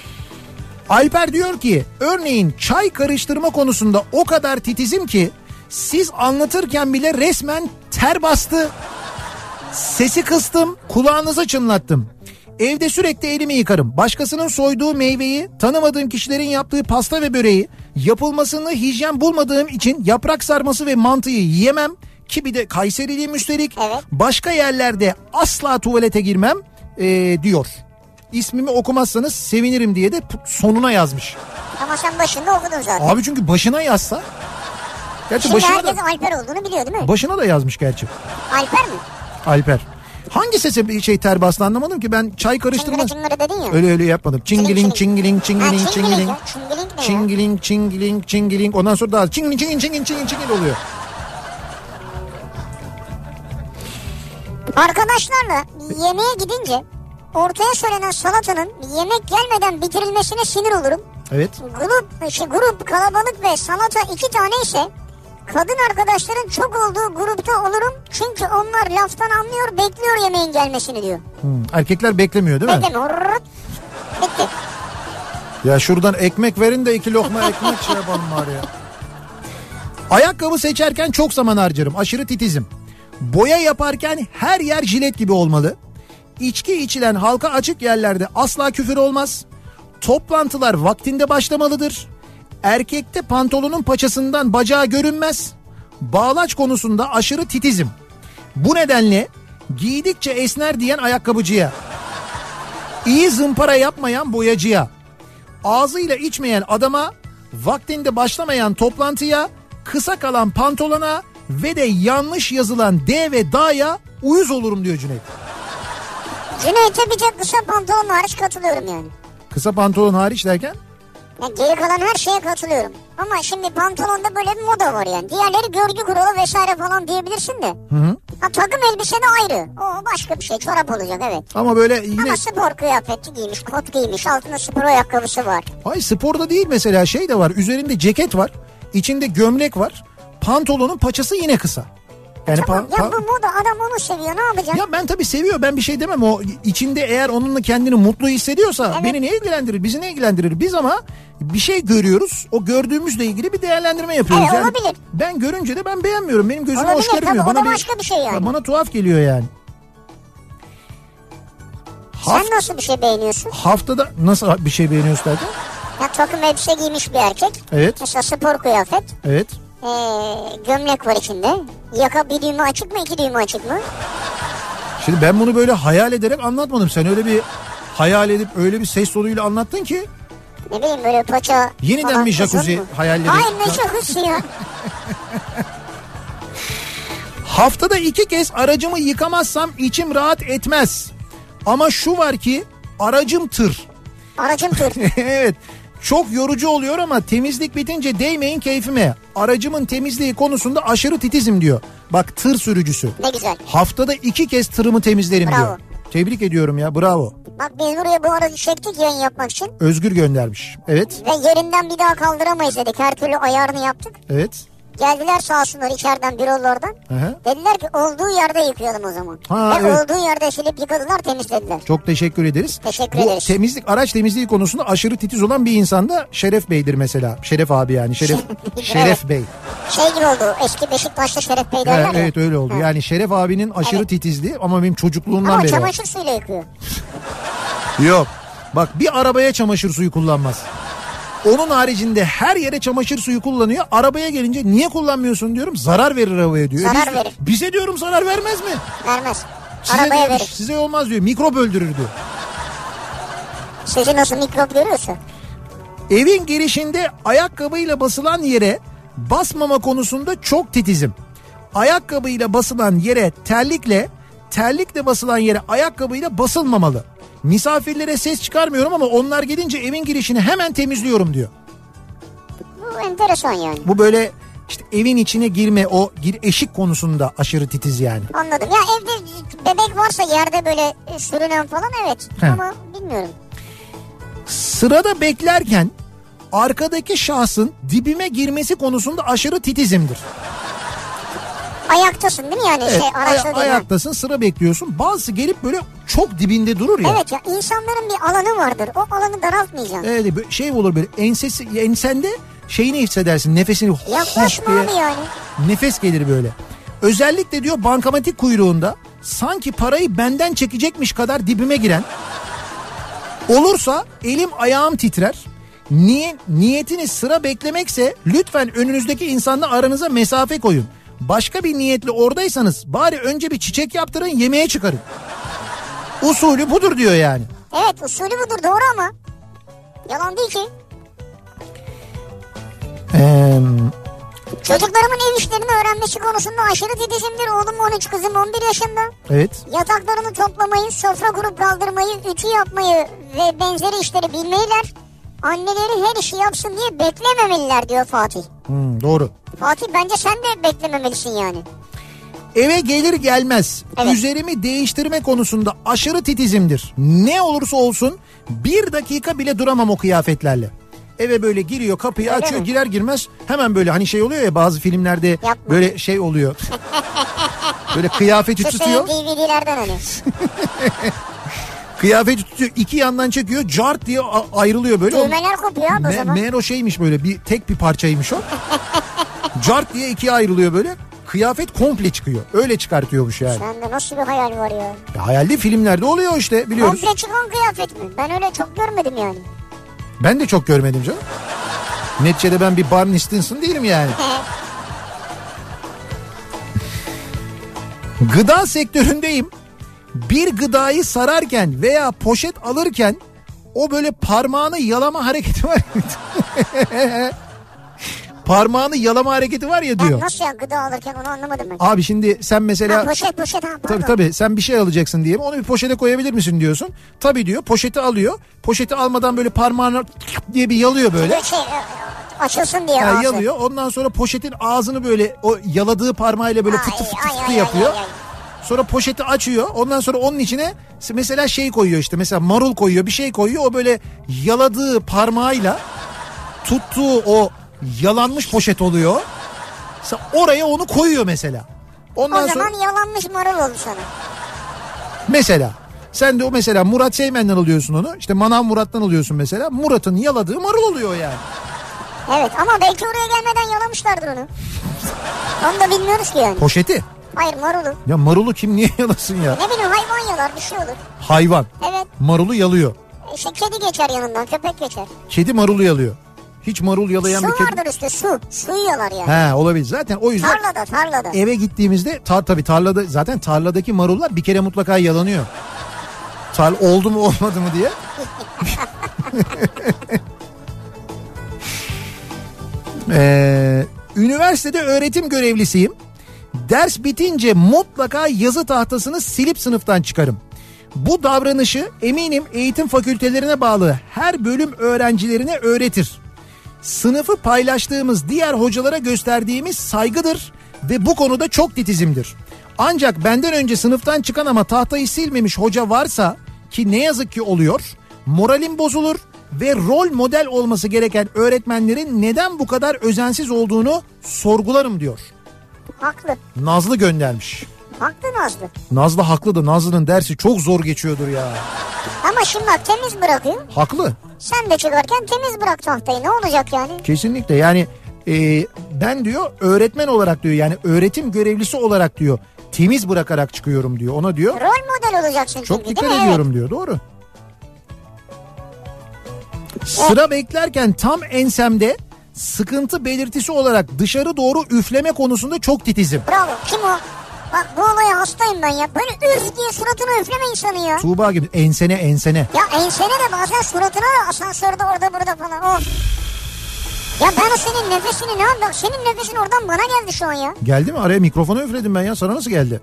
Alper diyor ki örneğin çay karıştırma konusunda o kadar titizim ki siz anlatırken bile resmen ter bastı. Sesi kıstım, kulağınızı çınlattım. Evde sürekli elimi yıkarım. Başkasının soyduğu meyveyi, tanımadığım kişilerin yaptığı pasta ve böreği, yapılmasını hijyen bulmadığım için yaprak sarması ve mantıyı yiyemem. Ki bir de Kayseriliyim üstelik. Evet. Başka yerlerde asla tuvalete girmem ee, diyor. İsmimi okumazsanız sevinirim diye de sonuna yazmış. Ama sen başında okudun zaten. Abi çünkü başına yazsa. Gerçi şimdi başına herkes da, Alper olduğunu biliyor değil mi? Başına da yazmış gerçi. Alper mi? Alper. Hangi sese bir şey ter bastı anlamadım ki, ben çay karıştırma. Çıngırı çıngırı dedin ya. Öyle öyle yapmadım. Çingiling çingiling çingiling çingiling. Çingiling ne ya? Çingiling çingiling çingiling. Ondan sonra daha çingiling çingiling çingiling çingiling çingiling oluyor. Arkadaşlarla yemeğe gidince ortaya söylenen salatanın yemek gelmeden bitirilmesine sinir olurum. Evet. Grup, şey, grup kalabalık ve salata iki tane ise kadın arkadaşların çok olduğu grupta olurum. Çünkü onlar laftan anlıyor, bekliyor yemeğin gelmesini diyor. Hmm, erkekler beklemiyor değil mi? Beklemiyor. Bitti. Ya şuradan ekmek verin de iki lokma ekmek şey yapalım bari ya. Ayakkabı seçerken çok zaman harcarım. Aşırı titizim. Boya yaparken her yer jilet gibi olmalı. İçki içilen halka açık yerlerde asla küfür olmaz. Toplantılar vaktinde başlamalıdır. Erkekte pantolonun paçasından bacağı görünmez. Bağlaç konusunda aşırı titizim. Bu nedenle giydikçe esner diyen ayakkabıcıya, iyi zımpara yapmayan boyacıya, ağzıyla içmeyen adama, vaktinde başlamayan toplantıya, kısa kalan pantolona ve de yanlış yazılan D ve D'ya uyuz olurum diyor Cüneyt. Cüneyt'e bir tek kısa pantolon hariç katılıyorum yani. Kısa pantolon hariç derken? Ya geri kalan her şeye katılıyorum. Ama şimdi pantolonda böyle bir moda var yani. Diğerleri görgü kuralı vesaire falan diyebilirsin de. Hı hı. Ha, takım elbise de ayrı. O başka bir şey. Çorap olacak evet. Ama böyle yine... Ama spor kıyafeti giymiş, kot giymiş, altında spor ayakkabısı var. Hayır, sporda değil mesela, şey de var. Üzerinde ceket var. İçinde gömlek var. Pantolonun paçası yine kısa. Yani tamam pa- ya, bu moda, adam onu seviyor, ne yapacak? Ya ben tabii seviyor, ben bir şey demem, o içinde eğer onunla kendini mutlu hissediyorsa evet. Beni ne ilgilendirir, bizi ne ilgilendirir? Biz ama bir şey görüyoruz, o gördüğümüzle ilgili bir değerlendirme yapıyoruz. Evet, yani olabilir. Ben görünce de ben beğenmiyorum, benim gözüme olabilir, hoş gelmiyor. tabii, Bana o da bir, başka bir şey yani. Bana tuhaf geliyor yani. Sen Haft- nasıl bir şey beğeniyorsun? Haftada nasıl bir şey beğeniyorsun derken? Ya takım elbise giymiş bir erkek. Evet. Mesela spor kıyafet. Evet. Ee, gömlek var içinde. Yaka bir düğme açık mı, iki düğme açık mı? Şimdi ben bunu böyle hayal ederek anlatmadım. Sen öyle bir hayal edip öyle bir ses tonuyla anlattın ki. Ne bileyim böyle paça. Yeniden mi jacuzzi hayalleri? Hayır, ne jacuzzi ya. Haftada iki kez aracımı yıkamazsam içim rahat etmez. Ama şu var ki aracım tır. Aracım tır. Evet. Çok yorucu oluyor ama temizlik bitince değmeyin keyfime. Aracımın temizliği konusunda aşırı titizim diyor. Bak tır sürücüsü. Ne güzel. Haftada iki kez tırımı temizlerim Bravo. diyor. Tebrik ediyorum ya, bravo. Bak biz buraya bu aracı çektik yayın yapmak için. Özgür göndermiş. Evet. Ve yerinden bir daha kaldıramayız dedik. Her türlü ayarını yaptık. Evet. Geldiler sağ olsunlar içeriden bürolardan. Hı hı. Dediler ki olduğu yerde yıkayalım o zaman. Ha, Ve evet. olduğu yerde silip yıkadılar, temizlediler. Çok teşekkür ederiz. Teşekkür Bu ederiz. temizlik, araç temizliği konusunda aşırı titiz olan bir insan da Şeref Bey'dir mesela. Şeref abi yani. Şeref Şeref Evet. Bey. Şey gibi oldu, eski Beşiktaş'ta Şeref Bey Evet, derler ya. evet öyle oldu. Ha. Yani Şeref abinin aşırı Evet. titizliği ama benim çocukluğumdan Ama beri var. çamaşır suyuyla yıkıyor. Yok. Bak bir arabaya çamaşır suyu kullanmaz. Onun haricinde her yere çamaşır suyu kullanıyor. Arabaya gelince niye kullanmıyorsun diyorum. Zarar verir arabaya diyor. Zarar Biz- verir. Bize diyorum zarar vermez mi? Vermez. Size, Arabaya diyor, verir. size olmaz diyor. Mikrop öldürür diyor. Sizi nasıl mikrop görüyorsa. Evin girişinde ayakkabıyla basılan yere basmama konusunda çok titizim. Ayakkabıyla basılan yere terlikle, terlikle basılan yere ayakkabıyla basılmamalı. Misafirlere ses çıkarmıyorum ama onlar gelince evin girişini hemen temizliyorum diyor. Bu enteresan yani. Bu böyle işte evin içine girme, o gir eşik konusunda aşırı titiz yani. Anladım. Ya evde bebek varsa yerde böyle sürünen falan evet. He. Ama bilmiyorum. Sırada beklerken arkadaki şahsın dibime girmesi konusunda aşırı titizimdir. Ayaktasın değil mi yani? Evet, şey, araçta aya- değil mi? ayaktasın, sıra bekliyorsun. Bazısı gelip böyle çok dibinde durur ya. Evet ya, insanların bir alanı vardır. O alanı daraltmayacaksın. Evet, böyle şey olur böyle ensesi, ensende şeyini hissedersin, nefesini hoş Yaklaşma diye abi yani. nefes gelir böyle. Özellikle diyor bankamatik kuyruğunda sanki parayı benden çekecekmiş kadar dibime giren olursa elim ayağım titrer. Niye, niyetiniz sıra beklemekse lütfen önünüzdeki insanla aranıza mesafe koyun. Başka bir niyetle oradaysanız bari önce bir çiçek yaptırın, yemeğe çıkarın. Usulü budur diyor yani. Evet, usulü budur, doğru ama. Yalan değil ki. Eee... Çocuklarımın ev işlerini öğrenmesi konusunda aşırı titizimdir. Oğlum on üç, kızım on bir yaşında. Evet. Yataklarını toplamayı, sofra kurup kaldırmayı, ütü yapmayı ve benzeri işleri bilmeliler. Anneleri her işi yapsın diye beklememeliler diyor Fatih. Hmm, doğru. Fatih, bence sen de beklememelisin yani. Eve gelir gelmez Evet. üzerimi değiştirme konusunda aşırı titizimdir. Ne olursa olsun bir dakika bile duramam o kıyafetlerle. Eve böyle giriyor, kapıyı Öyle açıyor, mi? girer girmez hemen böyle hani şey oluyor ya, bazı filmlerde Yapma. böyle şey oluyor. Böyle kıyafeti Şu tutuyor. senin D V D'lerden hani. Kıyafeti tutuyor, iki yandan çekiyor, cart diye a- ayrılıyor böyle. Düğmeler kopuyor abi o Me- zaman. meğer o şeymiş, böyle bir tek bir parçaymış o. Cart diye ikiye ayrılıyor böyle. Kıyafet komple çıkıyor. Öyle çıkartıyormuş yani. Sende nasıl bir hayal var ya? Ya hayal değil, filmlerde oluyor işte, biliyoruz. Komple çıkan kıyafet mi? Ben öyle çok görmedim yani. Ben de çok görmedim canım. Neticede ben bir Barney Stinson değilim yani. Gıda sektöründeyim. Bir gıdayı sararken veya poşet alırken o böyle parmağını yalama hareketi var. Parmağını yalama hareketi var ya Ben diyor. nasıl ya, gıda alırken onu anlamadım ben. Abi şimdi sen mesela... Ha, poşet poşet ha, pardon. Tabii tabii, sen bir şey alacaksın diye onu bir poşete koyabilir misin diyorsun. Tabii diyor, poşeti alıyor. Poşeti almadan böyle parmağını diye bir yalıyor böyle. Böyle şey, e, açılsın diye Ha, ağzı. yalıyor. Ondan sonra poşetin ağzını böyle o yaladığı parmağıyla böyle Ay, fıtı fıtı ay, fıtı ay, yapıyor. ay, ay. Sonra poşeti açıyor. Ondan sonra onun içine mesela şey koyuyor, işte mesela marul koyuyor, bir şey koyuyor. O böyle yaladığı parmağıyla tuttuğu o yalanmış poşet oluyor. Mesela oraya onu koyuyor mesela. Ondan O zaman sonra yalanmış marul oldu sana. mesela sen de o mesela Murat Seymen'den alıyorsun onu. İşte Manav Murat'tan alıyorsun mesela. Murat'ın yaladığı marul oluyor yani. Evet, ama belki oraya gelmeden yalamışlardır onu. Onu da bilmiyoruz ki yani. Poşeti. Hayır, marulu. Ya marulu kim niye yalasın ya? Ne bileyim, hayvan yalar, bir şey olur. Hayvan. Evet, Marulu yalıyor. işte kedi geçer yanından, köpek geçer. Kedi marulu yalıyor. Hiç marul yalayan Su bir kedi... vardır işte, su. Suyu yalar yani. He, olabilir. Zaten o yüzden Tarlada tarlada. eve gittiğimizde tar tabii tarlada, zaten tarladaki marullar bir kere mutlaka yalanıyor. Tar oldu mu olmadı mı diye. Ee, üniversitede öğretim görevlisiyim. Ders bitince mutlaka yazı tahtasını silip sınıftan çıkarım. Bu davranışı eminim eğitim fakültelerine bağlı her bölüm öğrencilerine öğretir. Sınıfı paylaştığımız diğer hocalara gösterdiğimiz saygıdır ve bu konuda çok titizimdir. Ancak benden önce sınıftan çıkan ama tahtayı silmemiş hoca varsa, ki ne yazık ki oluyor, moralim bozulur ve rol model olması gereken öğretmenlerin neden bu kadar özensiz olduğunu sorgularım diyor. Haklı. Nazlı göndermiş. Haklı Nazlı. Nazlı haklı da Nazlı'nın dersi çok zor geçiyordur ya. Ama şimdi bak temiz bırakıyor. Haklı. Sen de çıkarken temiz bırak tahtayı, ne olacak yani? Kesinlikle yani e, ben diyor öğretmen olarak diyor, yani öğretim görevlisi olarak diyor temiz bırakarak çıkıyorum diyor, ona diyor. Rol model olacaksın çok çünkü, dikkat değil mi? ediyorum Evet. diyor, doğru. Sıra evet. Beklerken tam ensemde sıkıntı belirtisi olarak dışarı doğru üfleme konusunda çok titizim. Bravo, kim o? Bak bu olaya hastayım ben ya. Böyle üf diye suratına üfleme insanı ya. Tuğba gibi ensene ensene. Ya ensene de bazen suratına da, asansörde orada burada falan. Of. Ya ben senin nefesini ne yapayım? Senin nefesin oradan bana geldi şu an ya. Geldi mi? Araya mikrofonu üfledim ben ya. Sana nasıl geldi?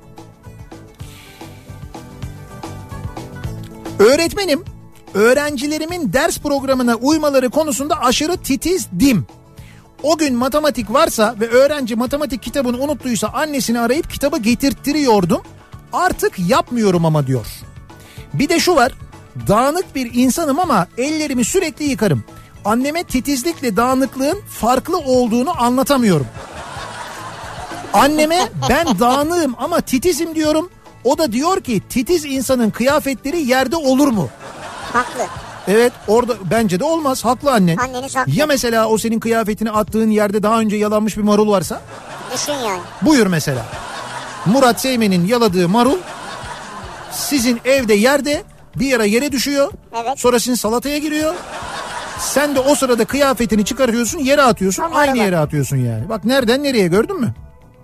Öğretmenim, öğrencilerimin ders programına uymaları konusunda aşırı titizdim. O gün matematik varsa ve öğrenci matematik kitabını unuttuysa annesini arayıp kitabı getirttiriyordum. Artık yapmıyorum ama diyor. Bir de şu var, dağınık bir insanım ama ellerimi sürekli yıkarım. Anneme titizlikle dağınıklığın farklı olduğunu anlatamıyorum. Anneme ben dağınığım ama titizim diyorum. O da diyor ki titiz insanın kıyafetleri yerde olur mu? Haklı. Evet, orada bence de olmaz. Haklı annen. Anneniz haklı. Ya mesela o senin kıyafetini attığın yerde daha önce yalanmış bir marul varsa? Düşün yani. Buyur mesela. Murat Seymen'in yaladığı marul sizin evde yerde bir ara yere düşüyor. Evet. Sonra sizin salataya giriyor. Sen de o sırada kıyafetini çıkarıyorsun, yere atıyorsun. Tamam, aynı bak. yere atıyorsun yani. Bak nereden nereye, gördün mü?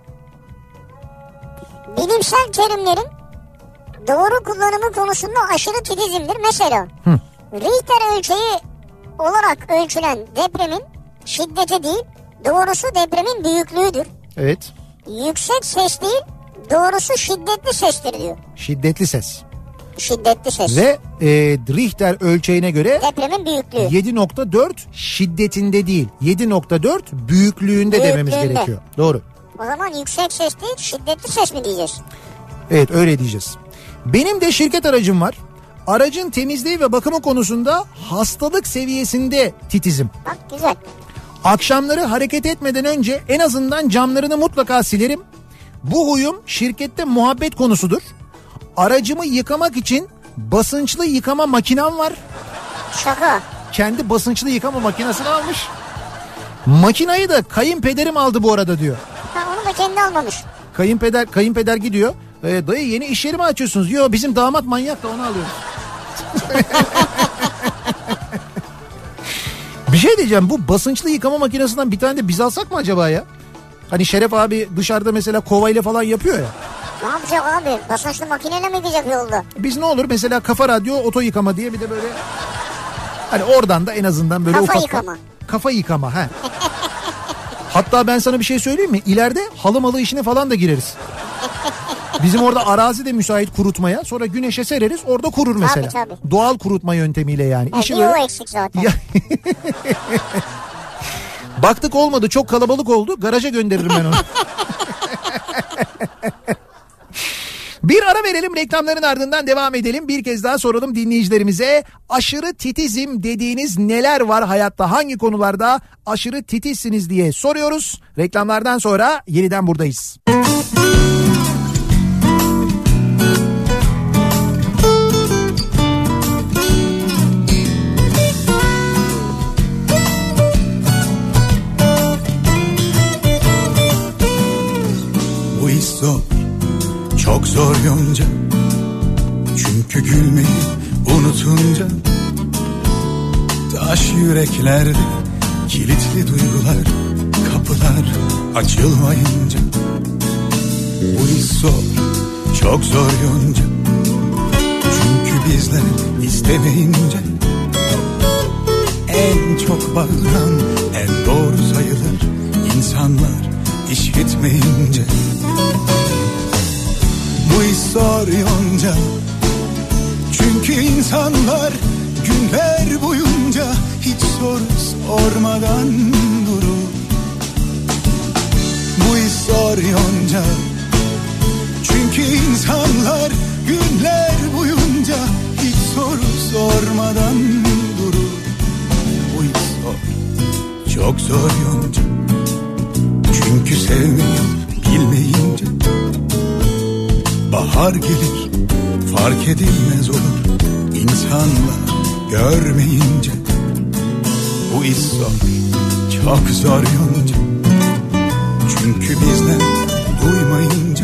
Bilimsel terimlerin doğru kullanımı konusunda aşırı titizimdir. Mesela Hı. Richter ölçeği olarak ölçülen depremin şiddeti değil, doğrusu depremin büyüklüğüdür. Evet. Yüksek ses değil, doğrusu şiddetli sestir diyor. Şiddetli ses. Şiddetli ses. Ve e, Richter ölçeğine göre depremin büyüklüğü. yedi nokta dört şiddetinde değil, yedi nokta dört büyüklüğünde, büyüklüğünde dememiz gerekiyor. Doğru. O zaman yüksek ses değil, şiddetli ses mi diyeceğiz? Evet, öyle diyeceğiz. Benim de şirket aracım var. Aracın temizliği ve bakımı konusunda hastalık seviyesinde titizim. Bak güzel. Akşamları hareket etmeden önce en azından camlarını mutlaka silerim. Bu huyum şirkette muhabbet konusudur. Aracımı yıkamak için basınçlı yıkama makinem var. Şaka. Kendi basınçlı yıkama makinesini almış. Makinayı da kayınpederim aldı bu arada diyor. Ha, onu da kendi almamış. Kayınpeder kayınpeder gidiyor. E, dayı yeni iş yeri mi açıyorsunuz? Yo, bizim damat manyak da onu alıyoruz. Bir şey diyeceğim, bu basınçlı yıkama makinesinden bir tane de biz alsak mı acaba ya? Hani Şeref abi dışarıda mesela kovayla falan yapıyor ya. Ne yapacak abi? Basınçlı makineyle mi gidecek yolda? Biz ne olur mesela Kafa Radyo oto yıkama diye bir de böyle... Hani oradan da en azından böyle kafa ufak... yıkama. Kafa yıkama he. Hatta ben sana bir şey söyleyeyim mi? İleride halı malı işine falan da gireriz. Bizim orada arazi de müsait kurutmaya. Sonra güneşe sereriz, orada kurur mesela. Tabii, tabii. Doğal kurutma yöntemiyle yani. Evet, İşi iyi böyle... o eksik zaten. Ya... Baktık olmadı, çok kalabalık oldu. Garaja gönderirim ben onu. Bir ara verelim, reklamların ardından devam edelim. Bir kez daha soralım dinleyicilerimize. Aşırı titizim dediğiniz neler var hayatta? Hangi konularda aşırı titizsiniz diye soruyoruz. Reklamlardan sonra yeniden buradayız. Bu iş zor, çok zor yonca. Çünkü gülmeyi unutunca taş yüreklerde kilitli duygular, kapılar açılmayınca. Bu iş zor, çok zor yonca. Çünkü bizler istemeyince en çok bağıran, en doğru sayılır insanlar işitmeyince. Bu iş zor yonca, çünkü insanlar günler boyunca hiç soru sormadan durur. Bu iş zor yonca, çünkü insanlar günler boyunca hiç soru sormadan durur. Bu iş zor, çok zor yonca, çünkü sevmeyi bilmeyince. Bahar gelir, fark edilmez olur insanlar görmeyince. Bu iş zor, çok zor yonca, çünkü bizden duymayınca.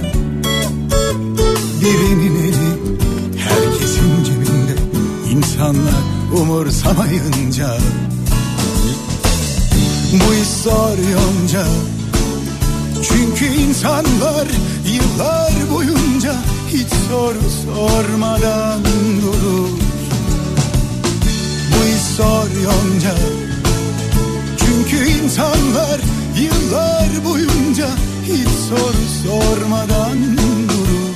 Birinin eli herkesin cebinde, insanlar umursamayınca. Bu iş zor yonca, çünkü insanlar yıllar boyunca hiç soru sormadan durur. Bu iş zor yonca, çünkü insanlar yıllar boyunca hiç soru sormadan durur.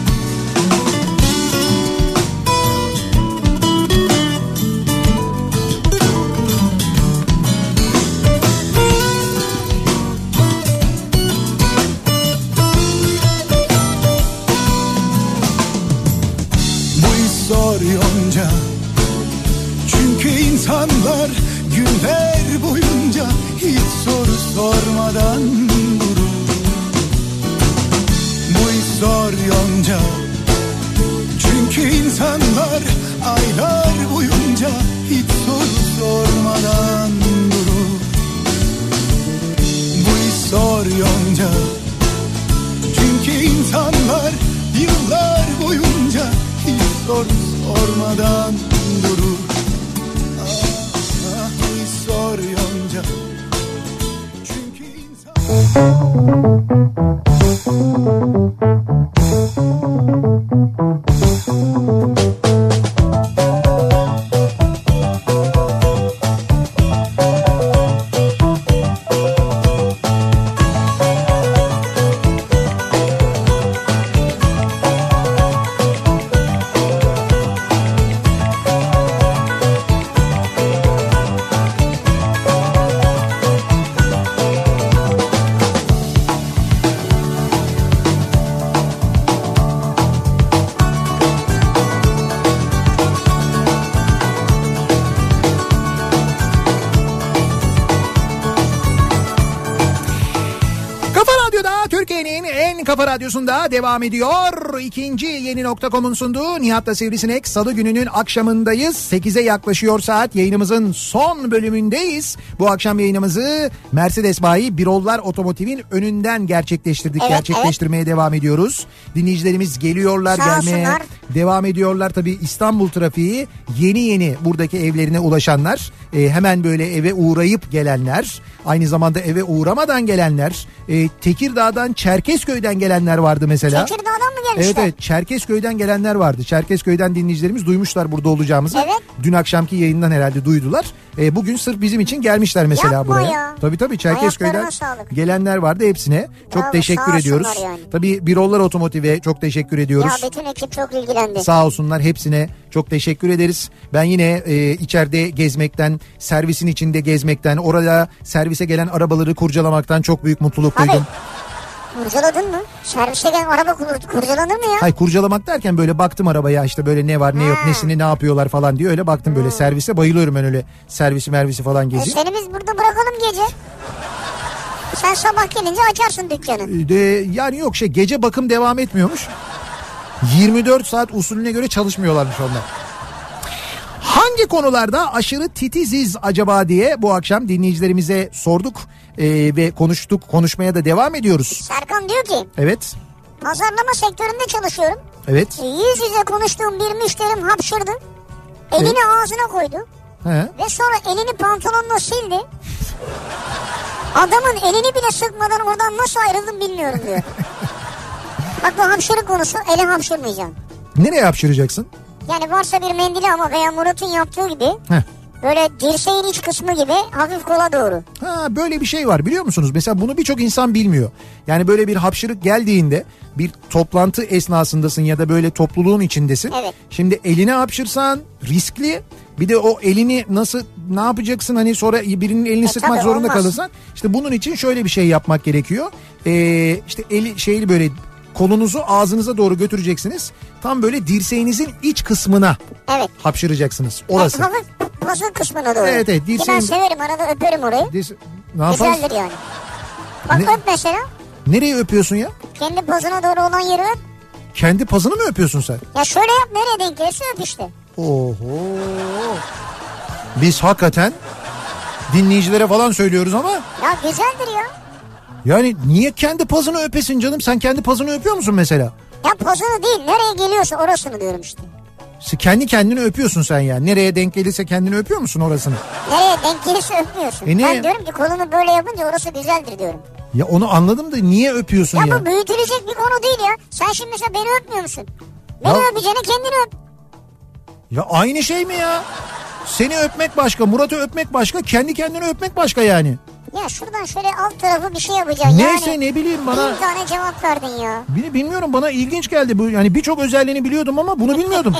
Zor yonca, çünkü insanlar günler boyunca hiç soru sormadan durur. Bu iş zor yonca, çünkü insanlar aylar boyunca hiç soru sormadan durur. Bu iş zor yonca, çünkü insanlar yıllar boyunca hiç soru sormadan durur. Ah, ah, hiç sor yonca, çünkü insan... Kafa Radyosu'nda devam ediyor. İkinci Yeni nokta com'un sunduğu Nihat'la Sivrisinek. Salı gününün akşamındayız. sekize yaklaşıyor saat. Yayınımızın son bölümündeyiz. Bu akşam yayınımızı Mercedes bayi Birollar Otomotiv'in önünden gerçekleştirdik. Evet, Gerçekleştirmeye evet. devam ediyoruz. Dinleyicilerimiz geliyorlar, Sağ gelmeye olsunlar. devam ediyorlar. Tabii İstanbul trafiği, yeni yeni buradaki evlerine ulaşanlar, e, hemen böyle eve uğrayıp gelenler, aynı zamanda eve uğramadan gelenler, e, Tekirdağ'dan, Çerkezköy'den gelenler vardı mesela. Tekirdağ'dan mı gelmişler? Evet evet, Çerkezköy'den gelenler vardı. Çerkezköy'den dinleyicilerimiz duymuşlar burada olacağımızı. Evet. Dün akşamki yayından herhalde duydular. E, bugün sırf bizim için gelmişler mesela Yapma buraya. ya. Tabii tabii, Çerkezköy'den gelenler vardı, hepsine çok Bravo, teşekkür ediyoruz. Yani. Tabii Birollar Otomotiv'e çok teşekkür ediyoruz. Ya bütün ekip çok ilgilendi. Sağ olsunlar, hepsine çok teşekkür ederiz. Ben yine e, içeride gezmekten, servisin içinde gezmekten, orada servise gelen arabaları kurcalamaktan çok büyük mutluluk Abi, duydum. kurcaladın mı? Servise gelen araba kur, kurcalanır mı ya? Hayır, kurcalamak derken böyle baktım arabaya, işte böyle ne var ne yok, Ha. nesini ne yapıyorlar falan diye öyle baktım böyle. Hmm. Servise bayılıyorum ben, öyle servisi mervisi falan E geziyorum. seni biz burada bırakalım gece. Sen sabah gelince açarsın dükkanı. De, yani yok şey, gece bakım devam etmiyormuş. yirmi dört saat usulüne göre çalışmıyorlarmış onlar. Hangi konularda aşırı titiziz acaba diye bu akşam dinleyicilerimize sorduk ee, ve konuştuk, konuşmaya da devam ediyoruz. Serkan diyor ki, Evet. pazarlama sektöründe çalışıyorum. Evet. Yüz yüze konuştuğum bir müşterim hapşırdı. Elini Evet. ağzına koydu. He. Ve sonra elini pantolonla sildi. Adamın elini bile sıkmadan oradan nasıl ayrıldım bilmiyorum diyor. Bak bu hapşırık konusu, ele hapşırmayacağım. Nereye hapşıracaksın? Yani varsa bir mendili ama veya Murat'ın yaptığı gibi. Heh. Böyle dirseğin iç kısmı gibi hafif kola doğru. Ha, böyle bir şey var biliyor musunuz? Mesela bunu birçok insan bilmiyor. Yani böyle bir hapşırık geldiğinde bir toplantı esnasındasın ya da böyle topluluğun içindesin. Evet. Şimdi eline hapşırsan riskli. Bir de o elini nasıl ne yapacaksın, hani sonra birinin elini E, sıkmak tabii, zorunda olmaz. kalırsan. İşte bunun için şöyle bir şey yapmak gerekiyor. Ee, işte eli şeyli böyle kolunuzu ağzınıza doğru götüreceksiniz. Tam böyle dirseğinizin iç kısmına Evet. hapşıracaksınız. Orası. Hafif pozun kısmına doğru. Evet, evet, Ki ben dirseğin- severim, arada öperim orayı. Dirse- Ne yaparsın? Güzeldir yani. Bak Ne- öp mesela. Nereye öpüyorsun ya? Kendi pozuna doğru olan yeri öp. Kendi pazını mı öpüyorsun sen? Ya şöyle yap, nereye denk gelirse öp işte. Oho. Biz hakikaten dinleyicilere falan söylüyoruz ama Ya güzeldir ya. yani niye kendi pazını öpesin canım? Sen kendi pazını öpüyor musun mesela? Ya pozunu değil, nereye geliyorsa orasını diyorum işte. Sen kendi kendini öpüyorsun sen yani. Nereye denk gelirse kendini öpüyor musun orasını? Nereye denk gelirse öpmüyorsun. E ne? Ben diyorum ki kolunu böyle yapınca orası güzeldir diyorum. Ya onu anladım da niye öpüyorsun Ya, ya? bu büyütülecek bir konu değil ya. Sen şimdi mesela beni öpmüyor musun? Beni Ya- öpeceğine kendini öp. Ya aynı şey mi ya? Seni öpmek başka, Murat'ı öpmek başka, kendi kendini öpmek başka yani. Ya şuradan şöyle alt tarafı bir şey yapacaksın. Neyse, yani, ne bileyim bana. bin tane cevap verdin ya. Bil- Bilmiyorum, bana ilginç geldi bu. Yani birçok özelliğini biliyordum ama bunu bilmiyordum.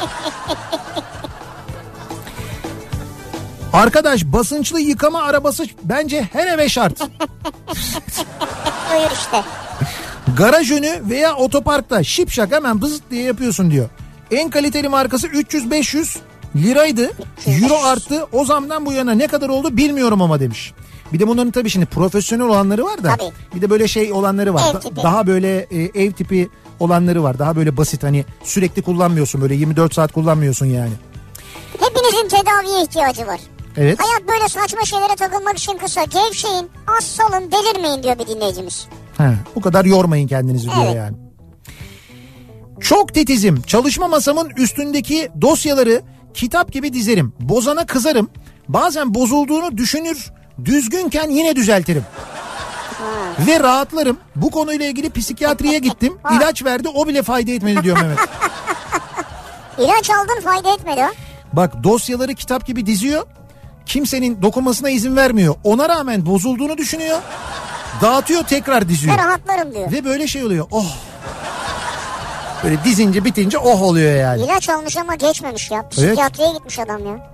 Arkadaş, basınçlı yıkama arabası bence her eve şart. Buyur işte. Garaj önü veya otoparkta şipşak hemen bızıt diye yapıyorsun diyor. En kaliteli markası üç yüz beş yüz liraydı. Euro arttı. O zamdan bu yana ne kadar oldu bilmiyorum ama demiş. Bir de bunların tabii şimdi profesyonel olanları var da. Tabii. Bir de böyle şey olanları var. Ev Da- tipi. Daha böyle e, ev tipi olanları var. Daha böyle basit, hani sürekli kullanmıyorsun, böyle yirmi dört saat kullanmıyorsun yani. Hepinizin tedaviye ihtiyacı var. Evet. Hayat böyle saçma şeylere takılmak için kısa. Gevşeyin, az salın, delirmeyin diyor bir dinleyicimiz. He, bu kadar yormayın kendinizi diyor Evet. yani. Çok titizim. Çalışma masamın üstündeki dosyaları kitap gibi dizerim. Bozana kızarım. Bazen bozulduğunu düşünür, düzgünken yine düzeltirim. Ve rahatlarım. Bu konuyla ilgili psikiyatriye gittim. İlaç verdi, o bile fayda etmedi diyor Mehmet. İlaç aldın, fayda etmedi ha. Bak, dosyaları kitap gibi diziyor. Kimsenin dokunmasına izin vermiyor. Ona rağmen bozulduğunu düşünüyor. Dağıtıyor, tekrar diziyor. Ve rahatlarım diyor. Ve böyle şey oluyor. Oh. Böyle dizince bitince oh oluyor yani. İlaç almış ama geçmemiş ya. Psikiyatriye gitmiş adam ya.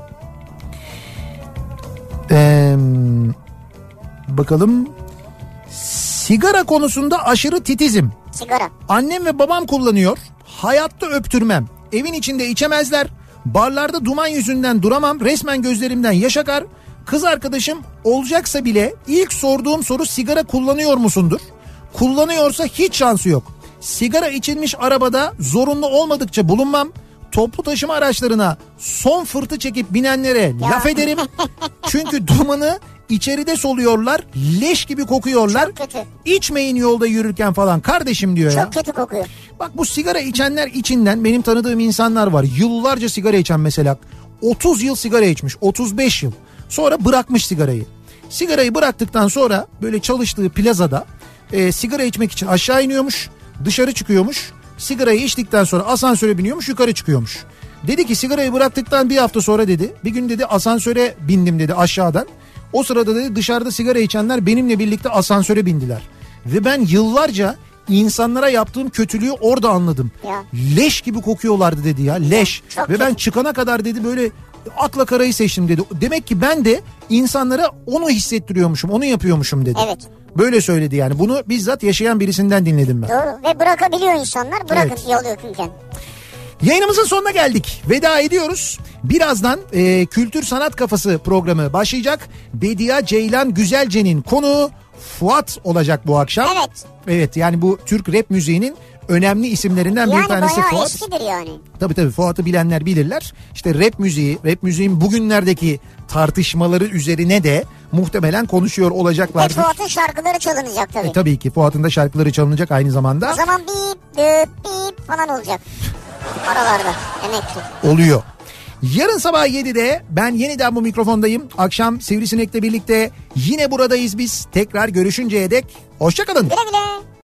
Ee, bakalım. Sigara konusunda aşırı titizim. Sigara. Annem ve babam kullanıyor. Hayatta öptürmem. Evin içinde içemezler. Barlarda duman yüzünden duramam. Resmen gözlerimden yaş akar. Kız arkadaşım olacaksa bile ilk sorduğum soru sigara kullanıyor musundur? Kullanıyorsa hiç şansı yok. Sigara içilmiş arabada zorunlu olmadıkça bulunmam. Toplu taşıma araçlarına son fırtı çekip binenlere laf ederim. Çünkü dumanı içeride soluyorlar. Leş gibi kokuyorlar. Çok kötü. İçmeyin yolda yürürken falan kardeşim diyor ya. Çok kötü kokuyor. Bak, bu sigara içenler içinden benim tanıdığım insanlar var. Yıllarca sigara içen mesela. otuz yıl sigara içmiş. otuz beş yıl. Sonra bırakmış sigarayı. Sigarayı bıraktıktan sonra böyle çalıştığı plazada e, sigara içmek için aşağı iniyormuş. Dışarı çıkıyormuş. Sigarayı içtikten sonra asansöre biniyormuş, yukarı çıkıyormuş. Dedi ki sigarayı bıraktıktan bir hafta sonra dedi. Bir gün dedi asansöre bindim dedi aşağıdan. O sırada dedi dışarıda sigara içenler benimle birlikte asansöre bindiler. Ve ben yıllarca insanlara yaptığım kötülüğü orada anladım. Ya. Leş gibi kokuyorlardı dedi ya, leş. Çok Ve ben kötü. çıkana kadar dedi böyle akla karayı seçtim dedi. Demek ki ben de insanlara onu hissettiriyormuşum, onu yapıyormuşum dedi. Evet. Böyle söyledi yani. Bunu bizzat yaşayan birisinden dinledim ben. Doğru. Ve bırakabiliyor insanlar. Bırakın Evet. yol yakınken. Yayınımızın sonuna geldik. Veda ediyoruz. Birazdan e, Kültür Sanat Kafası programı başlayacak. Bediye Ceylan Güzelce'nin konuğu Fuat olacak bu akşam. Evet. Evet, yani bu Türk rap müziğinin önemli isimlerinden Yani bir tanesi bayağı Fuat. eskidir yani. Tabii tabii, Fuat'ı bilenler bilirler. İşte rap müziği, rap müziğin bugünlerdeki tartışmaları üzerine de muhtemelen konuşuyor Ve olacaklardır. Fuat'ın şarkıları çalınacak tabii. E, tabii ki Fuat'ın da şarkıları çalınacak aynı zamanda. O zaman bip bip bip falan olacak. Aralarda demek ki. Oluyor. Yarın sabah yedide ben yeniden bu mikrofondayım. Akşam Sivrisinek'le birlikte yine buradayız biz. Tekrar görüşünceye dek hoşça kalın. Güle güle.